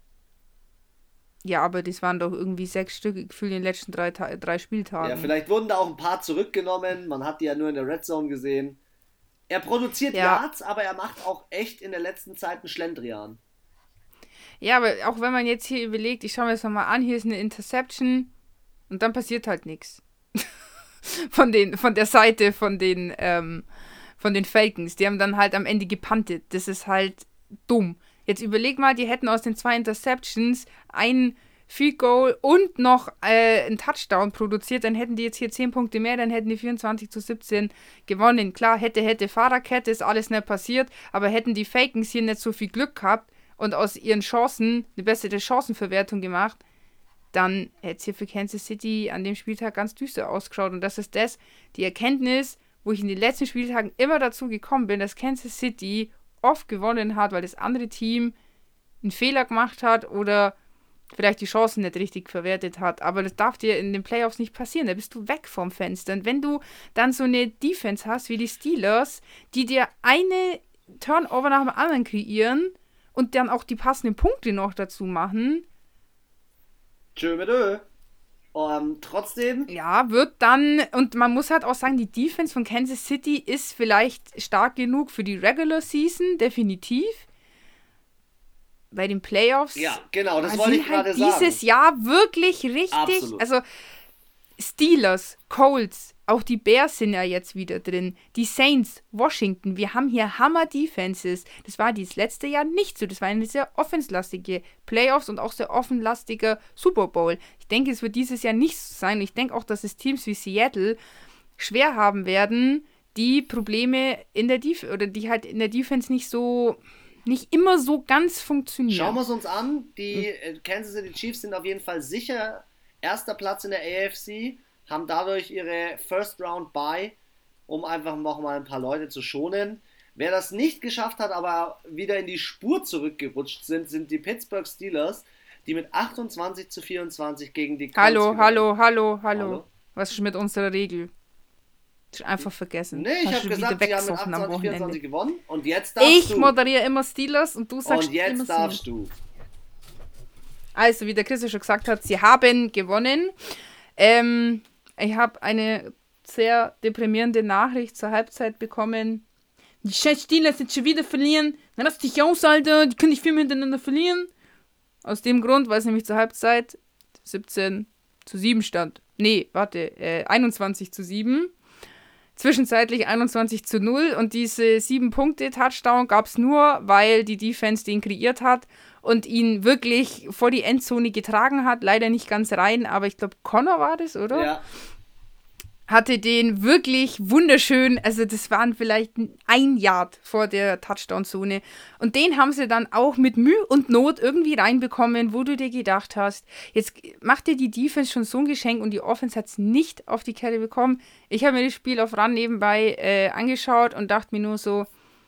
Ja, aber das waren doch irgendwie sechs Stück gefühlt in den letzten drei, Ta- drei der. Spieltagen. Ja, vielleicht wurden da auch ein paar zurückgenommen. Man hat die ja nur in der Red Zone gesehen. Er produziert Ja. Yards, aber er macht auch echt in der letzten Zeit einen Schlendrian. Ja, aber auch wenn man jetzt hier überlegt, ich schaue mir das nochmal an, hier ist eine Interception und dann passiert halt nichts. Von den, von der Seite von den, ähm, von den Falcons. Die haben dann halt am Ende gepuntet. Das ist halt dumm. Jetzt überleg mal, die hätten aus den zwei Interceptions ein Field Goal und noch äh, einen Touchdown produziert, dann hätten die jetzt hier zehn Punkte mehr, dann hätten die vierundzwanzig zu siebzehn gewonnen. Klar, hätte, hätte, Fahrerkette, ist alles nicht passiert, aber hätten die Falcons hier nicht so viel Glück gehabt und aus ihren Chancen eine bessere Chancenverwertung gemacht, dann hätte es hier für Kansas City an dem Spieltag ganz düster ausgeschaut. Und das ist das, die Erkenntnis, wo ich in den letzten Spieltagen immer dazu gekommen bin, dass Kansas City oft gewonnen hat, weil das andere Team einen Fehler gemacht hat oder vielleicht die Chancen nicht richtig verwertet hat. Aber das darf dir in den Playoffs nicht passieren. Da bist du weg vom Fenster. Und wenn du dann so eine Defense hast wie die Steelers, die dir eine Turnover nach dem anderen kreieren und dann auch die passenden Punkte noch dazu machen, Tschö mit Ö. Ähm, trotzdem, ja, wird dann, und man muss halt auch sagen, die Defense von Kansas City ist vielleicht stark genug für die Regular Season, definitiv. Bei den Playoffs ja, genau, das da wollte sind ich gerade halt sagen. dieses Jahr wirklich richtig, Absolut. also Steelers, Colts, auch die Bears sind ja jetzt wieder drin, die Saints, Washington, wir haben hier Hammer-Defenses. Das war dieses letzte Jahr nicht so, das war eine sehr offenslastige Playoffs und auch sehr offenlastige Super Bowl. Ich denke, es wird dieses Jahr nicht so sein. Ich denke auch, dass es Teams wie Seattle schwer haben werden, die Probleme in der Defense, oder die halt in der Defense nicht so, nicht immer so ganz funktionieren. Schauen wir es uns an. Die äh, Kansas City Chiefs sind auf jeden Fall sicher erster Platz in der A F C, haben dadurch ihre First Round Bye, um einfach noch mal ein paar Leute zu schonen. Wer das nicht geschafft hat, aber wieder in die Spur zurückgerutscht sind, sind die Pittsburgh Steelers, die mit achtundzwanzig zu vierundzwanzig gegen die Colts Hallo, gewinnen. hallo, hallo, hallo, Hallo? Was ist mit unserer Regel? Ich einfach vergessen. Nee, ich Hast habe du gesagt, wieder sie haben mit weggesoffen am achtundzwanzig Wochenende. vierundzwanzig gewonnen und jetzt darfst Ich du. moderiere immer Steelers und du sagst Und jetzt immer darfst sie. du. Also, wie der Chris ja schon gesagt hat, sie haben gewonnen. Ähm, ich habe eine sehr deprimierende Nachricht zur Halbzeit bekommen. Die scheiß Steelers sind schon wieder verlieren. Dann lass dich aus, Alter. Die können nicht viel miteinander verlieren. Aus dem Grund, weil es nämlich zur Halbzeit siebzehn zu sieben stand. Nee, warte, äh, einundzwanzig zu sieben. Zwischenzeitlich einundzwanzig zu null. Und diese sieben Punkte Touchdown gab es nur, weil die Defense den kreiert hat und ihn wirklich vor die Endzone getragen hat. Leider nicht ganz rein, aber ich glaube, Connor war das, oder? Ja. Hatte den wirklich wunderschön, also das waren vielleicht ein Yard vor der Touchdown-Zone. Und den haben sie dann auch mit Mühe und Not irgendwie reinbekommen, wo du dir gedacht hast, jetzt macht dir die Defense schon so ein Geschenk und die Offense hat es nicht auf die Kette bekommen. Ich habe mir das Spiel auf Run nebenbei äh, angeschaut und dachte mir nur so,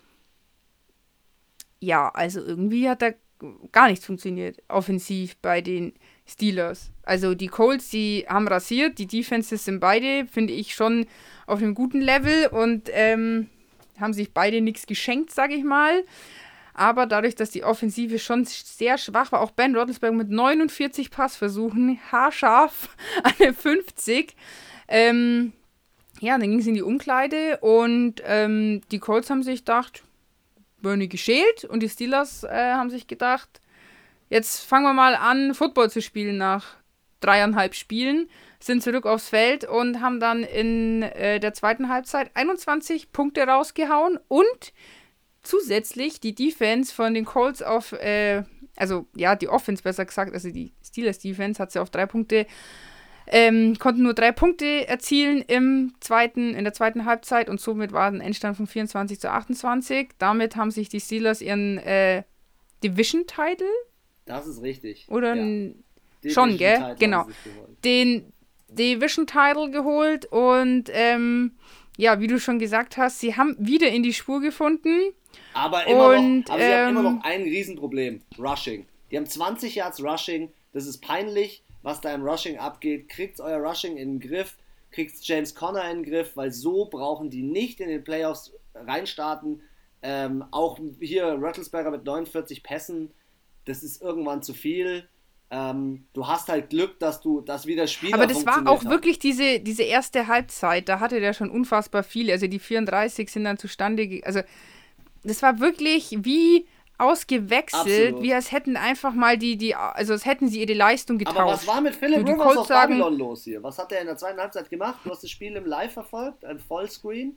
ja, also irgendwie hat da gar nichts funktioniert, offensiv bei den Steelers. Also die Colts, die haben rasiert, die Defenses sind beide, finde ich, schon auf einem guten Level und ähm, haben sich beide nichts geschenkt, sage ich mal. Aber dadurch, dass die Offensive schon sehr schwach war, auch Ben Roethlisberger mit neunundvierzig Passversuchen, haarscharf an der fünfzig, ähm, ja, dann ging es in die Umkleide und ähm, die Colts haben sich gedacht, Bernie geschält und die Steelers äh, haben sich gedacht, jetzt fangen wir mal an, Football zu spielen nach dreieinhalb Spielen, sind zurück aufs Feld und haben dann in äh, der zweiten Halbzeit einundzwanzig Punkte rausgehauen und zusätzlich die Defense von den Colts auf, äh, also ja, die Offense besser gesagt, also die Steelers Defense hat sie auf drei Punkte, ähm, konnten nur drei Punkte erzielen im zweiten, in der zweiten Halbzeit und somit war ein Endstand von vierundzwanzig zu achtundzwanzig. Damit haben sich die Steelers ihren äh, Division-Title Das ist richtig. oder ja. n- schon, gell? Division-Title Genau. haben sie sich geholt. Den Division-Title geholt und ähm, ja, wie du schon gesagt hast, sie haben wieder in die Spur gefunden. Aber, immer Und, noch, aber sie haben immer ähm, noch ein Riesenproblem. Rushing. Die haben zwanzig Yards Rushing. Das ist peinlich, was da im Rushing abgeht. Kriegt euer Rushing in den Griff. Kriegt James Conner in den Griff, weil so brauchen die nicht in den Playoffs reinstarten. Ähm, auch hier Roethlisberger mit neunundvierzig Pässen. Das ist irgendwann zu viel. Ähm, du hast halt Glück, dass du das wieder Spieler Aber das war funktioniert auch haben. wirklich diese, diese erste Halbzeit, da hatte der schon unfassbar viele. Also die vierunddreißig sind dann zustande, ge- also das war wirklich wie ausgewechselt, Absolut. wie als hätten einfach mal die, die, also als hätten sie ihre Leistung getauscht. Aber was war mit Philip So, die Rivers Colts auf sagen- Babylon los hier? Was hat er in der zweiten Halbzeit gemacht? Du hast das Spiel im Live verfolgt? Ein Vollscreen?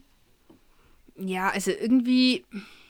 Ja, also irgendwie,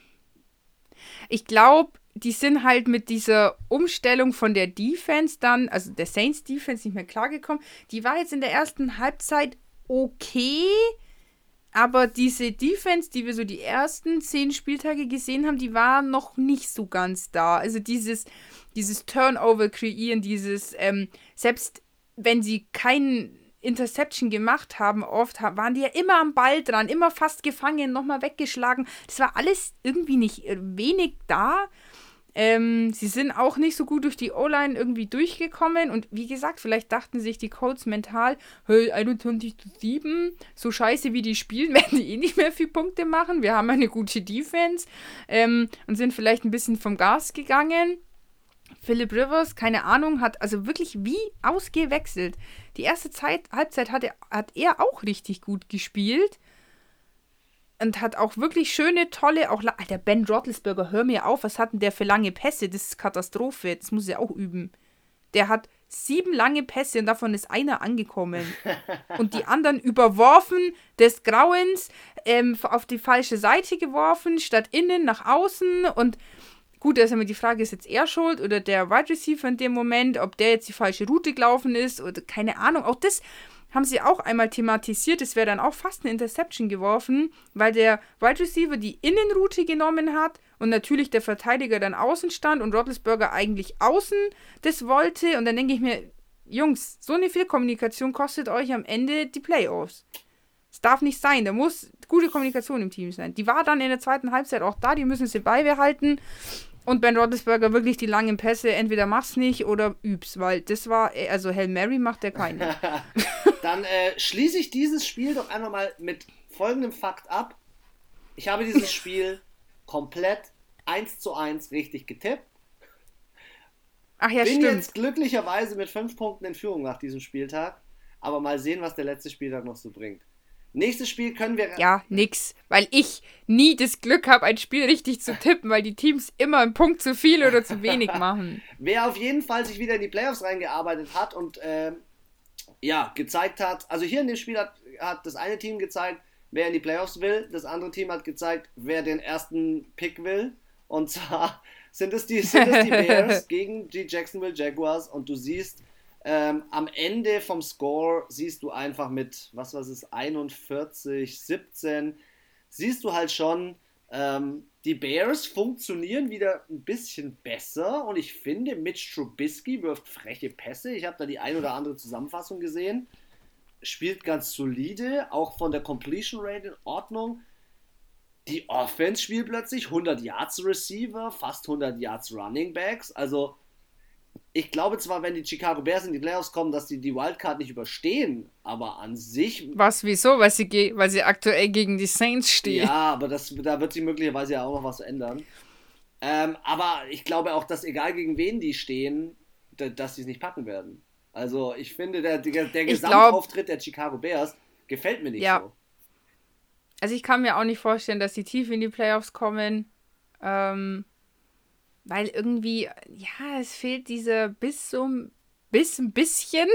ich glaube, die sind halt mit dieser Umstellung von der Defense dann, also der Saints Defense, nicht mehr klargekommen. Die war jetzt in der ersten Halbzeit okay, aber diese Defense, die wir so die ersten zehn Spieltage gesehen haben, die war noch nicht so ganz da. Also dieses, dieses Turnover kreieren, dieses, ähm, selbst wenn sie keinen Interception gemacht haben, oft ha- waren die ja immer am Ball dran, immer fast gefangen, nochmal weggeschlagen. Das war alles irgendwie nicht äh, wenig da. Ähm, sie sind auch nicht so gut durch die O-Line irgendwie durchgekommen und wie gesagt, vielleicht dachten sich die Colts mental, hey, einundzwanzig zu sieben, so scheiße wie die spielen, werden die eh nicht mehr viel Punkte machen, wir haben eine gute Defense ähm, und sind vielleicht ein bisschen vom Gas gegangen. Philip Rivers, keine Ahnung, hat also wirklich wie ausgewechselt. Die erste Zeit, Halbzeit hat er, hat er auch richtig gut gespielt. Und hat auch wirklich schöne, tolle, auch, la- Alter, Ben Roethlisberger, hör mir auf, was hat denn der für lange Pässe? Das ist Katastrophe, das muss er auch üben. Der hat sieben lange Pässe und davon ist einer angekommen. Und die anderen überworfen, des Grauens, ähm, auf die falsche Seite geworfen, statt innen nach außen. Und gut, da ist immer die Frage, ist jetzt er schuld oder der Wide Receiver in dem Moment, ob der jetzt die falsche Route gelaufen ist oder keine Ahnung. Auch das haben sie auch einmal thematisiert, es wäre dann auch fast eine Interception geworfen, weil der Wide Receiver die Innenroute genommen hat und natürlich der Verteidiger dann außen stand und Roethlisberger eigentlich außen das wollte. Und dann denke ich mir, Jungs, so eine Fehlkommunikation kostet euch am Ende die Playoffs. Es darf nicht sein, da muss gute Kommunikation im Team sein. Die war dann in der zweiten Halbzeit auch da, die müssen sie beibehalten. Und Ben Roethlisberger wirklich die langen Pässe, entweder mach's nicht oder üb's, weil das war, also Hail Mary macht der keine. Dann äh, schließe ich dieses Spiel doch einfach mal mit folgendem Fakt ab. Ich habe dieses Spiel komplett eins zu eins richtig getippt. Ach ja, Bin stimmt. jetzt glücklicherweise mit fünf Punkten in Führung nach diesem Spieltag. Aber mal sehen, was der letzte Spieltag noch so bringt. Nächstes Spiel können wir... Ja, nix. Weil ich nie das Glück habe, ein Spiel richtig zu tippen, weil die Teams immer einen Punkt zu viel oder zu wenig machen. Wer auf jeden Fall sich wieder in die Playoffs reingearbeitet hat und äh, ja, gezeigt hat, also hier in dem Spiel hat, hat das eine Team gezeigt, wer in die Playoffs will, das andere Team hat gezeigt, wer den ersten Pick will. Und zwar sind es die, sind es die Bears gegen die Jacksonville Jaguars und du siehst, Ähm, am Ende vom Score siehst du einfach mit, was was ist, einundvierzig, siebzehn, siehst du halt schon, ähm, die Bears funktionieren wieder ein bisschen besser und ich finde, Mitch Trubisky wirft freche Pässe. Ich habe da die ein oder andere Zusammenfassung gesehen. Spielt ganz solide, auch von der Completion Rate in Ordnung. Die Offense spielt plötzlich hundert Yards Receiver, fast hundert Yards Running Backs, also ich glaube zwar, wenn die Chicago Bears in die Playoffs kommen, dass die die Wildcard nicht überstehen, aber an sich... Was, wieso? Weil sie, ge- weil sie aktuell gegen die Saints stehen. Ja, aber das, da wird sich möglicherweise ja auch noch was ändern. Ähm, aber ich glaube auch, dass egal gegen wen die stehen, da, dass sie es nicht packen werden. Also ich finde, der, der, der Gesamtauftritt der Chicago Bears gefällt mir nicht ja. so. Also ich kann mir auch nicht vorstellen, dass die tief in die Playoffs kommen. Ähm... Weil irgendwie, ja, es fehlt dieser Biss so bis ein bisschen.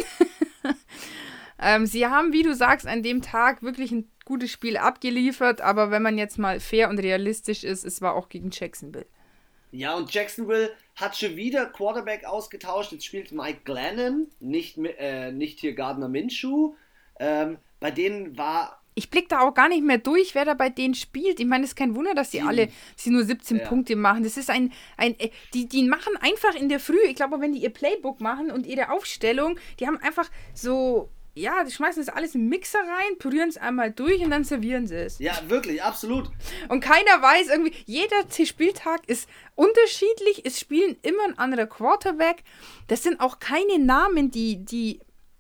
ähm, sie haben, wie du sagst, an dem Tag wirklich ein gutes Spiel abgeliefert, aber wenn man jetzt mal fair und realistisch ist, es war auch gegen Jacksonville. Ja, und Jacksonville hat schon wieder Quarterback ausgetauscht. Jetzt spielt Mike Glennon, nicht, äh, nicht hier Gardner Minshew. Ähm, bei denen war... Ich blicke da auch gar nicht mehr durch, wer da bei denen spielt. Ich meine, es ist kein Wunder, dass die Sieben. alle sie nur siebzehn Ja. Punkte machen. Das ist ein, ein die, die machen einfach in der Früh, ich glaube, wenn die ihr Playbook machen und ihre Aufstellung, die haben einfach so, ja, die schmeißen das alles in den Mixer rein, pürieren es einmal durch und dann servieren sie es. Ja, wirklich, absolut. Und keiner weiß irgendwie, jeder Spieltag ist unterschiedlich, es spielen immer ein anderer Quarterback. Das sind auch keine Namen, die, die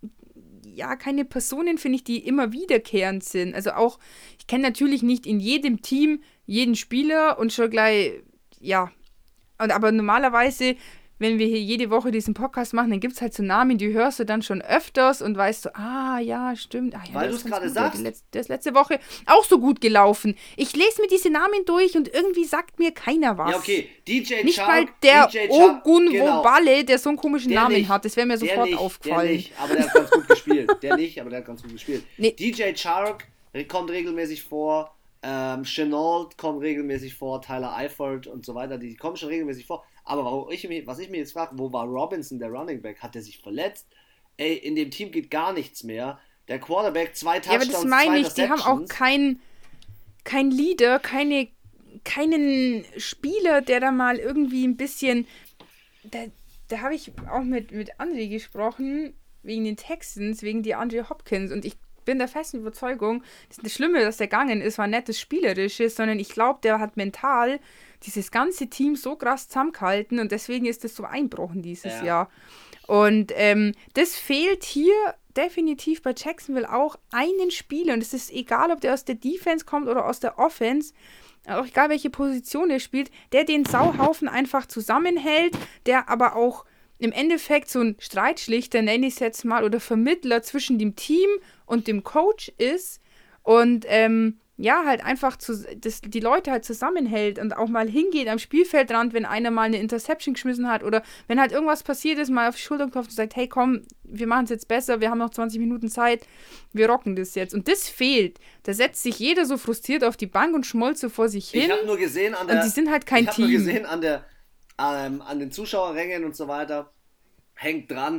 ja, keine Personen, finde ich, die immer wiederkehrend sind. Also auch, ich kenne natürlich nicht in jedem Team jeden Spieler und schon gleich, ja, und aber normalerweise, wenn wir hier jede Woche diesen Podcast machen, dann gibt es halt so Namen, die hörst du dann schon öfters und weißt du, ah, ja, stimmt. Ah, ja, Weil du es gerade sagst. Letz- der ist letzte Woche auch so gut gelaufen. Ich lese mir diese Namen durch und irgendwie sagt mir keiner was. Ja, okay, D J Nicht Chark, mal der D J Chark, Ogunwobale, der so einen komischen Der Namen nicht, hat. Das wäre mir der sofort nicht, aufgefallen. Der nicht, aber der hat ganz gut gespielt. Der nicht, aber der hat ganz gut gespielt. Nee. D J Chark kommt regelmäßig vor, ähm, Chenault kommt regelmäßig vor, Tyler Eifert und so weiter, die kommen schon regelmäßig vor. Aber warum ich mich, was ich mir jetzt frage, wo war Robinson, der Running Back? Hat der sich verletzt? Ey, in dem Team geht gar nichts mehr. Der Quarterback, zwei Ja, Touchdowns, aber das meine zwei ich, die haben auch Interceptions. keinen kein Leader, keine, keinen Spieler, der da mal irgendwie ein bisschen, da, da habe ich auch mit, mit André gesprochen, wegen den Texans, wegen die Andre Hopkins und ich bin der festen Überzeugung, das Schlimme, dass der gegangen ist, war nicht das Spielerische, sondern ich glaube, der hat mental dieses ganze Team so krass zusammengehalten und deswegen ist das so einbrochen dieses Ja. Jahr. Und ähm, das fehlt hier definitiv bei Jacksonville auch einen Spieler. Und es ist egal, ob der aus der Defense kommt oder aus der Offense, auch egal welche Position er spielt, der den Sauhaufen einfach zusammenhält, der aber auch im Endeffekt so ein Streitschlichter, nenne ich es jetzt mal, oder Vermittler zwischen dem Team und dem Coach ist und ähm, ja, halt einfach zu, das, die Leute halt zusammenhält und auch mal hingeht am Spielfeldrand, wenn einer mal eine Interception geschmissen hat oder wenn halt irgendwas passiert ist, mal auf die Schulter klopft und sagt, hey komm, wir machen es jetzt besser, wir haben noch zwanzig Minuten Zeit, wir rocken das jetzt. Und das fehlt. Da setzt sich jeder so frustriert auf die Bank und schmolzt so vor sich hin. Ich habe nur gesehen an der, und die sind halt kein ich Team. Ich habe nur gesehen an der, ähm, an den Zuschauerrängen und so weiter, hängt dran,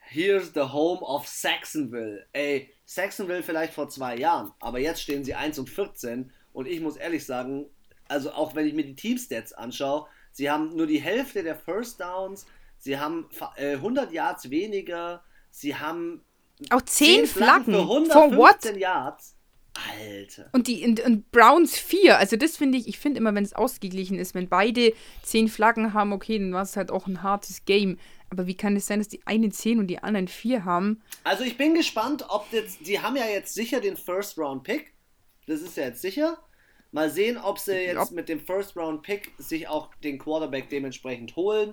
here's the home of Saxonville. Ey, Saxonville vielleicht vor zwei Jahren, aber jetzt stehen sie eins und vierzehn und ich muss ehrlich sagen, also auch wenn ich mir die Teamstats anschaue, sie haben nur die Hälfte der First Downs, sie haben äh, hundert Yards weniger, sie haben auch zehn Flaggen für hundertfünfzehn Yards. Alter. Und die und, und Browns vier, also das finde ich, ich finde immer, wenn es ausgeglichen ist, wenn beide zehn Flaggen haben, okay, dann war es halt auch ein hartes Game. Aber wie kann es sein, dass die einen zehn und die anderen vier haben? Also ich bin gespannt, ob jetzt, die haben ja jetzt sicher den First-Round-Pick, das ist ja jetzt sicher. Mal sehen, ob sie jetzt ja. mit dem First-Round-Pick sich auch den Quarterback dementsprechend holen,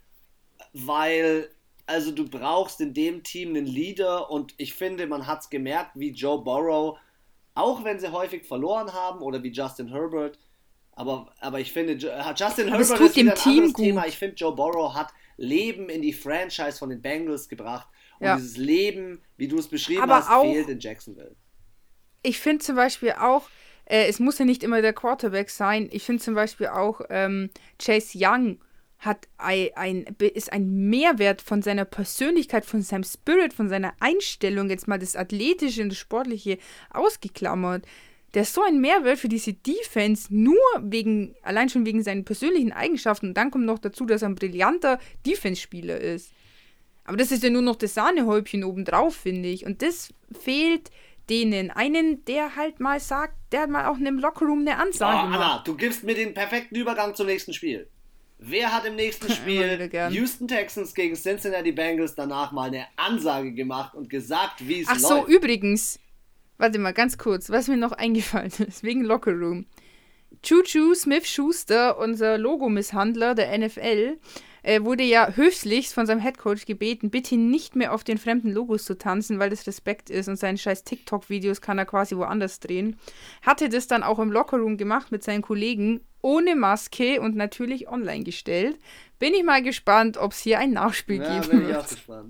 weil, also du brauchst in dem Team einen Leader und ich finde, man hat es gemerkt, wie Joe Burrow, auch wenn sie häufig verloren haben oder wie Justin Herbert, aber, aber ich finde, Justin aber Herbert ist wieder ein Team anderes gut. Thema. Ich finde, Joe Burrow hat Leben in die Franchise von den Bengals gebracht und ja. dieses Leben, wie du es beschrieben aber hast, auch, fehlt in Jacksonville. Ich finde zum Beispiel auch, äh, es muss ja nicht immer der Quarterback sein, ich finde zum Beispiel auch ähm, Chase Young hat ein, ein, ist ein Mehrwert von seiner Persönlichkeit, von seinem Spirit, von seiner Einstellung, jetzt mal das Athletische und das Sportliche ausgeklammert. Der ist so ein Mehrwert für diese Defense, nur wegen, allein schon wegen seinen persönlichen Eigenschaften. Und dann kommt noch dazu, dass er ein brillanter Defense-Spieler ist. Aber das ist ja nur noch das Sahnehäubchen obendrauf, finde ich. Und das fehlt denen. Einen, der halt mal sagt, der hat mal auch in einem Lockerroom eine Ansage oh, macht. Anna, du gibst mir den perfekten Übergang zum nächsten Spiel. Wer hat im nächsten Spiel Houston Texans gegen Cincinnati Bengals danach mal eine Ansage gemacht und gesagt, wie es läuft? Ach so, übrigens, warte mal ganz kurz, was mir noch eingefallen ist, wegen Lockerroom. Juju Smith-Schuster, unser Logomisshandler der N F L, äh, wurde ja höchstlichst von seinem Headcoach gebeten, bitte nicht mehr auf den fremden Logos zu tanzen, weil das Respekt ist und seine scheiß TikTok-Videos kann er quasi woanders drehen. Hatte das dann auch im Lockerroom gemacht mit seinen Kollegen, ohne Maske und natürlich online gestellt. Bin ich mal gespannt, ob es hier ein Nachspiel ja, geben bin ich wird. auch gespannt.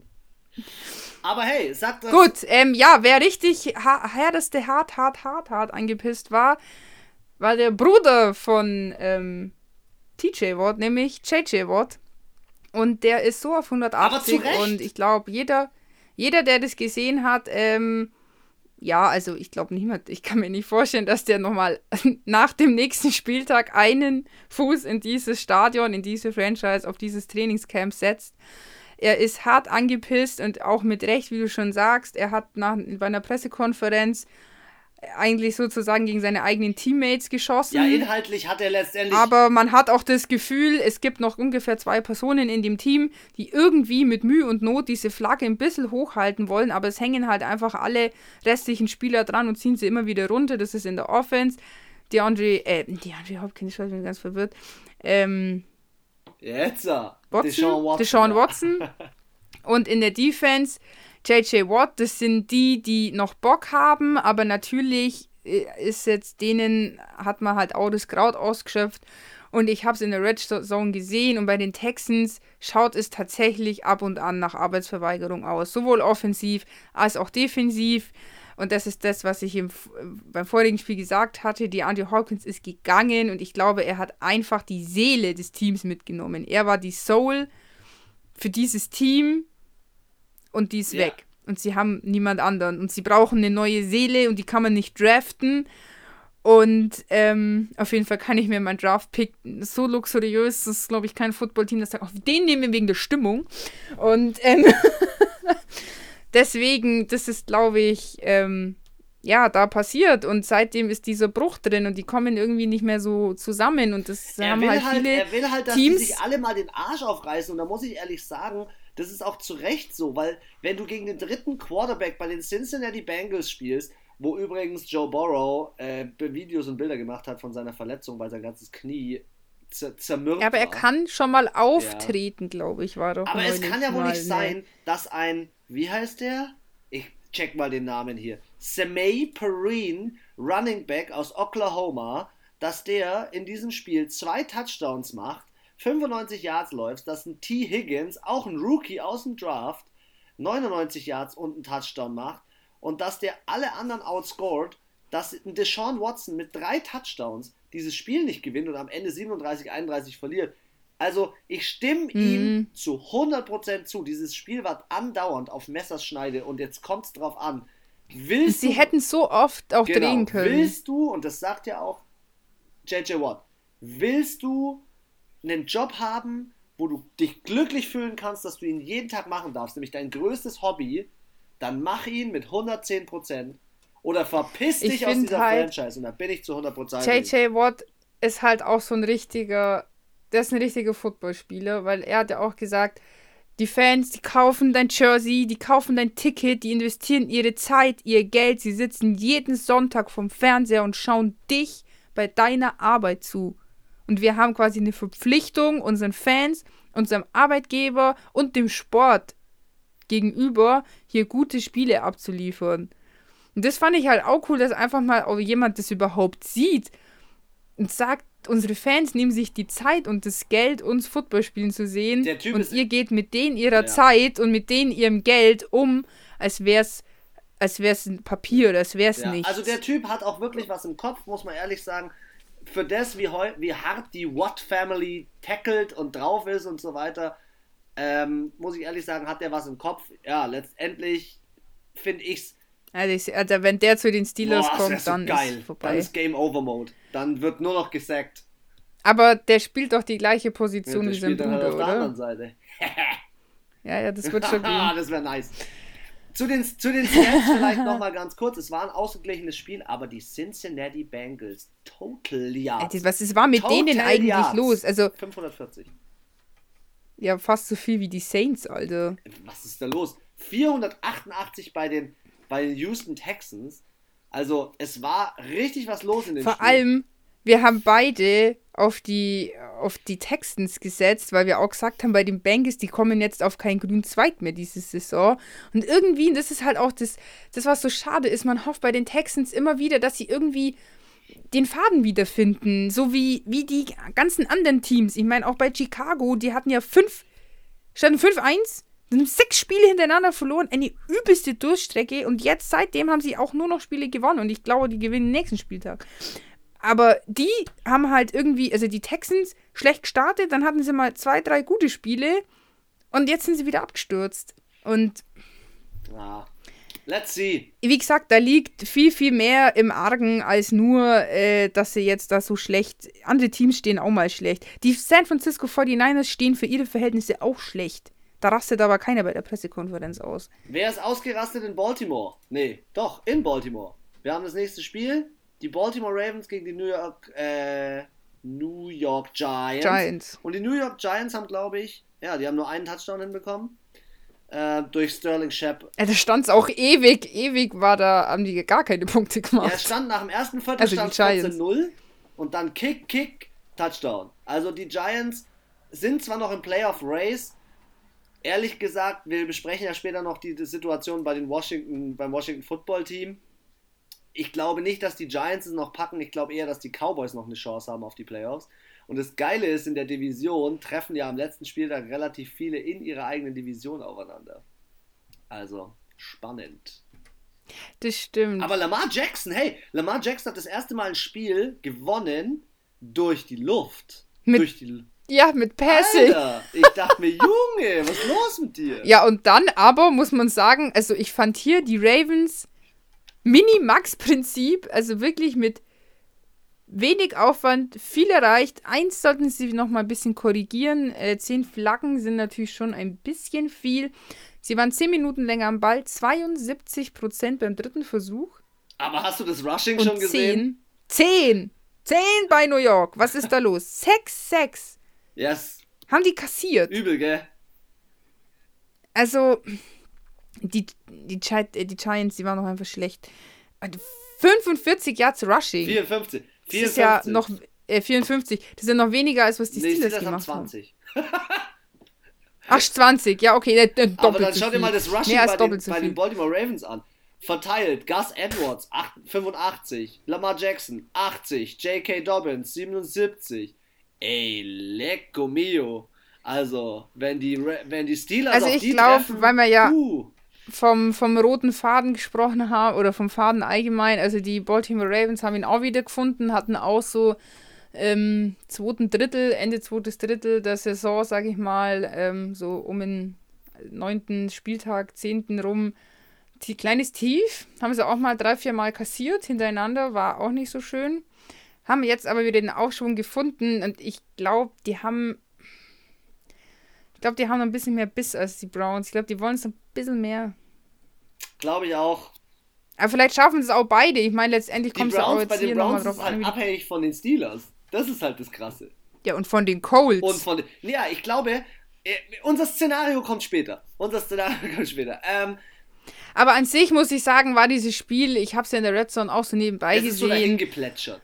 Aber hey, sag das. Gut, ähm, ja, wer richtig ha- härteste hart, hart, hart, hart angepisst war, war der Bruder von ähm, T J Watt, nämlich J J Watt. Und der ist so auf hundertachtzig und ich glaube, jeder, jeder, der das gesehen hat, ähm, ja, also ich glaube niemand, ich kann mir nicht vorstellen, dass der nochmal nach dem nächsten Spieltag einen Fuß in dieses Stadion, in diese Franchise, auf dieses Trainingscamp setzt. Er ist hart angepisst und auch mit Recht, wie du schon sagst, er hat nach, bei einer Pressekonferenz eigentlich sozusagen gegen seine eigenen Teammates geschossen. Ja, inhaltlich hat er letztendlich... Aber man hat auch das Gefühl, es gibt noch ungefähr zwei Personen in dem Team, die irgendwie mit Mühe und Not diese Flagge ein bisschen hochhalten wollen, aber es hängen halt einfach alle restlichen Spieler dran und ziehen sie immer wieder runter. Das ist in der Offense. DeAndre, äh, DeAndre Hopkins, ich bin ganz verwirrt. Ähm... Jetzt, Watson? Deshaun Watson. Deshaun Watson. Und in der Defense J J Watt, das sind die, die noch Bock haben, aber natürlich ist jetzt denen, hat man halt auch das Kraut ausgeschöpft und ich habe es in der Red Zone gesehen und bei den Texans schaut es tatsächlich ab und an nach Arbeitsverweigerung aus, sowohl offensiv als auch defensiv und das ist das, was ich im, beim vorigen Spiel gesagt hatte, DeAndre Hopkins ist gegangen und ich glaube, er hat einfach die Seele des Teams mitgenommen. Er war die Soul für dieses Team und die ist ja. weg. Und sie haben niemand anderen. Und sie brauchen eine neue Seele und die kann man nicht draften. Und ähm, auf jeden Fall kann ich mir meinen Draft-Pick so luxuriös, das ist, glaube ich, kein Footballteam, das sagt, oh, den nehmen wir wegen der Stimmung. Und ähm, deswegen, das ist, glaube ich, ähm, ja, da passiert. Und seitdem ist dieser Bruch drin und die kommen irgendwie nicht mehr so zusammen. Und das er haben will halt, halt viele Er will halt, dass Teams, die sich alle mal den Arsch aufreißen. Und da muss ich ehrlich sagen, das ist auch zu Recht so, weil wenn du gegen den dritten Quarterback bei den Cincinnati Bengals spielst, wo übrigens Joe Burrow äh, Videos und Bilder gemacht hat von seiner Verletzung, weil sein ganzes Knie zer- zermürbt ja, aber er war. kann schon mal auftreten, ja. glaube ich, war doch Aber es kann ja wohl mal, nicht ne? sein, dass ein, wie heißt der? Ich check mal den Namen hier. Samaje Perine, Running Back aus Oklahoma, dass der in diesem Spiel zwei Touchdowns macht, fünfundneunzig Yards läuft, dass ein T. Higgins, auch ein Rookie aus dem Draft, neunundneunzig Yards und einen Touchdown macht und dass der alle anderen outscored, dass ein Deshaun Watson mit drei Touchdowns dieses Spiel nicht gewinnt und am Ende siebenunddreißig einunddreißig verliert. Also, ich stimme Mhm. ihm zu hundert Prozent zu. Dieses Spiel war andauernd auf Messerschneide und jetzt kommt es drauf an. Willst Sie du, hätten so oft auch genau, drehen können. willst du, und das sagt ja auch J J Watt, willst du einen Job haben, wo du dich glücklich fühlen kannst, dass du ihn jeden Tag machen darfst, nämlich dein größtes Hobby, dann mach ihn mit hundertzehn Prozent oder verpiss Ich dich aus find dieser halt, Franchise und da bin ich zu hundert Prozent. J J Watt ist halt auch so ein richtiger, der ist ein richtiger Footballspieler, weil er hat ja auch gesagt, die Fans, die kaufen dein Jersey, die kaufen dein Ticket, die investieren ihre Zeit, ihr Geld, sie sitzen jeden Sonntag vom Fernseher und schauen dich bei deiner Arbeit zu. Und wir haben quasi eine Verpflichtung unseren Fans, unserem Arbeitgeber und dem Sport gegenüber, hier gute Spiele abzuliefern. Und das fand ich halt auch cool, dass einfach mal auch jemand das überhaupt sieht und sagt, unsere Fans nehmen sich die Zeit und das Geld, uns Football spielen zu sehen. Der Typ Und ist- ihr geht mit denen ihrer Ja. Zeit und mit denen ihrem Geld um, als wär's, als wär's ein Papier oder als wär's Ja, nichts. also der Typ hat auch wirklich was im Kopf, muss man ehrlich sagen. Für das, wie, heu, wie hart die Watt-Family tackelt und drauf ist und so weiter, ähm, muss ich ehrlich sagen, hat der was im Kopf. Ja, letztendlich finde ich's, also, ich, also wenn der zu den Steelers boah, das wär kommt, so dann geil. ist Dann vorbei. ist Game Over Mode. Dann wird nur noch gesackt. Aber der spielt doch die gleiche Ja, Position der wie sein spielt dann halt Bruder, auf der oder? anderen Seite. Ja, ja, das wird schon Haha, gehen. das wäre nice. Zu den, zu den Stats vielleicht nochmal ganz kurz. Es war ein ausgeglichenes Spiel, aber die Cincinnati Bengals, Total Yards. Alter, was ist, war mit Total denen eigentlich Yards. los? Also, fünfhundertvierzig. ja, fast so viel wie die Saints, Alter. Was ist da los? vierhundertachtundachtzig bei den, bei den Houston Texans. Also, es war richtig was los in dem Vor Spiel. allem, wir haben beide auf die, auf die Texans gesetzt, weil wir auch gesagt haben, bei den Bengals, die kommen jetzt auf keinen grünen Zweig mehr diese Saison. Und irgendwie, und das ist halt auch das, das, was so schade ist, man hofft bei den Texans immer wieder, dass sie irgendwie den Faden wiederfinden. So wie, wie die ganzen anderen Teams. Ich meine, auch bei Chicago, die hatten ja fünf, standen fünf eins, dann haben sechs Spiele hintereinander verloren, eine übelste Durchstrecke und jetzt seitdem haben sie auch nur noch Spiele gewonnen und ich glaube, die gewinnen den nächsten Spieltag. Aber die haben halt irgendwie, also die Texans schlecht gestartet, dann hatten sie mal zwei, drei gute Spiele und jetzt sind sie wieder abgestürzt. Und Ja. Let's see. wie gesagt, da liegt viel, viel mehr im Argen als nur, äh, dass sie jetzt da so schlecht, andere Teams stehen auch mal schlecht. Die San Francisco forty-niners stehen für ihre Verhältnisse auch schlecht. Da rastet aber keiner bei der Pressekonferenz aus. Wer ist ausgerastet in Baltimore? Nee, doch, in Baltimore. Wir haben das nächste Spiel. Die Baltimore Ravens gegen die New York, äh, New York Giants. Giants. Und die New York Giants haben, glaube ich, ja, die haben nur einen Touchdown hinbekommen. Äh, durch Sterling Shep. Ja, da stand es auch ewig, ewig war da, haben die gar keine Punkte gemacht. Er stand nach dem ersten Viertel Also die stand Giants. vierzehn null und dann Kick, Kick, Touchdown. Also die Giants sind zwar noch im Playoff Race, ehrlich gesagt, wir besprechen ja später noch die, die Situation bei den Washington, beim Washington Football Team. Ich glaube nicht, dass die Giants es noch packen, ich glaube eher, dass die Cowboys noch eine Chance haben auf die Playoffs. Und das Geile ist, in der Division treffen ja am letzten Spieltag relativ viele in ihrer eigenen Division aufeinander. Also, spannend. Das stimmt. Aber Lamar Jackson, hey, Lamar Jackson hat das erste Mal ein Spiel gewonnen durch die Luft. Mit durch die ja, mit Passing. Alter, ich dachte mir, Junge, was ist los mit dir? Ja, und dann aber muss man sagen, also ich fand hier die Ravens Mini-Max-Prinzip, also wirklich mit wenig Aufwand, viel erreicht. Eins sollten sie noch mal ein bisschen korrigieren. Äh, zehn Flaggen sind natürlich schon ein bisschen viel. Sie waren zehn Minuten länger am Ball, zweiundsiebzig Prozent beim dritten Versuch. Aber hast du das Rushing Und schon gesehen? zehn. zehn! zehn bei New York. Was ist da los? sechs sechs. Yes. Haben die kassiert. Übel, gell? Also, die, die, Gi- äh, die Giants, die waren noch einfach schlecht. Also fünfundvierzig Yards Rushing. vierundfünfzig. Das ist ja noch äh, vierundfünfzig. Das sind noch weniger, als was die Nee, Steelers Steelers haben gemacht haben. zwanzig. Ach, zwanzig. Ja, okay. Äh, äh, doppelt Aber dann so schau dir viel. mal das Rushing Mehr als bei, den, doppelt so bei viel. den Baltimore Ravens an. Verteilt, Gus Edwards, acht- fünfundachtzig, Lamar Jackson, achtzig, J K. Dobbins, siebenundsiebzig. Ey, lecco mio. Also, wenn die, Ra- wenn die Steelers Also auf ich die glaube, treffen, weil wir ja uh, vom, vom roten Faden gesprochen haben, oder vom Faden allgemein, also die Baltimore Ravens haben ihn auch wieder gefunden, hatten auch so ähm, zweiten Drittel, Ende zweites Drittel der Saison, sage ich mal, ähm, so um den neunten Spieltag, zehnten rum, die kleines Tief. Haben sie auch mal drei, vier Mal kassiert hintereinander, war auch nicht so schön. Haben jetzt aber wieder den Aufschwung gefunden und ich glaube, die haben ich glaube, die haben noch ein bisschen mehr Biss als die Browns. Ich glaube, die wollen es ein bisschen mehr. Glaube ich auch. Aber vielleicht schaffen es auch beide. Ich meine, letztendlich Die kommt es auch Browns, jetzt bei den hier nochmal Browns drauf ist halt an. wie die- abhängig von den Steelers. Das ist halt das Krasse. Ja, und von den Colts. Und von den, ja, ich glaube, äh, unser Szenario kommt später. Unser Szenario kommt später. Ähm, Aber an sich muss ich sagen, war dieses Spiel, ich habe es ja in der Red Zone auch so nebenbei es ist so dahin gesehen. geplätschert.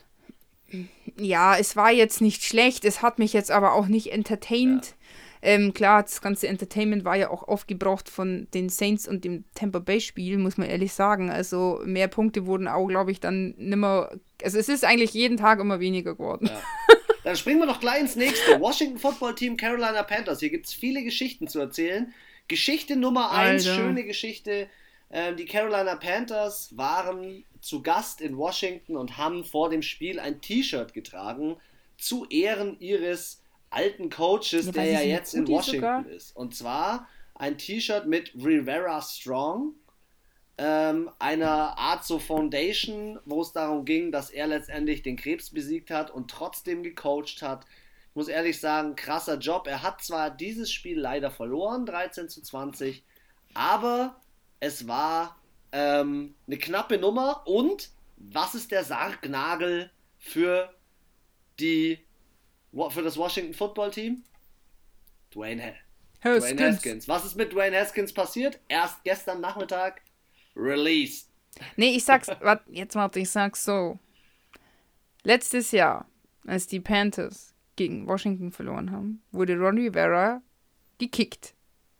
Ja, es war jetzt nicht schlecht, es hat mich jetzt aber auch nicht entertained. Ähm, klar, das ganze Entertainment war ja auch aufgebraucht von den Saints und dem Tampa Bay-Spiel, muss man ehrlich sagen. Also mehr Punkte wurden auch, glaube ich, dann nimmer. Also es ist eigentlich jeden Tag immer weniger geworden. Ja. Dann springen wir doch gleich ins nächste. Washington Football Team, Carolina Panthers. Hier gibt es viele Geschichten zu erzählen. Geschichte Nummer eins, Alter. schöne Geschichte. Ähm, die Carolina Panthers waren zu Gast in Washington und haben vor dem Spiel ein T-Shirt getragen zu Ehren ihres alten Coaches, Ja, der was ja ist ein jetzt in Hoodie Washington sogar? ist. Und zwar ein T-Shirt mit Rivera Strong, ähm, einer Art so Foundation, wo es darum ging, dass er letztendlich den Krebs besiegt hat und trotzdem gecoacht hat. Ich muss ehrlich sagen, krasser Job. Er hat zwar dieses Spiel leider verloren, dreizehn zu zwanzig, aber es war ähm, eine knappe Nummer. Und was ist der Sargnagel für die für das Washington Football Team? Dwayne, ha- Haskins. Dwayne Haskins. Was ist mit Dwayne Haskins passiert? Erst gestern Nachmittag released. Nee, ich sag's, warte, jetzt warte, ich sag's so. Letztes Jahr, als die Panthers gegen Washington verloren haben, wurde Ron Rivera gekickt.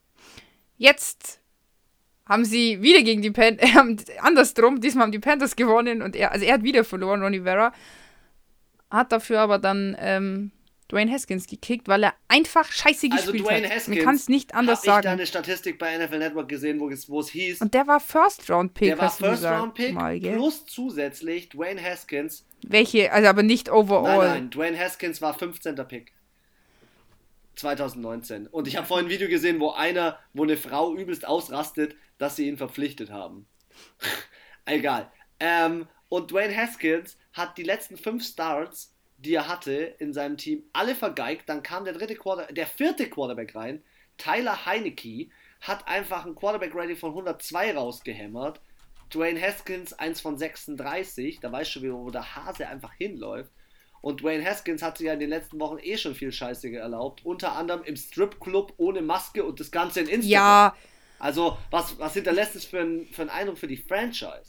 Jetzt haben sie wieder gegen die Panthers, äh, andersrum, diesmal haben die Panthers gewonnen und er, also er hat wieder verloren, Ron Rivera, hat dafür aber dann ähm, Dwayne Haskins gekickt, weil er einfach scheiße Also gespielt Dwayne hat. Haskins, Man kann es nicht anders habe ich da sagen. eine Statistik bei N F L Network gesehen, wo es, wo es hieß, Und der war First-Round-Pick, der war hast du gesagt, First-Round-Pick mal, gell? plus zusätzlich Dwayne Haskins. Welche, also aber nicht overall. Nein, nein, Dwayne Haskins war fünfzehnter Pick. zwanzig neunzehn. Und ich habe vorhin ein Video gesehen, wo einer, wo eine Frau übelst ausrastet, dass sie ihn verpflichtet haben. Egal. Ähm, und Dwayne Haskins hat die letzten fünf Starts, die er hatte in seinem Team, alle vergeigt. Dann kam der dritte Quarter, der vierte Quarterback rein. Tyler Heineke hat einfach ein Quarterback-Rating von hundertzwei rausgehämmert. Dwayne Haskins eins von sechsunddreißig. Da weißt du schon wieder, wo der Hase einfach hinläuft. Und Dwayne Haskins hat sich ja in den letzten Wochen eh schon viel Scheiße erlaubt. Unter anderem im Stripclub ohne Maske und das Ganze in Instagram. Ja, Also, was, was hinterlässt es für, ein, für einen Eindruck für die Franchise?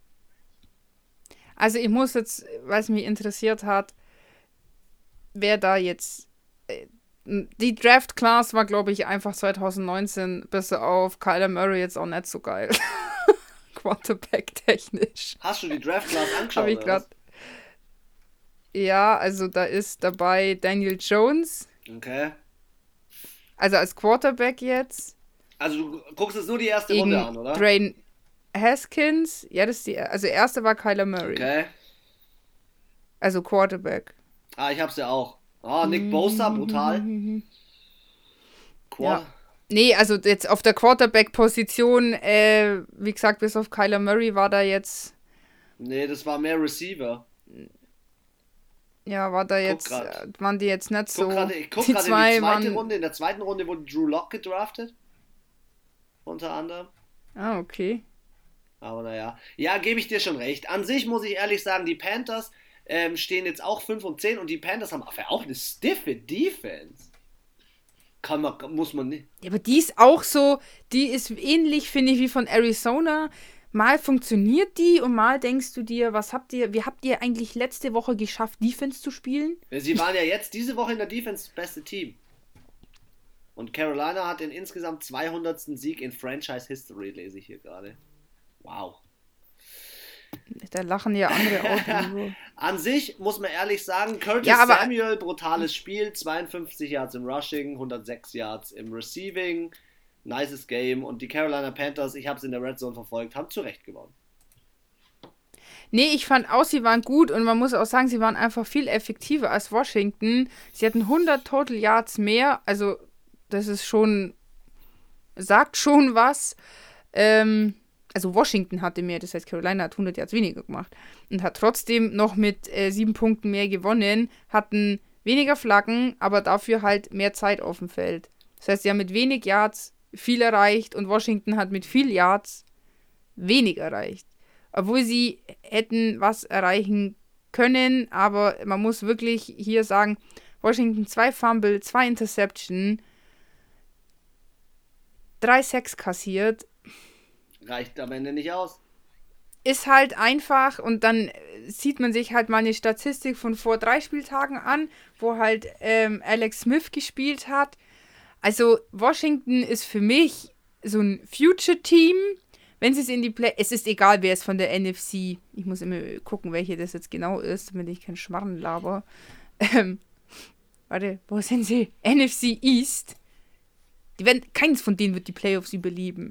also ich muss jetzt, weil es mich interessiert hat, wer da jetzt. äh, Die Draft-Class war, glaube ich, einfach zwanzig neunzehn besser auf. Kyler Murray jetzt auch nicht so geil. Quarterback-technisch. Hast du die Draft-Class angeschaut? Habe ich oder gerade. was? Ja, also da ist dabei Daniel Jones, Okay. also als Quarterback jetzt. Also, du guckst jetzt nur die erste Gegen Runde an, oder? Dwayne Haskins. Ja, das ist die. Also erste war Kyler Murray. Okay. Also Quarterback. Ah, ich hab's ja auch. Ah, Nick Bosa, brutal. Quad. Ja. Nee, also jetzt auf der Quarterback-Position, äh, wie gesagt, bis auf Kyler Murray war da jetzt, Nee, das war mehr Receiver. ja, war da jetzt, grad. äh, waren die jetzt nicht so. Guck grade, ich guck die gerade in die zwei zweite waren, Runde. In der zweiten Runde wurde Drew Lock gedraftet. Unter anderem. Ah, okay. Aber naja. Ja, gebe ich dir schon recht. An sich muss ich ehrlich sagen, die Panthers ähm, stehen jetzt auch fünf und zehn und die Panthers haben auch eine stiffe Defense. Kann man, muss man nicht. Ja, aber die ist auch so, die ist ähnlich, finde ich, wie von Arizona. Mal funktioniert die und mal denkst du dir, was habt ihr, wie habt ihr eigentlich letzte Woche geschafft, Defense zu spielen? Sie waren ja jetzt diese Woche in der Defense das beste Team. Und Carolina hat den insgesamt zweihundertsten Sieg in Franchise History, lese ich hier gerade. Wow. Da lachen ja andere auch drüber. An sich muss man ehrlich sagen, Curtis Ja, aber- Samuel, brutales Spiel, zweiundfünfzig Yards im Rushing, hundertsechs Yards im Receiving, nices Game und die Carolina Panthers, ich habe es in der Red Zone verfolgt, haben zu Recht gewonnen. Nee, ich fand auch, sie waren gut und man muss auch sagen, sie waren einfach viel effektiver als Washington. Sie hatten hundert Total Yards mehr, also das ist schon, sagt schon was. Ähm, also Washington hatte mehr, das heißt Carolina hat hundert Yards weniger gemacht und hat trotzdem noch mit äh, sieben Punkten mehr gewonnen, hatten weniger Flaggen, aber dafür halt mehr Zeit auf dem Feld. Das heißt, sie haben mit wenig Yards viel erreicht und Washington hat mit viel Yards wenig erreicht. Obwohl sie hätten was erreichen können, aber man muss wirklich hier sagen, Washington zwei Fumble, zwei Interception, drei Sacks kassiert. Reicht am Ende nicht aus. Ist halt einfach und dann sieht man sich halt mal eine Statistik von vor drei Spieltagen an, wo halt ähm, Alex Smith gespielt hat. Also Washington ist für mich so ein Future-Team. Wenn sie es in die Play... Es ist egal, wer es von der N F C... Ich muss immer gucken, welche das jetzt genau ist, damit ich keinen Schmarrn laber. Ähm, warte, wo sind sie? N F C East. Die werden... Keins von denen wird die Playoffs überleben.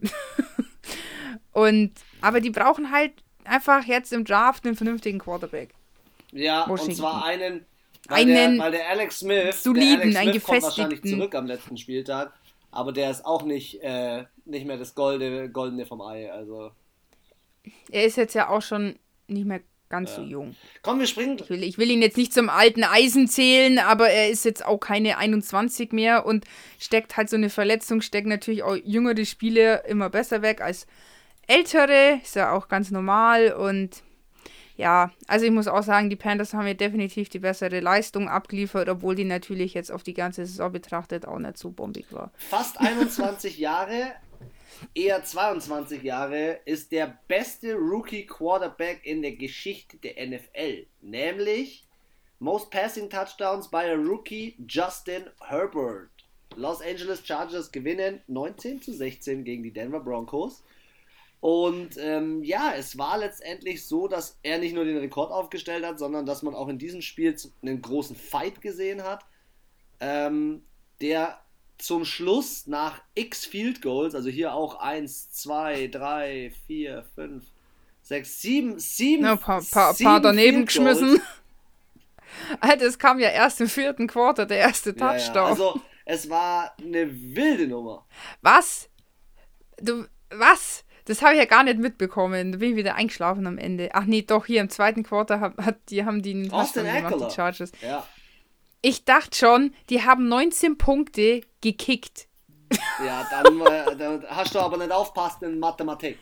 Und... Aber die brauchen halt einfach jetzt im Draft einen vernünftigen Quarterback. Ja, Washington. Und zwar einen... Weil, einen der, weil der Alex Smith... soliden, der Alex Smith einen kommt wahrscheinlich gefestigten... zurück am letzten Spieltag. Aber der ist auch nicht, äh, nicht mehr das Golde, Goldene vom Ei. Also. Er ist jetzt ja auch schon nicht mehr ganz ja. so jung. Komm, wir springen. Ich will, ich will ihn jetzt nicht zum alten Eisen zählen, aber er ist jetzt auch keine einundzwanzig mehr und steckt halt so eine Verletzung, steckt natürlich auch jüngere Spieler immer besser weg als ältere. Ist ja auch ganz normal und ja, also ich muss auch sagen, die Panthers haben ja definitiv die bessere Leistung abgeliefert, obwohl die natürlich jetzt auf die ganze Saison betrachtet auch nicht so bombig war. Fast einundzwanzig Jahre, eher zweiundzwanzig Jahre, ist der beste Rookie-Quarterback in der Geschichte der N F L. Nämlich Most Passing Touchdowns by a Rookie, Justin Herbert. Los Angeles Chargers gewinnen neunzehn zu sechzehn gegen die Denver Broncos. Und ähm, ja, es war letztendlich so, dass er nicht nur den Rekord aufgestellt hat, sondern dass man auch in diesem Spiel einen großen Fight gesehen hat, ähm, der zum Schluss nach x Field Goals, also hier auch eins, zwei, drei, vier, fünf, sechs, sieben, sieben, ja, paar, paar, sieben paar daneben geschmissen. Alter, es kam ja erst im vierten Quarter der erste Touchdown. Ja, ja. Also es war eine wilde Nummer. Was? Du, was? Das habe ich ja gar nicht mitbekommen. Da bin ich wieder eingeschlafen am Ende. Ach nee, doch, hier im zweiten Quarter hat, hat, die haben die einen Austin Touchdown gemacht, die Chargers. Ja. Ich dachte schon, die haben neunzehn Punkte gekickt. Ja, dann, äh, dann hast du aber nicht aufpasst in Mathematik.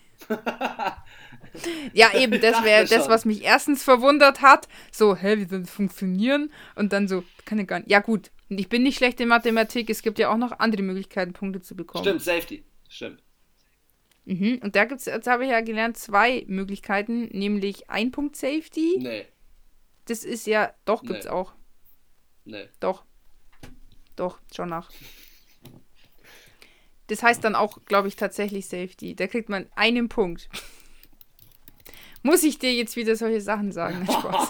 Ja, eben, das wäre das, was mich erstens verwundert hat. So, hä, wie soll das funktionieren? Und dann so, kann ich gar nicht. Ja gut, ich bin nicht schlecht in Mathematik. Es gibt ja auch noch andere Möglichkeiten, Punkte zu bekommen. Stimmt, Safety. Stimmt. Mhm. Und da gibt's, jetzt habe ich ja gelernt, zwei Möglichkeiten, nämlich Ein-Punkt-Safety. Nee. Das ist ja, doch, gibt's nee. auch. Nee. Doch. Doch, schon nach. Das heißt dann auch, glaube ich, tatsächlich Safety. Da kriegt man einen Punkt. Muss ich dir jetzt wieder solche Sachen sagen? Spaß.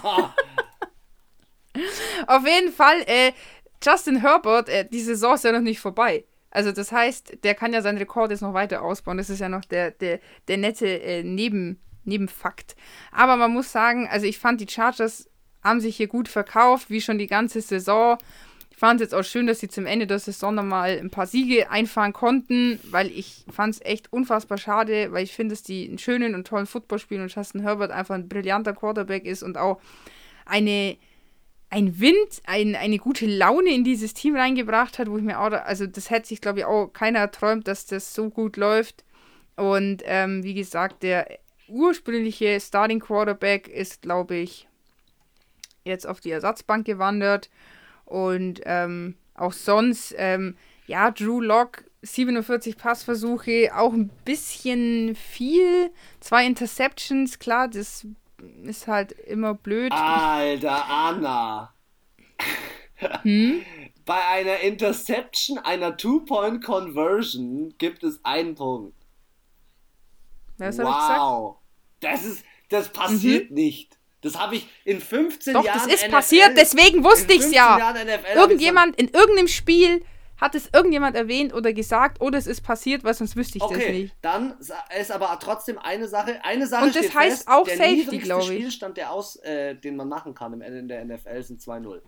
Auf jeden Fall, äh, Justin Herbert, äh, die Saison ist ja noch nicht vorbei. Also das heißt, der kann ja seinen Rekord jetzt noch weiter ausbauen. Das ist ja noch der, der, der nette äh, Neben, Nebenfakt. Aber man muss sagen, also ich fand, die Chargers haben sich hier gut verkauft, wie schon die ganze Saison. Ich fand es jetzt auch schön, dass sie zum Ende der Saison nochmal ein paar Siege einfahren konnten, weil ich fand es echt unfassbar schade, weil ich finde, dass die einen schönen und tollen Football spielen und Justin Herbert einfach ein brillanter Quarterback ist und auch eine... ein Wind, ein, eine gute Laune in dieses Team reingebracht hat, wo ich mir auch, also das hätte sich, glaube ich, auch keiner erträumt, dass das so gut läuft. Und ähm, wie gesagt, der ursprüngliche Starting Quarterback ist, glaube ich, jetzt auf die Ersatzbank gewandert. Und ähm, auch sonst, ähm, ja, Drew Lock, siebenundvierzig Passversuche, auch ein bisschen viel. Zwei Interceptions, klar, das ist halt immer blöd. Alter, Anna. Hm? Bei einer Interception, einer Two-Point-Conversion gibt es einen Punkt. Was wow. Hab ich gesagt? Das ist, das passiert mhm. nicht. Das habe ich in fünfzehn Doch, Jahren das ist N F L, passiert, deswegen wusste ich es ja. Jahren N F L Irgendjemand in irgendeinem Spiel hat es irgendjemand erwähnt oder gesagt oder es ist passiert, weil sonst wüsste ich okay, das nicht. Dann ist aber trotzdem eine Sache, eine Sache Und das steht heißt fest, auch der Safety, niedrigste glaube ich. Spielstand, der aus, äh, den man machen kann im in der N F L, sind zwei null.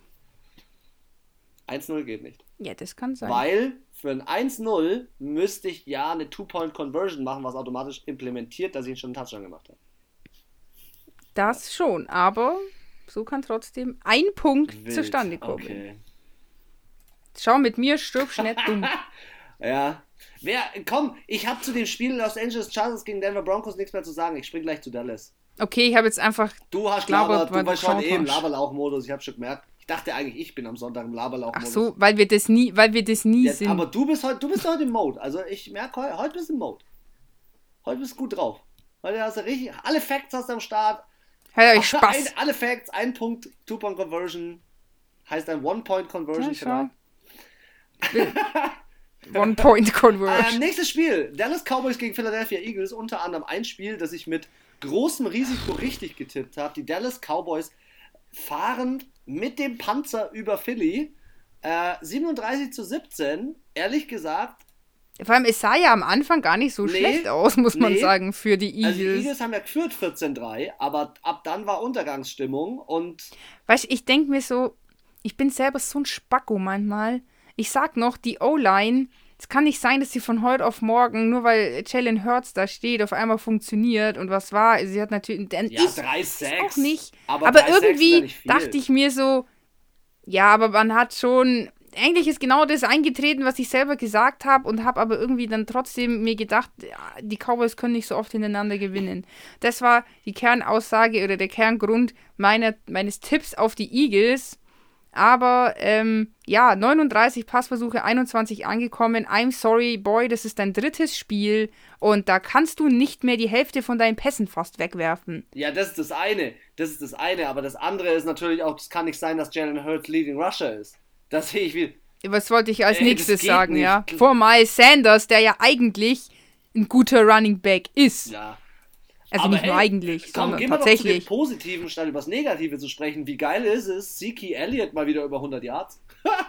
eins null geht nicht. Ja, das kann sein. Weil für ein eins null müsste ich ja eine Two-Point-Conversion machen, was automatisch implementiert, dass ich schon einen Touchdown gemacht habe. Das schon, aber so kann trotzdem ein Punkt Wild. zustande kommen. Okay. Schau, mit mir stirbst du nicht dumm. Ja. Wer, komm, ich habe zu dem Spiel Los Angeles Chargers gegen Denver Broncos nichts mehr zu sagen. Ich spring gleich zu Dallas. Okay, ich habe jetzt einfach... Du hast Labert, Laber, weil du warst du schon geschaut eh im hast. Laberlauch-Modus, ich habe schon gemerkt. Ich dachte eigentlich, ich bin am Sonntag im Laberlauch-Modus. Ach so, weil wir das nie, weil wir das nie Jetzt, sind. aber du bist heute, du bist heute im Mode. Also ich merke, heute, heute bist du im Mode. Heute bist du gut drauf. Heute hast du richtig, alle Facts hast du am Start. Hat euch Spaß. Ein, alle Facts, ein Punkt, Two-Point-Conversion. Heißt ein One-Point-Conversion. Ja, One-Point-Conversion. Ähm, nächstes Spiel. Dallas Cowboys gegen Philadelphia Eagles. Unter anderem ein Spiel, das ich mit großem Risiko richtig getippt habe. Die Dallas Cowboys fahren mit dem Panzer über Philly. Äh, siebenunddreißig zu siebzehn. Ehrlich gesagt. Vor allem, es sah ja am Anfang gar nicht so Nee, schlecht aus, muss man nee. sagen, für die Eagles. Also die Eagles haben ja geführt vierzehn drei, aber ab dann war Untergangsstimmung und... Weißt du, ich denke mir so, ich bin selber so ein Spacko manchmal. Ich sag noch, die O-Line, es kann nicht sein, dass sie von heute auf morgen, nur weil Jalen Hurts da steht, auf einmal funktioniert und was war. Sie hat natürlich... Dann Ja, ist drei es Sacks. auch nicht. Aber, Aber drei Sacks sind ja irgendwie nicht viel. dachte ich mir so, ja, aber man hat schon... Eigentlich ist genau das eingetreten, was ich selber gesagt habe und habe aber irgendwie dann trotzdem mir gedacht, ja, die Cowboys können nicht so oft hintereinander gewinnen. Das war die Kernaussage oder der Kerngrund meiner, meines Tipps auf die Eagles. Aber ähm, ja, neununddreißig Passversuche, einundzwanzig angekommen. I'm sorry, boy, das ist dein drittes Spiel und da kannst du nicht mehr die Hälfte von deinen Pässen fast wegwerfen. Ja, das ist das eine. Das ist das eine. Aber das andere ist natürlich auch, es kann nicht sein, dass Jalen Hurts Leading Rusher ist. Das sehe ich wie... Was wollte ich als Ey, nächstes das geht sagen, nicht. ja? Vor Miles Sanders, der ja eigentlich ein guter Running Back ist. Ja. Also Aber nicht nur hey, eigentlich, Komm, sondern gehen wir doch zu dem tatsächlich. Positiven, statt über das Negative zu sprechen. Wie geil ist es, Zeke Elliott mal wieder über hundert Yards?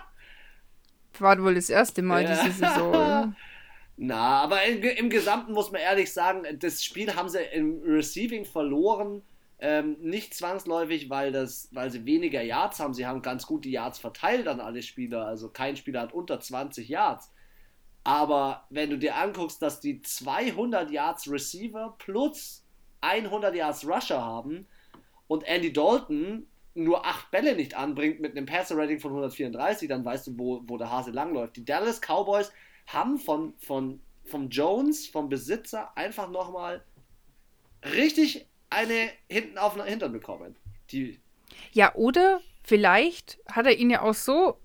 War wohl das erste Mal Ja. diese Saison. Oder? Na, aber im, im Gesamten muss man ehrlich sagen, das Spiel haben sie im Receiving verloren. Ähm, nicht zwangsläufig, weil, das, weil sie weniger Yards haben. Sie haben ganz gut die Yards verteilt an alle Spieler. Also kein Spieler hat unter zwanzig Yards. Aber wenn du dir anguckst, dass die zweihundert Yards Receiver plus hundert Yards Rusher haben und Andy Dalton nur acht Bälle nicht anbringt mit einem Passer-Rating von hundertvierunddreißig, dann weißt du, wo, wo der Hase langläuft. Die Dallas Cowboys haben von, von, vom Jones, vom Besitzer, einfach nochmal richtig eine hinten auf den Hintern bekommen. Die Ja, oder vielleicht hat er ihn ja auch so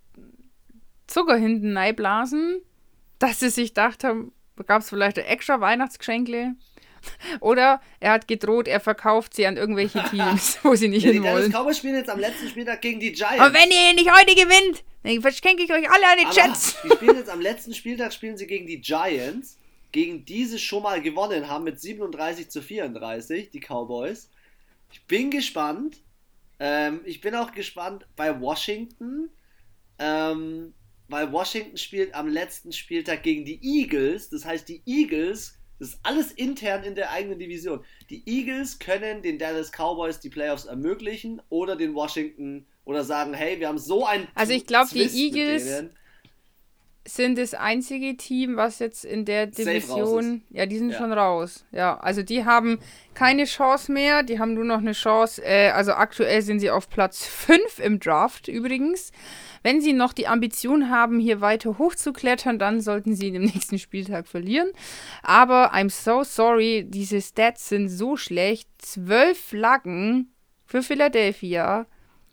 Zucker hinten reinblasen, dass sie sich gedacht haben, gab es vielleicht ein extra Weihnachtsgeschenkle? Oder er hat gedroht, er verkauft sie an irgendwelche Teams, wo sie nicht ja, die hin Dallas wollen. Cowboys spielen jetzt am letzten Spieltag gegen die Giants. Aber wenn ihr nicht heute gewinnt, dann verschenke ich euch alle an die Aber Jets. die spielen jetzt am letzten Spieltag spielen sie gegen die Giants, gegen die sie schon mal gewonnen haben mit siebenunddreißig zu vierunddreißig, die Cowboys. Ich bin gespannt. Ähm, ich bin auch gespannt bei Washington. Ähm, weil Washington spielt am letzten Spieltag gegen die Eagles. Das heißt, die Eagles, das ist alles intern in der eigenen Division. Die Eagles können den Dallas Cowboys die Playoffs ermöglichen oder den Washington oder sagen, hey, wir haben so ein Also ich glaube, die Twist mit Eagles denen. sind das einzige Team, was jetzt in der Safe raus Division, ja, die sind Ja. schon raus. Ja, also die haben keine Chance mehr, die haben nur noch eine Chance, äh, also aktuell sind sie auf Platz fünf im Draft übrigens. Wenn sie noch die Ambition haben, hier weiter hochzuklettern, dann sollten sie im nächsten Spieltag verlieren. Aber I'm so sorry, diese Stats sind so schlecht. Zwölf Flaggen für Philadelphia,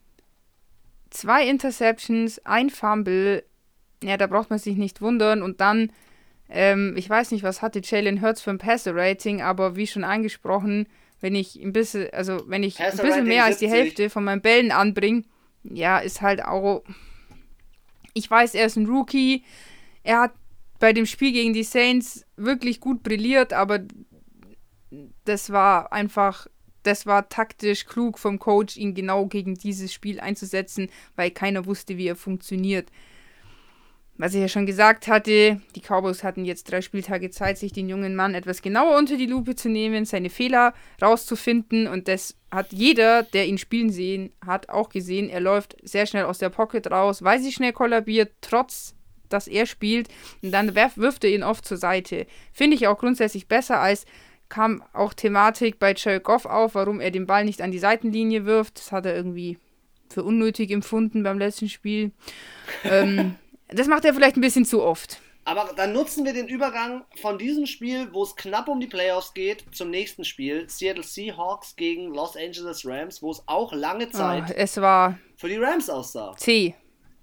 zwei Interceptions, ein Fumble. Ja, da braucht man sich nicht wundern. Und dann, ähm, ich weiß nicht, was hatte Jalen Hurts für ein Passer-Rating, aber wie schon angesprochen, wenn ich ein bisschen, also wenn ich ein bisschen mehr als die Hälfte von meinen Bällen anbringe, ja, ist halt auch, ich weiß, er ist ein Rookie, er hat bei dem Spiel gegen die Saints wirklich gut brilliert, aber das war einfach, das war taktisch klug vom Coach, ihn genau gegen dieses Spiel einzusetzen, weil keiner wusste, wie er funktioniert. was ich ja schon gesagt hatte, die Cowboys hatten jetzt drei Spieltage Zeit, sich den jungen Mann etwas genauer unter die Lupe zu nehmen, seine Fehler rauszufinden und das hat jeder, der ihn spielen sehen hat, auch gesehen. Er läuft sehr schnell aus der Pocket raus, weil sie schnell kollabiert, trotz dass er spielt und dann werf, wirft er ihn oft zur Seite. Finde ich auch grundsätzlich besser als kam auch Thematik bei Jared Goff auf, warum er den Ball nicht an die Seitenlinie wirft. Das hat er irgendwie für unnötig empfunden beim letzten Spiel. ähm, das macht er vielleicht ein bisschen zu oft. Aber dann nutzen wir den Übergang von diesem Spiel, wo es knapp um die Playoffs geht, zum nächsten Spiel. Seattle Seahawks gegen Los Angeles Rams, wo es auch lange Zeit oh, es war für die Rams aussah. C.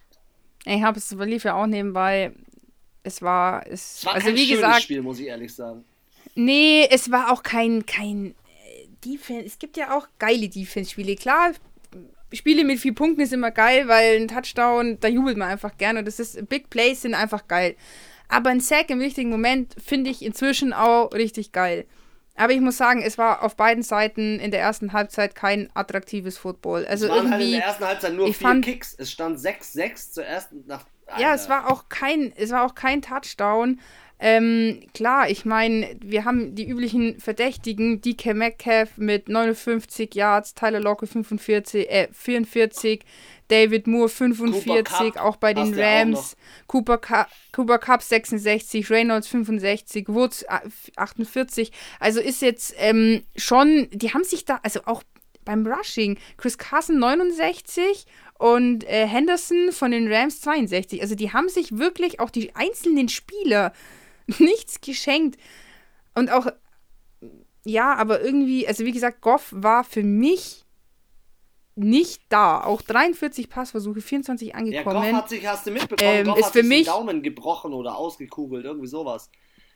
Ich habe es lief ja auch nebenbei. Es war... Es, es war also kein wie schönes gesagt, Spiel, muss ich ehrlich sagen. Nee, es war auch kein, kein Defense. Es gibt ja auch geile Defense-Spiele. Klar, Spiele mit vier Punkten ist immer geil, weil ein Touchdown, da jubelt man einfach gerne. Und das ist, Big Plays sind einfach geil. Aber ein Sack im richtigen Moment finde ich inzwischen auch richtig geil. Aber ich muss sagen, es war auf beiden Seiten in der ersten Halbzeit kein attraktives Football. Also es waren irgendwie, halt in der ersten Halbzeit nur vier fand, Kicks. Es stand sechs sechs zur ersten nach. Alter. Ja, es war auch kein, es war auch kein Touchdown. Ähm, klar, ich meine, wir haben die üblichen Verdächtigen, D K Metcalf mit neunundfünfzig Yards, Tyler Lockett fünfundvierzig, äh, vierundvierzig, David Moore fünfundvierzig, auch bei den Rams, Cooper Cup, Cooper Cup sechsundsechzig, Reynolds fünfundsechzig, Woods achtundvierzig, also ist jetzt ähm, schon, die haben sich da, also auch beim Rushing, Chris Carson neunundsechzig und äh, Henderson von den Rams zweiundsechzig, also die haben sich wirklich auch die einzelnen Spieler nichts geschenkt. Und auch, ja, aber irgendwie, also wie gesagt, Goff war für mich nicht da. Auch dreiundvierzig Passversuche, vierundzwanzig angekommen. Ja, Goff hat sich, hast du mitbekommen, ähm, Goff ist hat für sich mich, den Daumen gebrochen oder ausgekugelt, irgendwie sowas.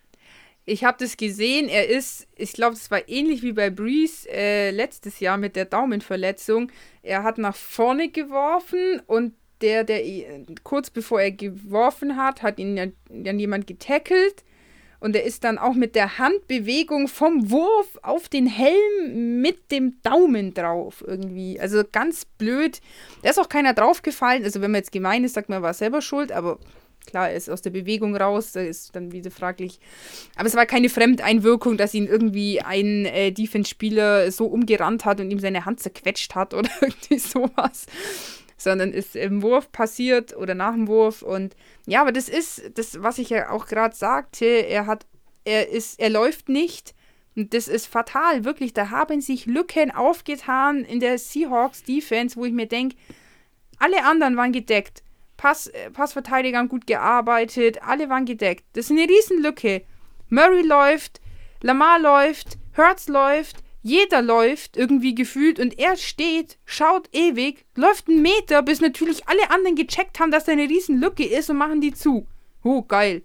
Ich habe das gesehen, er ist, ich glaube, es war ähnlich wie bei Breeze äh, letztes Jahr mit der Daumenverletzung. Er hat nach vorne geworfen und der, der kurz bevor er geworfen hat, hat ihn dann jemand getackelt und er ist dann auch mit der Handbewegung vom Wurf auf den Helm mit dem Daumen drauf irgendwie. Also ganz blöd. Da ist auch keiner draufgefallen. Also wenn man jetzt gemein ist, sagt man, er war selber schuld, aber klar, er ist aus der Bewegung raus, da ist dann wieder fraglich. Aber es war keine Fremdeinwirkung, dass ihn irgendwie ein äh, Defense-Spieler so umgerannt hat und ihm seine Hand zerquetscht hat oder irgendwie sowas. Sondern ist im Wurf passiert oder nach dem Wurf. Und ja, aber das ist das, was ich ja auch gerade sagte. Er hat, er ist, er läuft nicht. Und das ist fatal, wirklich. Da haben sich Lücken aufgetan in der Seahawks-Defense, wo ich mir denke, alle anderen waren gedeckt. Pass, äh, Passverteidiger haben gut gearbeitet, alle waren gedeckt. Das ist eine Riesenlücke. Murray läuft, Lamar läuft, Hurts läuft, jeder läuft irgendwie gefühlt und er steht, schaut ewig, läuft einen Meter, bis natürlich alle anderen gecheckt haben, dass da eine Riesenlücke ist und machen die zu. Oh, geil.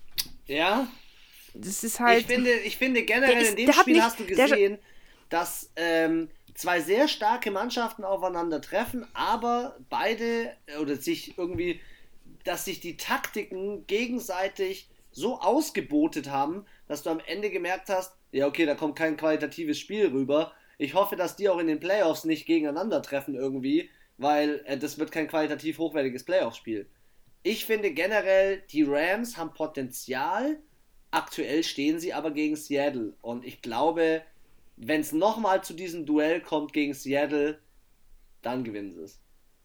Ja. Das ist halt... Ich finde, ich finde generell ist, in dem Spiel nicht, hast du gesehen, dass ähm, zwei sehr starke Mannschaften aufeinandertreffen, aber beide, oder sich irgendwie, dass sich die Taktiken gegenseitig so ausgebotet haben, dass du am Ende gemerkt hast, ja okay, da kommt kein qualitatives Spiel rüber. Ich hoffe, dass die auch in den Playoffs nicht gegeneinander treffen irgendwie, weil äh, das wird kein qualitativ hochwertiges Playoff-Spiel. Ich finde generell, die Rams haben Potenzial, aktuell stehen sie aber gegen Seattle und ich glaube, wenn es nochmal zu diesem Duell kommt gegen Seattle, dann gewinnen sie es.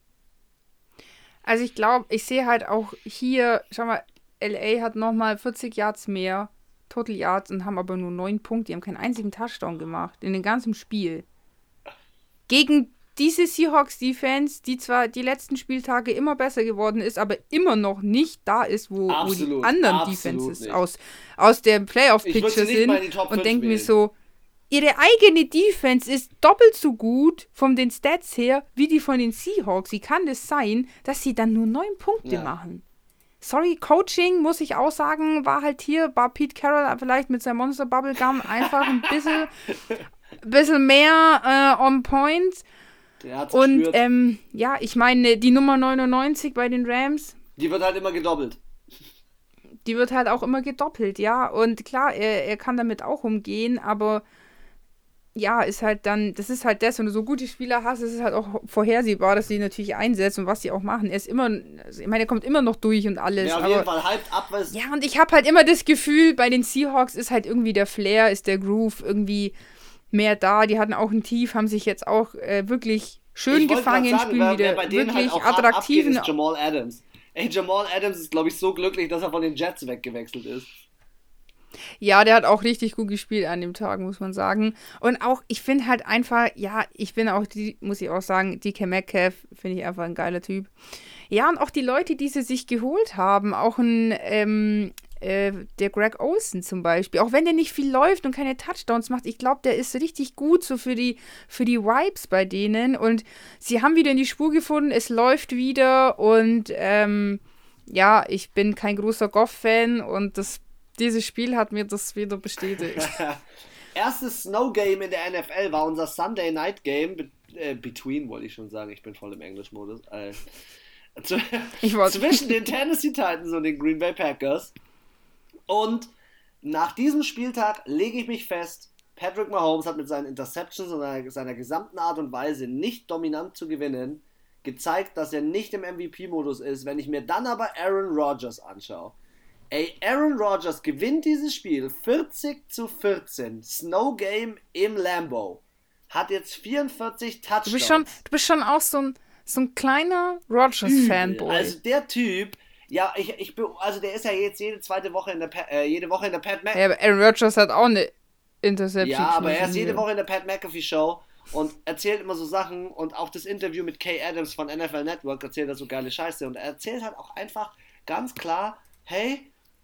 Also ich glaube, ich sehe halt auch hier, schau mal, L A hat nochmal vierzig Yards mehr, Total Yards, und haben aber nur neun Punkte. Die haben keinen einzigen Touchdown gemacht in dem ganzen Spiel. Gegen diese Seahawks-Defense, die zwar die letzten Spieltage immer besser geworden ist, aber immer noch nicht da ist, wo, absolut, wo die anderen Defenses aus, aus der Playoff-Picture sind. Und denke mir so, ihre eigene Defense ist doppelt so gut von den Stats her, wie die von den Seahawks. Wie kann das sein, dass sie dann nur neun Punkte ja. machen? Sorry, Coaching, muss ich auch sagen, war halt hier, war Pete Carroll vielleicht mit seinem Monster Bubblegum einfach ein bisschen, bisschen mehr äh, on point. Der hat's Und gespürt. ähm, ja, ich meine, die Nummer neunundneunzig bei den Rams, die wird halt immer gedoppelt. Die wird halt auch immer gedoppelt, ja. Und klar, er, er kann damit auch umgehen, aber ja, ist halt dann, das ist halt das, wenn du so gute Spieler hast, ist es halt auch vorhersehbar, dass du ihn natürlich einsetzt und was sie auch machen. Er ist immer, also ich meine, er kommt immer noch durch und alles. Ja, auf aber, jeden Fall hyped ab, weil es ja, und ich habe halt immer das Gefühl, bei den Seahawks ist halt irgendwie der Flair, ist der Groove irgendwie mehr da. Die hatten auch ein Tief, haben sich jetzt auch äh, wirklich schön ich wollte grad gefangen, sagen, spielen wer, wer wieder bei denen wirklich halt auch hart attraktiven. abgeht, ist Jamal Adams. Ey, Jamal Adams ist, glaube ich, so glücklich, dass er von den Jets weggewechselt ist. Ja, der hat auch richtig gut gespielt an dem Tag, muss man sagen. Und auch, ich finde halt einfach, ja, ich bin auch, die, muss ich auch sagen, D K Metcalf finde ich einfach ein geiler Typ. Ja, und auch die Leute, die sie sich geholt haben, auch ein, ähm, äh, der Greg Olsen zum Beispiel, auch wenn der nicht viel läuft und keine Touchdowns macht, ich glaube, der ist richtig gut so für die, für die Vibes bei denen. Und sie haben wieder in die Spur gefunden, es läuft wieder und, ähm, ja, ich bin kein großer Goff-Fan und das Dieses Spiel hat mir das wieder bestätigt. Erstes Snow Game in der N F L war unser Sunday Night Game. Be- äh, between, wollte ich schon sagen. Ich bin voll im Englisch-Modus. Äh, zu- Ich wollte- zwischen den Tennessee Titans und den Green Bay Packers. Und nach diesem Spieltag lege ich mich fest, Patrick Mahomes hat mit seinen Interceptions und seiner, seiner gesamten Art und Weise nicht dominant zu gewinnen gezeigt, dass er nicht im M V P-Modus ist. Wenn ich mir dann aber Aaron Rodgers anschaue, ey, Aaron Rodgers gewinnt dieses Spiel vierzig zu vierzehn. Snow Game im Lambeau. Hat jetzt vierundvierzig Touchdowns. Du bist schon, du bist schon auch so ein, so ein kleiner Rodgers-Fanboy. Also der Typ, ja, ich, ich bin, also der ist ja jetzt jede zweite Woche in der, Pa- äh, jede Woche in der Pat McAfee. Ja, aber Aaron Rodgers hat auch eine Interception. Ja, aber er ist hier. jede Woche in der Pat McAfee Show und erzählt immer so Sachen und auch das Interview mit Kay Adams von N F L Network erzählt er so geile Scheiße und er erzählt halt auch einfach ganz klar, hey,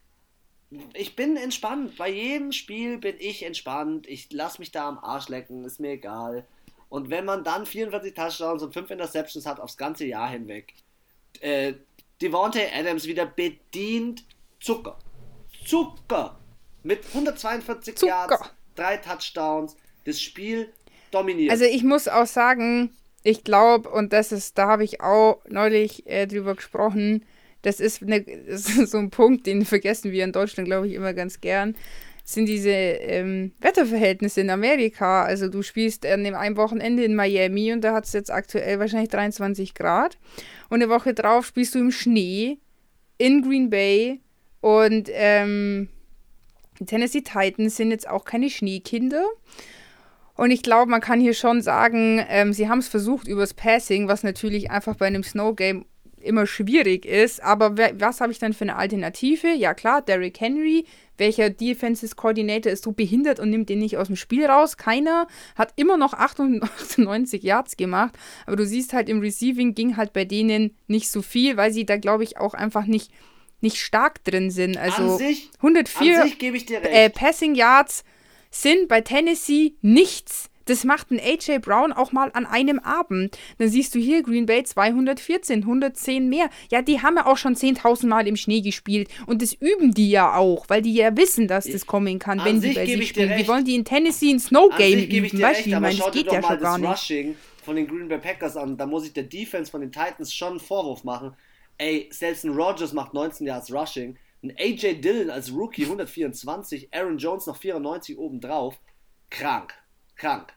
ich bin entspannt. Bei jedem Spiel bin ich entspannt. Ich lasse mich da am Arsch lecken. Ist mir egal. Und wenn man dann vierundvierzig Touchdowns und fünf Interceptions hat aufs ganze Jahr hinweg, äh, Devontae Adams wieder bedient Zucker. Zucker. Mit hundertzweiundvierzig Zucker. Yards, drei Touchdowns. Das Spiel dominiert. Also ich muss auch sagen, ich glaube, und das ist, da habe ich auch neulich äh, drüber gesprochen, das ist, eine, das ist so ein Punkt, den vergessen wir in Deutschland, glaube ich, immer ganz gern, sind diese ähm, Wetterverhältnisse in Amerika. Also du spielst an dem einen Wochenende in Miami und da hat es jetzt aktuell wahrscheinlich dreiundzwanzig Grad und eine Woche drauf spielst du im Schnee in Green Bay und ähm, die Tennessee Titans sind jetzt auch keine Schneekinder. Und ich glaube, man kann hier schon sagen, ähm, sie haben es versucht übers Passing, was natürlich einfach bei einem Snow Game immer schwierig ist, aber wer, was habe ich dann für eine Alternative? Ja klar, Derrick Henry, welcher Defensive Coordinator ist so behindert und nimmt den nicht aus dem Spiel raus? Keiner, hat immer noch achtundneunzig Yards gemacht, aber du siehst halt im Receiving ging halt bei denen nicht so viel, weil sie da glaube ich auch einfach nicht, nicht stark drin sind. Also an sich, hundertvier an sich gebe ich dir recht. äh, Passing Yards sind bei Tennessee nichts. Das macht ein A J Brown auch mal an einem Abend. Dann siehst du hier Green Bay zweihundertvierzehn, hundertzehn mehr. Ja, die haben ja auch schon zehntausend Mal im Schnee gespielt. Und das üben die ja auch, weil die ja wissen, dass das kommen kann, An wenn die sich bei gebe sich ich dir spielen. Die recht. wollen die in Tennessee ein Snow An Game sich gebe ich üben. dir Weißt recht, du, wie ich aber meine, schau das dir geht doch ja mal schon gar das nicht. Rushing von den Green Bay Packers an. Da muss ich der Defense von den Titans schon einen Vorwurf machen. Ey, selbst ein Rodgers macht neunzehn Yards Rushing. Ein A J Dillon als Rookie hundertvierundzwanzig. Aaron Jones noch vierundneunzig obendrauf. Krank. Krank.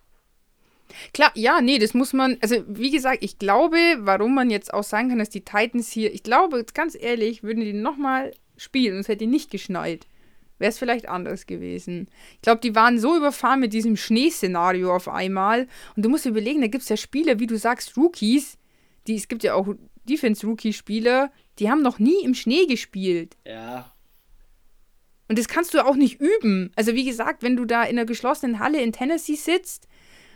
Klar, ja, nee, das muss man, also wie gesagt, ich glaube, warum man jetzt auch sagen kann, dass die Titans hier, ich glaube, ganz ehrlich, würden die nochmal spielen und es hätte nicht geschneit, wäre es vielleicht anders gewesen. Ich glaube, die waren so überfahren mit diesem Schneeszenario auf einmal und du musst dir überlegen, da gibt es ja Spieler, wie du sagst, Rookies, die, es gibt ja auch Defense-Rookie-Spieler, die haben noch nie im Schnee gespielt. Ja. Und das kannst du auch nicht üben. Also wie gesagt, wenn du da in einer geschlossenen Halle in Tennessee sitzt,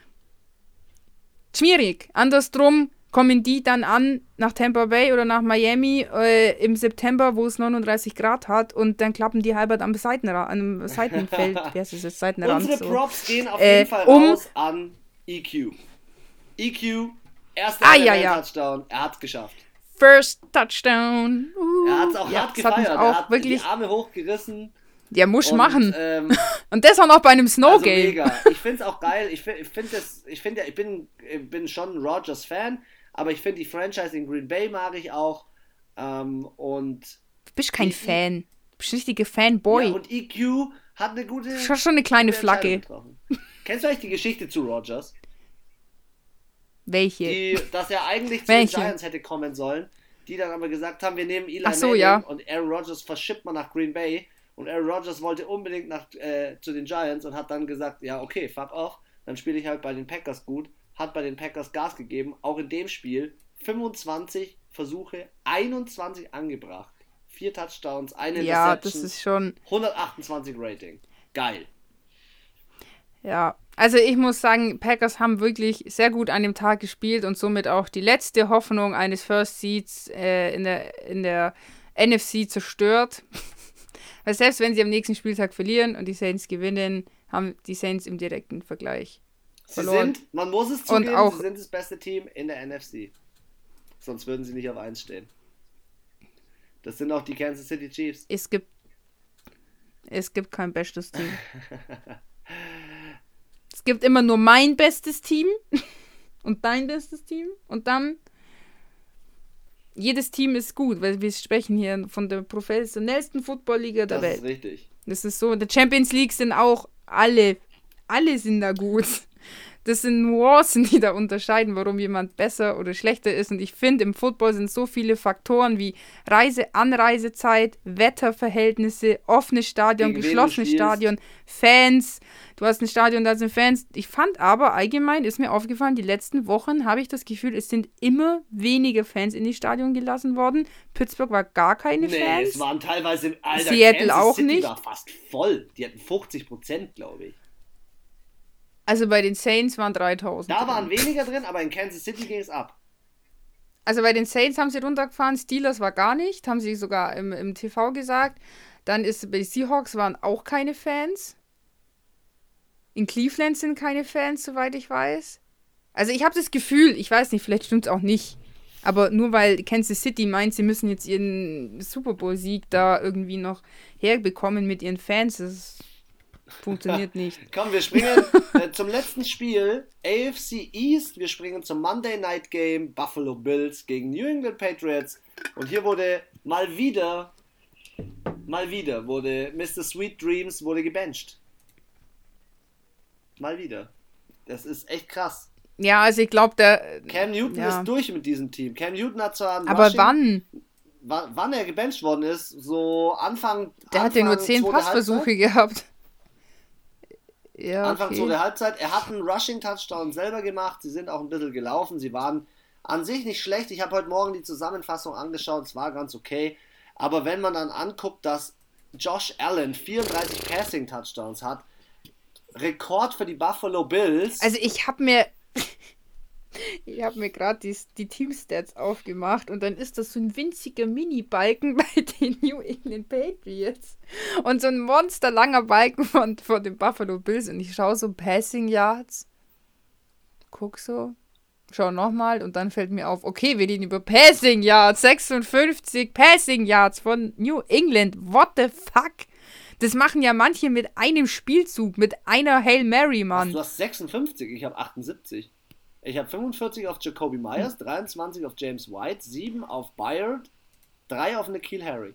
schwierig. Andersrum kommen die dann an nach Tampa Bay oder nach Miami äh, im September, wo es neununddreißig Grad hat und dann klappen die halbert am Seitenra- am Seitenfeld, wie heißt das jetzt, Seitenrand. Unsere so. Props gehen auf Äh, jeden Fall um- raus an E Q. E Q, erster Ah, ja, ja. Touchdown, er hat's geschafft. First Touchdown. Uh, Er hat's auch ja, hart das hat mich gefeiert, auch er hat wirklich, die Arme hochgerissen. der muss und, machen. Ähm, Und das auch noch bei einem Snow also Game. mega. Ich find's auch geil. Ich finde, ich find das, ich finde ja, ich bin, ich bin schon ein Rodgers-Fan, aber ich finde die Franchise in Green Bay mag ich auch. Ähm, und Du bist kein I- Fan. Du bist ein richtiger Fanboy. ja, und E Q hat eine gute, Du hast schon eine kleine gute Flagge. Entscheidung getroffen. Kennst du eigentlich die Geschichte zu Rodgers? Welche? Die, dass er eigentlich zu Welche? den Giants hätte kommen sollen, die dann aber gesagt haben, wir nehmen Eli Ach so, Manning ja. und Aaron Rodgers verschippt man nach Green Bay und Aaron Rodgers wollte unbedingt nach, äh, zu den Giants und hat dann gesagt, ja okay, fuck off, dann spiele ich halt bei den Packers gut, hat bei den Packers Gas gegeben, auch in dem Spiel fünfundzwanzig Versuche, einundzwanzig angebracht, vier Touchdowns, eine Ja, Interception, das ist schon... hundertachtundzwanzig Rating. Geil. Ja, also ich muss sagen, Packers haben wirklich sehr gut an dem Tag gespielt und somit auch die letzte Hoffnung eines First Seeds äh, in, der, in der N F C zerstört. Weil selbst wenn sie am nächsten Spieltag verlieren und die Saints gewinnen, haben die Saints im direkten Vergleich Sie verloren. sind, man muss es zugeben, Und auch- sie sind das beste Team in der N F C. Sonst würden sie nicht auf eins stehen. Das sind auch die Kansas City Chiefs. Es gibt, es gibt kein bestes Team. Es gibt immer nur mein bestes Team und dein bestes Team und dann jedes Team ist gut, weil wir sprechen hier von der professionellsten Football-Liga der Das Welt. ist richtig. Das ist so. In der Champions League sind auch alle, alle sind da gut. Das sind Nuancen, die da unterscheiden, warum jemand besser oder schlechter ist. Und ich finde, im Football sind so viele Faktoren wie Reise-, Anreisezeit, Wetterverhältnisse, offenes Stadion, Gegen wen du geschlossenes spielst. Stadion, Fans. Du hast ein Stadion, da sind Fans. Ich fand aber allgemein, ist mir aufgefallen, die letzten Wochen habe ich das Gefühl, es sind immer weniger Fans in die Stadion gelassen worden. Pittsburgh war gar keine Nee, Fans. es waren teilweise, Alter, Seattle Kansas auch City nicht. war fast voll. Die hatten fünfzig Prozent, glaube ich. Also bei den Saints waren dreitausend. Da drin. waren weniger drin, aber in Kansas City ging es ab. Also bei den Saints haben sie runtergefahren, Steelers war gar nicht, haben sie sogar im, im T V gesagt. Dann ist bei den Seahawks waren auch keine Fans. In Cleveland sind keine Fans, soweit ich weiß. Also ich habe das Gefühl, ich weiß nicht, vielleicht stimmt es auch nicht. Aber nur weil Kansas City meint, sie müssen jetzt ihren Super Bowl-Sieg da irgendwie noch herbekommen mit ihren Fans, das funktioniert nicht. Komm, wir springen äh, zum letzten Spiel. A F C East. Wir springen zum Monday Night Game. Buffalo Bills gegen New England Patriots. Und hier wurde mal wieder, mal wieder, wurde Mister Sweet Dreams wurde gebencht. Mal wieder. Das ist echt krass. Ja, also ich glaube, der... Cam Newton ja. ist durch mit diesem Team. Cam Newton hat zwar einen Aber Rushing, wann? wa- wann er gebencht worden ist, so Anfang Der hat ja nur zehn zweite Passversuche gehabt. Ja, Anfang okay. zweite Halbzeit. Er hat einen Rushing-Touchdown selber gemacht. Sie sind auch ein bisschen gelaufen. Sie waren an sich nicht schlecht. Ich habe heute Morgen die Zusammenfassung angeschaut. Es war ganz okay. Aber wenn man dann anguckt, dass Josh Allen vierunddreißig Passing-Touchdowns hat, Rekord für die Buffalo Bills. Also ich habe mir ich habe mir gerade die, die Teamstats aufgemacht und dann ist das so ein winziger Mini-Balken bei den New England Patriots und so ein monsterlanger Balken von, von den Buffalo Bills und ich schaue so Passing Yards, guck so, schau nochmal und dann fällt mir auf, okay, wir reden über Passing Yards, sechsundfünfzig Passing Yards von New England, what the fuck? Das machen ja manche mit einem Spielzug, mit einer Hail Mary, Mann. Du hast sechsundfünfzig, ich habe achtundsiebzig. Ich habe fünfundvierzig auf Jacoby Myers, dreiundzwanzig auf James White, sieben auf Byard, drei auf N'Keal Harry.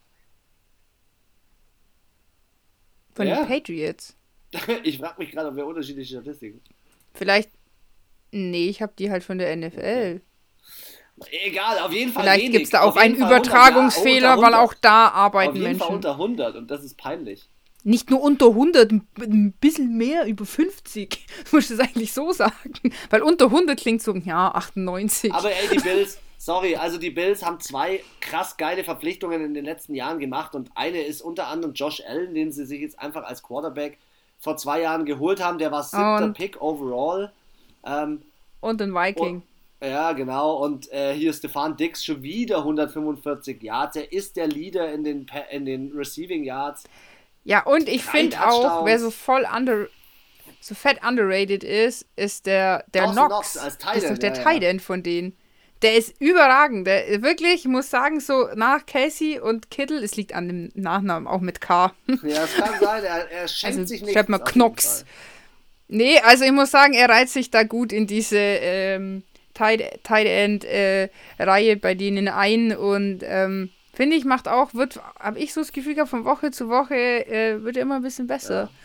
Von Ja. den Patriots. Ich frage mich gerade, ob wir unterschiedliche Statistiken. Vielleicht. Nee, ich habe die halt von der N F L. Egal, auf jeden Fall Vielleicht wenig. gibt es da Auf auch einen jeden Fall Übertragungsfehler, hundert, ja, weil unter auch da hundert. arbeiten Auf jeden Menschen. Fall unter hundert und das ist peinlich. Nicht nur unter hundert, ein, ein bisschen mehr, über fünfzig. Du musst es eigentlich so sagen. Weil unter hundert klingt so, ja, achtundneunzig. Aber ey, die Bills, sorry, also die Bills haben zwei krass geile Verpflichtungen in den letzten Jahren gemacht und eine ist unter anderem Josh Allen, den sie sich jetzt einfach als Quarterback vor zwei Jahren geholt haben. Der war siebter Und- Pick overall. Ähm, Und ein Viking. Ja, genau. Und äh, hier Stefan Diggs schon wieder hundertfünfundvierzig Yards. Er ist der Leader in den, Pa- in den Receiving Yards. Ja, und ich Drei finde auch, Touchdowns. wer so voll under, so fett underrated ist, ist der, der Dawson Knox. Knox als Tight Das ist doch End, der ja, ja. Tight End von denen. Der ist überragend. Der wirklich, ich muss sagen, so nach Casey und Kittle, es liegt an dem Nachnamen, auch mit K. Ja, es kann sein, er, er schenkt Also sich nichts. schreibt man auf jeden Knox. Fall. Nee, also ich muss sagen, er reiht sich da gut in diese ähm, Tight, Tight End äh, Reihe bei denen ein und ähm, finde ich, macht auch, wird, habe ich so das Gefühl gehabt, von Woche zu Woche äh, wird er immer ein bisschen besser. Ja.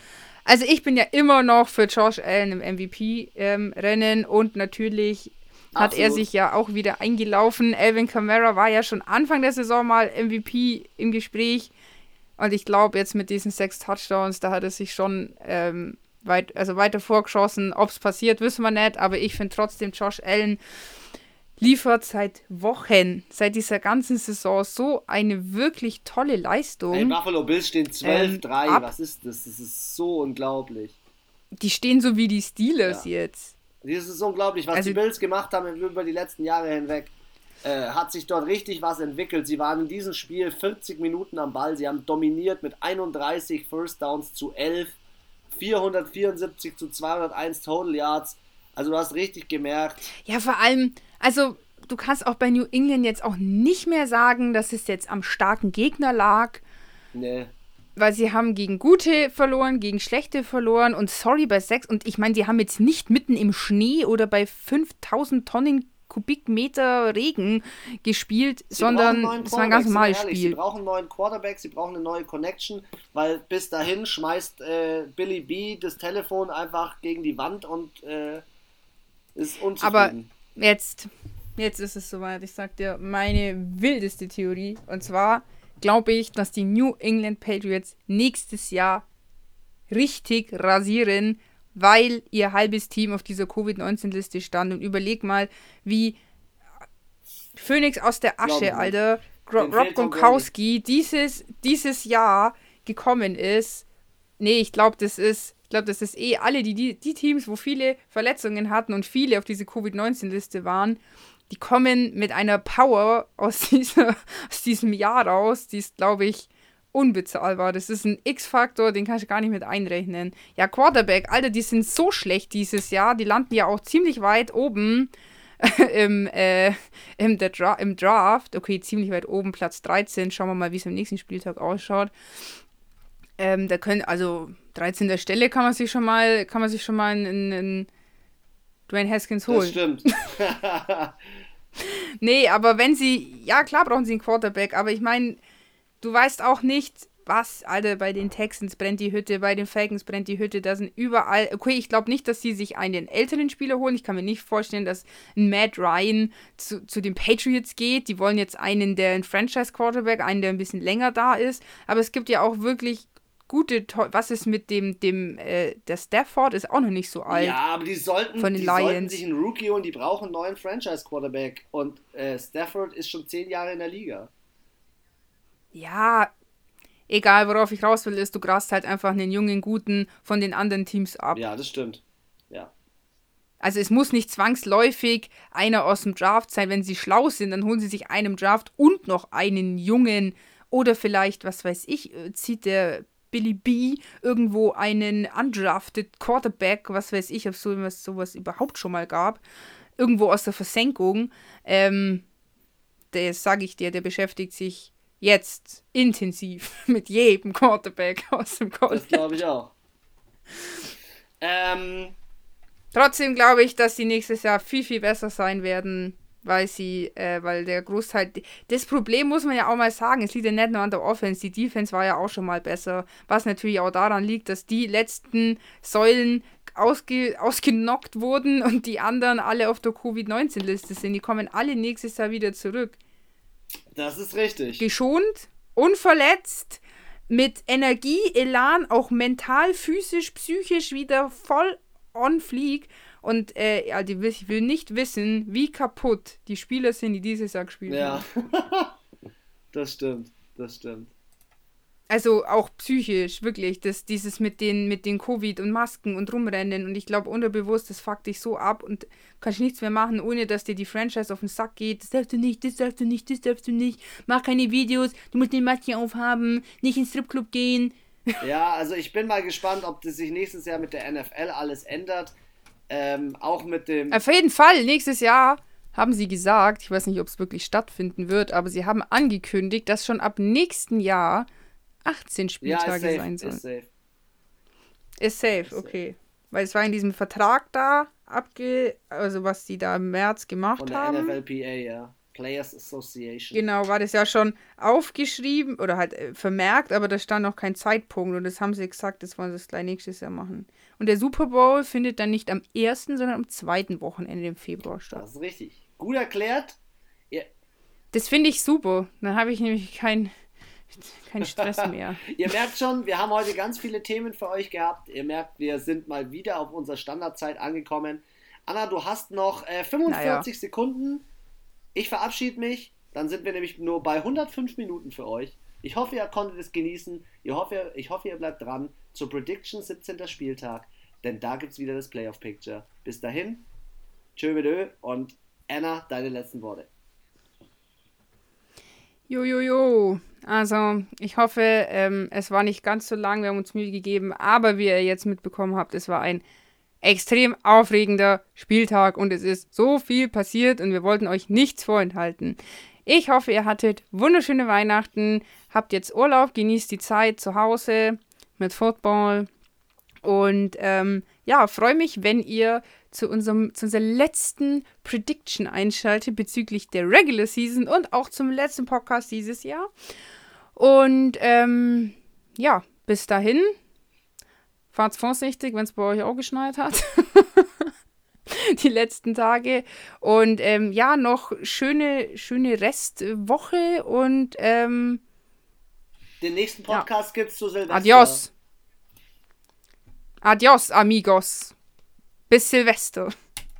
Also ich bin ja immer noch für Josh Allen im M V P-Rennen ähm, und natürlich hat Absolut. er sich ja auch wieder eingelaufen. Alvin Kamara war ja schon Anfang der Saison mal M V P im Gespräch und ich glaube jetzt mit diesen sechs Touchdowns, da hat er sich schon ähm, weit, also weiter vorgeschossen. Ob es passiert, wissen wir nicht, aber ich finde trotzdem, Josh Allen liefert seit Wochen, seit dieser ganzen Saison so eine wirklich tolle Leistung. Ey, Buffalo Bills stehen zwölf drei, ähm, was ist das? Das ist so unglaublich. Die stehen so wie die Steelers Ja. jetzt. Das ist unglaublich, was Also- die Bills gemacht haben über die letzten Jahre hinweg. Äh, hat sich dort richtig was entwickelt. Sie waren in diesem Spiel vierzig Minuten am Ball. Sie haben dominiert mit einunddreißig First Downs zu elf, vierhundertvierundsiebzig zu zweihunderteins Total Yards. Also du hast richtig gemerkt. Ja, vor allem, also du kannst auch bei New England jetzt auch nicht mehr sagen, dass es jetzt am starken Gegner lag, Nee. weil sie haben gegen gute verloren, gegen schlechte verloren und sorry bei sechs und ich meine, sie haben jetzt nicht mitten im Schnee oder bei fünftausend Tonnen Kubikmeter Regen gespielt, Sie sondern brauchen einen neuen es war ein ganz Quarterback, sind wir normales ehrlich. Spiel. Sie brauchen einen neuen Quarterback, sie brauchen eine neue Connection, weil bis dahin schmeißt äh, Billy B das Telefon einfach gegen die Wand und äh, ist unzufrieden. Aber jetzt, jetzt ist es soweit. Ich sag dir meine wildeste Theorie. Und zwar glaube ich, dass die New England Patriots nächstes Jahr richtig rasieren, weil ihr halbes Team auf dieser Covid neunzehn Liste stand. Und überleg mal, wie Phönix aus der Glauben Asche, Sie. Alter, Gro Dem Rob fehlt Tom Gronkowski dieses, dieses Jahr gekommen ist. Nee, ich glaube, das ist, ich glaube, das ist eh alle, die, die, die Teams, wo viele Verletzungen hatten und viele auf diese Covid neunzehn Liste waren, die kommen mit einer Power aus, dieser, aus diesem Jahr raus, die ist, glaube ich, unbezahlbar. Das ist ein X-Faktor, den kannst du gar nicht mit einrechnen. Ja, Quarterback, Alter, die sind so schlecht dieses Jahr, die landen ja auch ziemlich weit oben im, äh, im, der Dra im Draft. Okay, ziemlich weit oben, Platz dreizehn. Schauen wir mal, wie es am nächsten Spieltag ausschaut. Ähm, da können, also dreizehnter Stelle kann man sich schon mal, kann man sich schon mal in, in Dwayne Haskins holen. Das stimmt. Nee, aber wenn sie, ja klar brauchen sie einen Quarterback, aber ich meine, du weißt auch nicht, was, Alter, bei den Texans brennt die Hütte, bei den Falcons brennt die Hütte, da sind überall, okay, ich glaube nicht, dass sie sich einen älteren Spieler holen, ich kann mir nicht vorstellen, dass ein Matt Ryan zu, zu den Patriots geht, die wollen jetzt einen, der ein Franchise-Quarterback, einen, der ein bisschen länger da ist, aber es gibt ja auch wirklich gute, was ist mit dem, dem, äh, der Stafford ist auch noch nicht so alt. Ja, aber die sollten, Von den die sollten Lions. sich einen Rookie holen, die brauchen einen neuen Franchise-Quarterback. Und äh, Stafford ist schon zehn Jahre in der Liga. Ja, egal, worauf ich raus will, ist, du grast halt einfach einen jungen Guten von den anderen Teams ab. Ja, das stimmt. Ja. Also es muss nicht zwangsläufig einer aus dem Draft sein. Wenn sie schlau sind, dann holen sie sich einen im Draft und noch einen Jungen. Oder vielleicht, was weiß ich, äh, zieht der Billy B irgendwo einen undrafted Quarterback, was weiß ich, ob es sowas, sowas überhaupt schon mal gab, irgendwo aus der Versenkung. Ähm, der, sage ich dir, der beschäftigt sich jetzt intensiv mit jedem Quarterback aus dem College. Das glaube ich auch. ähm, Trotzdem glaube ich, dass sie nächstes Jahr viel, viel besser sein werden, weil sie, äh, weil der Großteil, das Problem muss man ja auch mal sagen, es liegt ja nicht nur an der Offense, die Defense war ja auch schon mal besser, was natürlich auch daran liegt, dass die letzten Säulen ausge, ausgenockt wurden und die anderen alle auf der Covid neunzehn Liste sind, die kommen alle nächstes Jahr wieder zurück. das ist richtig. Geschont, unverletzt, mit Energie, Elan, auch mental, physisch, psychisch wieder voll on fleek. Und äh, also ich will nicht wissen, wie kaputt die Spieler sind, die dieses Jahr gespielt Ja. haben. Das stimmt. Das stimmt. Also auch psychisch, wirklich. Das, dieses mit den, mit den Covid und Masken und Rumrennen. Und ich glaube, unterbewusst, das fuckt dich so ab und kannst nichts mehr machen, ohne dass dir die Franchise auf den Sack geht. Das darfst du nicht, das darfst du nicht, das darfst du nicht. Mach keine Videos, du musst den Maske aufhaben, nicht ins Stripclub gehen. Ja, also ich bin mal gespannt, ob das sich nächstes Jahr mit der N F L alles ändert. Ähm, auch mit dem... Auf jeden Fall, nächstes Jahr haben sie gesagt, ich weiß nicht, ob es wirklich stattfinden wird, aber sie haben angekündigt, dass schon ab nächsten Jahr achtzehn ja, Spieltage ist safe, sein sollen. ist safe. Ist safe, Ist safe. okay. Weil es war in diesem Vertrag da, abge also was die da im März gemacht Von der haben. N F L P A, ja. Players Association. Genau, war das ja schon aufgeschrieben oder halt äh, vermerkt, aber da stand noch kein Zeitpunkt und das haben sie gesagt, das wollen sie das gleich nächstes Jahr machen. Und der Super Bowl findet dann nicht am ersten, sondern am zweiten Wochenende im Februar statt. Das ist richtig. Gut erklärt. Ihr Das finde ich super. Dann habe ich nämlich keinen kein Stress mehr. Ihr merkt schon, wir haben heute ganz viele Themen für euch gehabt. Ihr merkt, wir sind mal wieder auf unserer Standardzeit angekommen. Anna, du hast noch äh, fünfundvierzig naja. Sekunden. Ich verabschiede mich. Dann sind wir nämlich nur bei hundertfünf Minuten für euch. Ich hoffe, ihr konntet es genießen. Ich hoffe, ich hoffe, ihr bleibt dran zur Prediction siebzehnter Spieltag. Denn da gibt es wieder das Playoff-Picture. Bis dahin, tschö mit Ö und Anna, deine letzten Worte. Jojojo. Jo, jo. Also, ich hoffe, ähm, es war nicht ganz so lang, wir haben uns Mühe gegeben, aber wie ihr jetzt mitbekommen habt, es war ein extrem aufregender Spieltag und es ist so viel passiert und wir wollten euch nichts vorenthalten. Ich hoffe, ihr hattet wunderschöne Weihnachten, habt jetzt Urlaub, genießt die Zeit zu Hause mit Football und ähm, ja, freue mich, wenn ihr zu unserem zu unserer letzten Prediction einschaltet bezüglich der Regular Season und auch zum letzten Podcast dieses Jahr. Und ähm, ja, bis dahin, fahrt's vorsichtig, wenn es bei euch auch geschneit hat. Die letzten Tage. Und ähm, ja, noch schöne, schöne Restwoche und ähm, den nächsten Podcast ja. gibt's zu Silvester. Adios. Adios, amigos. Bis Silvester.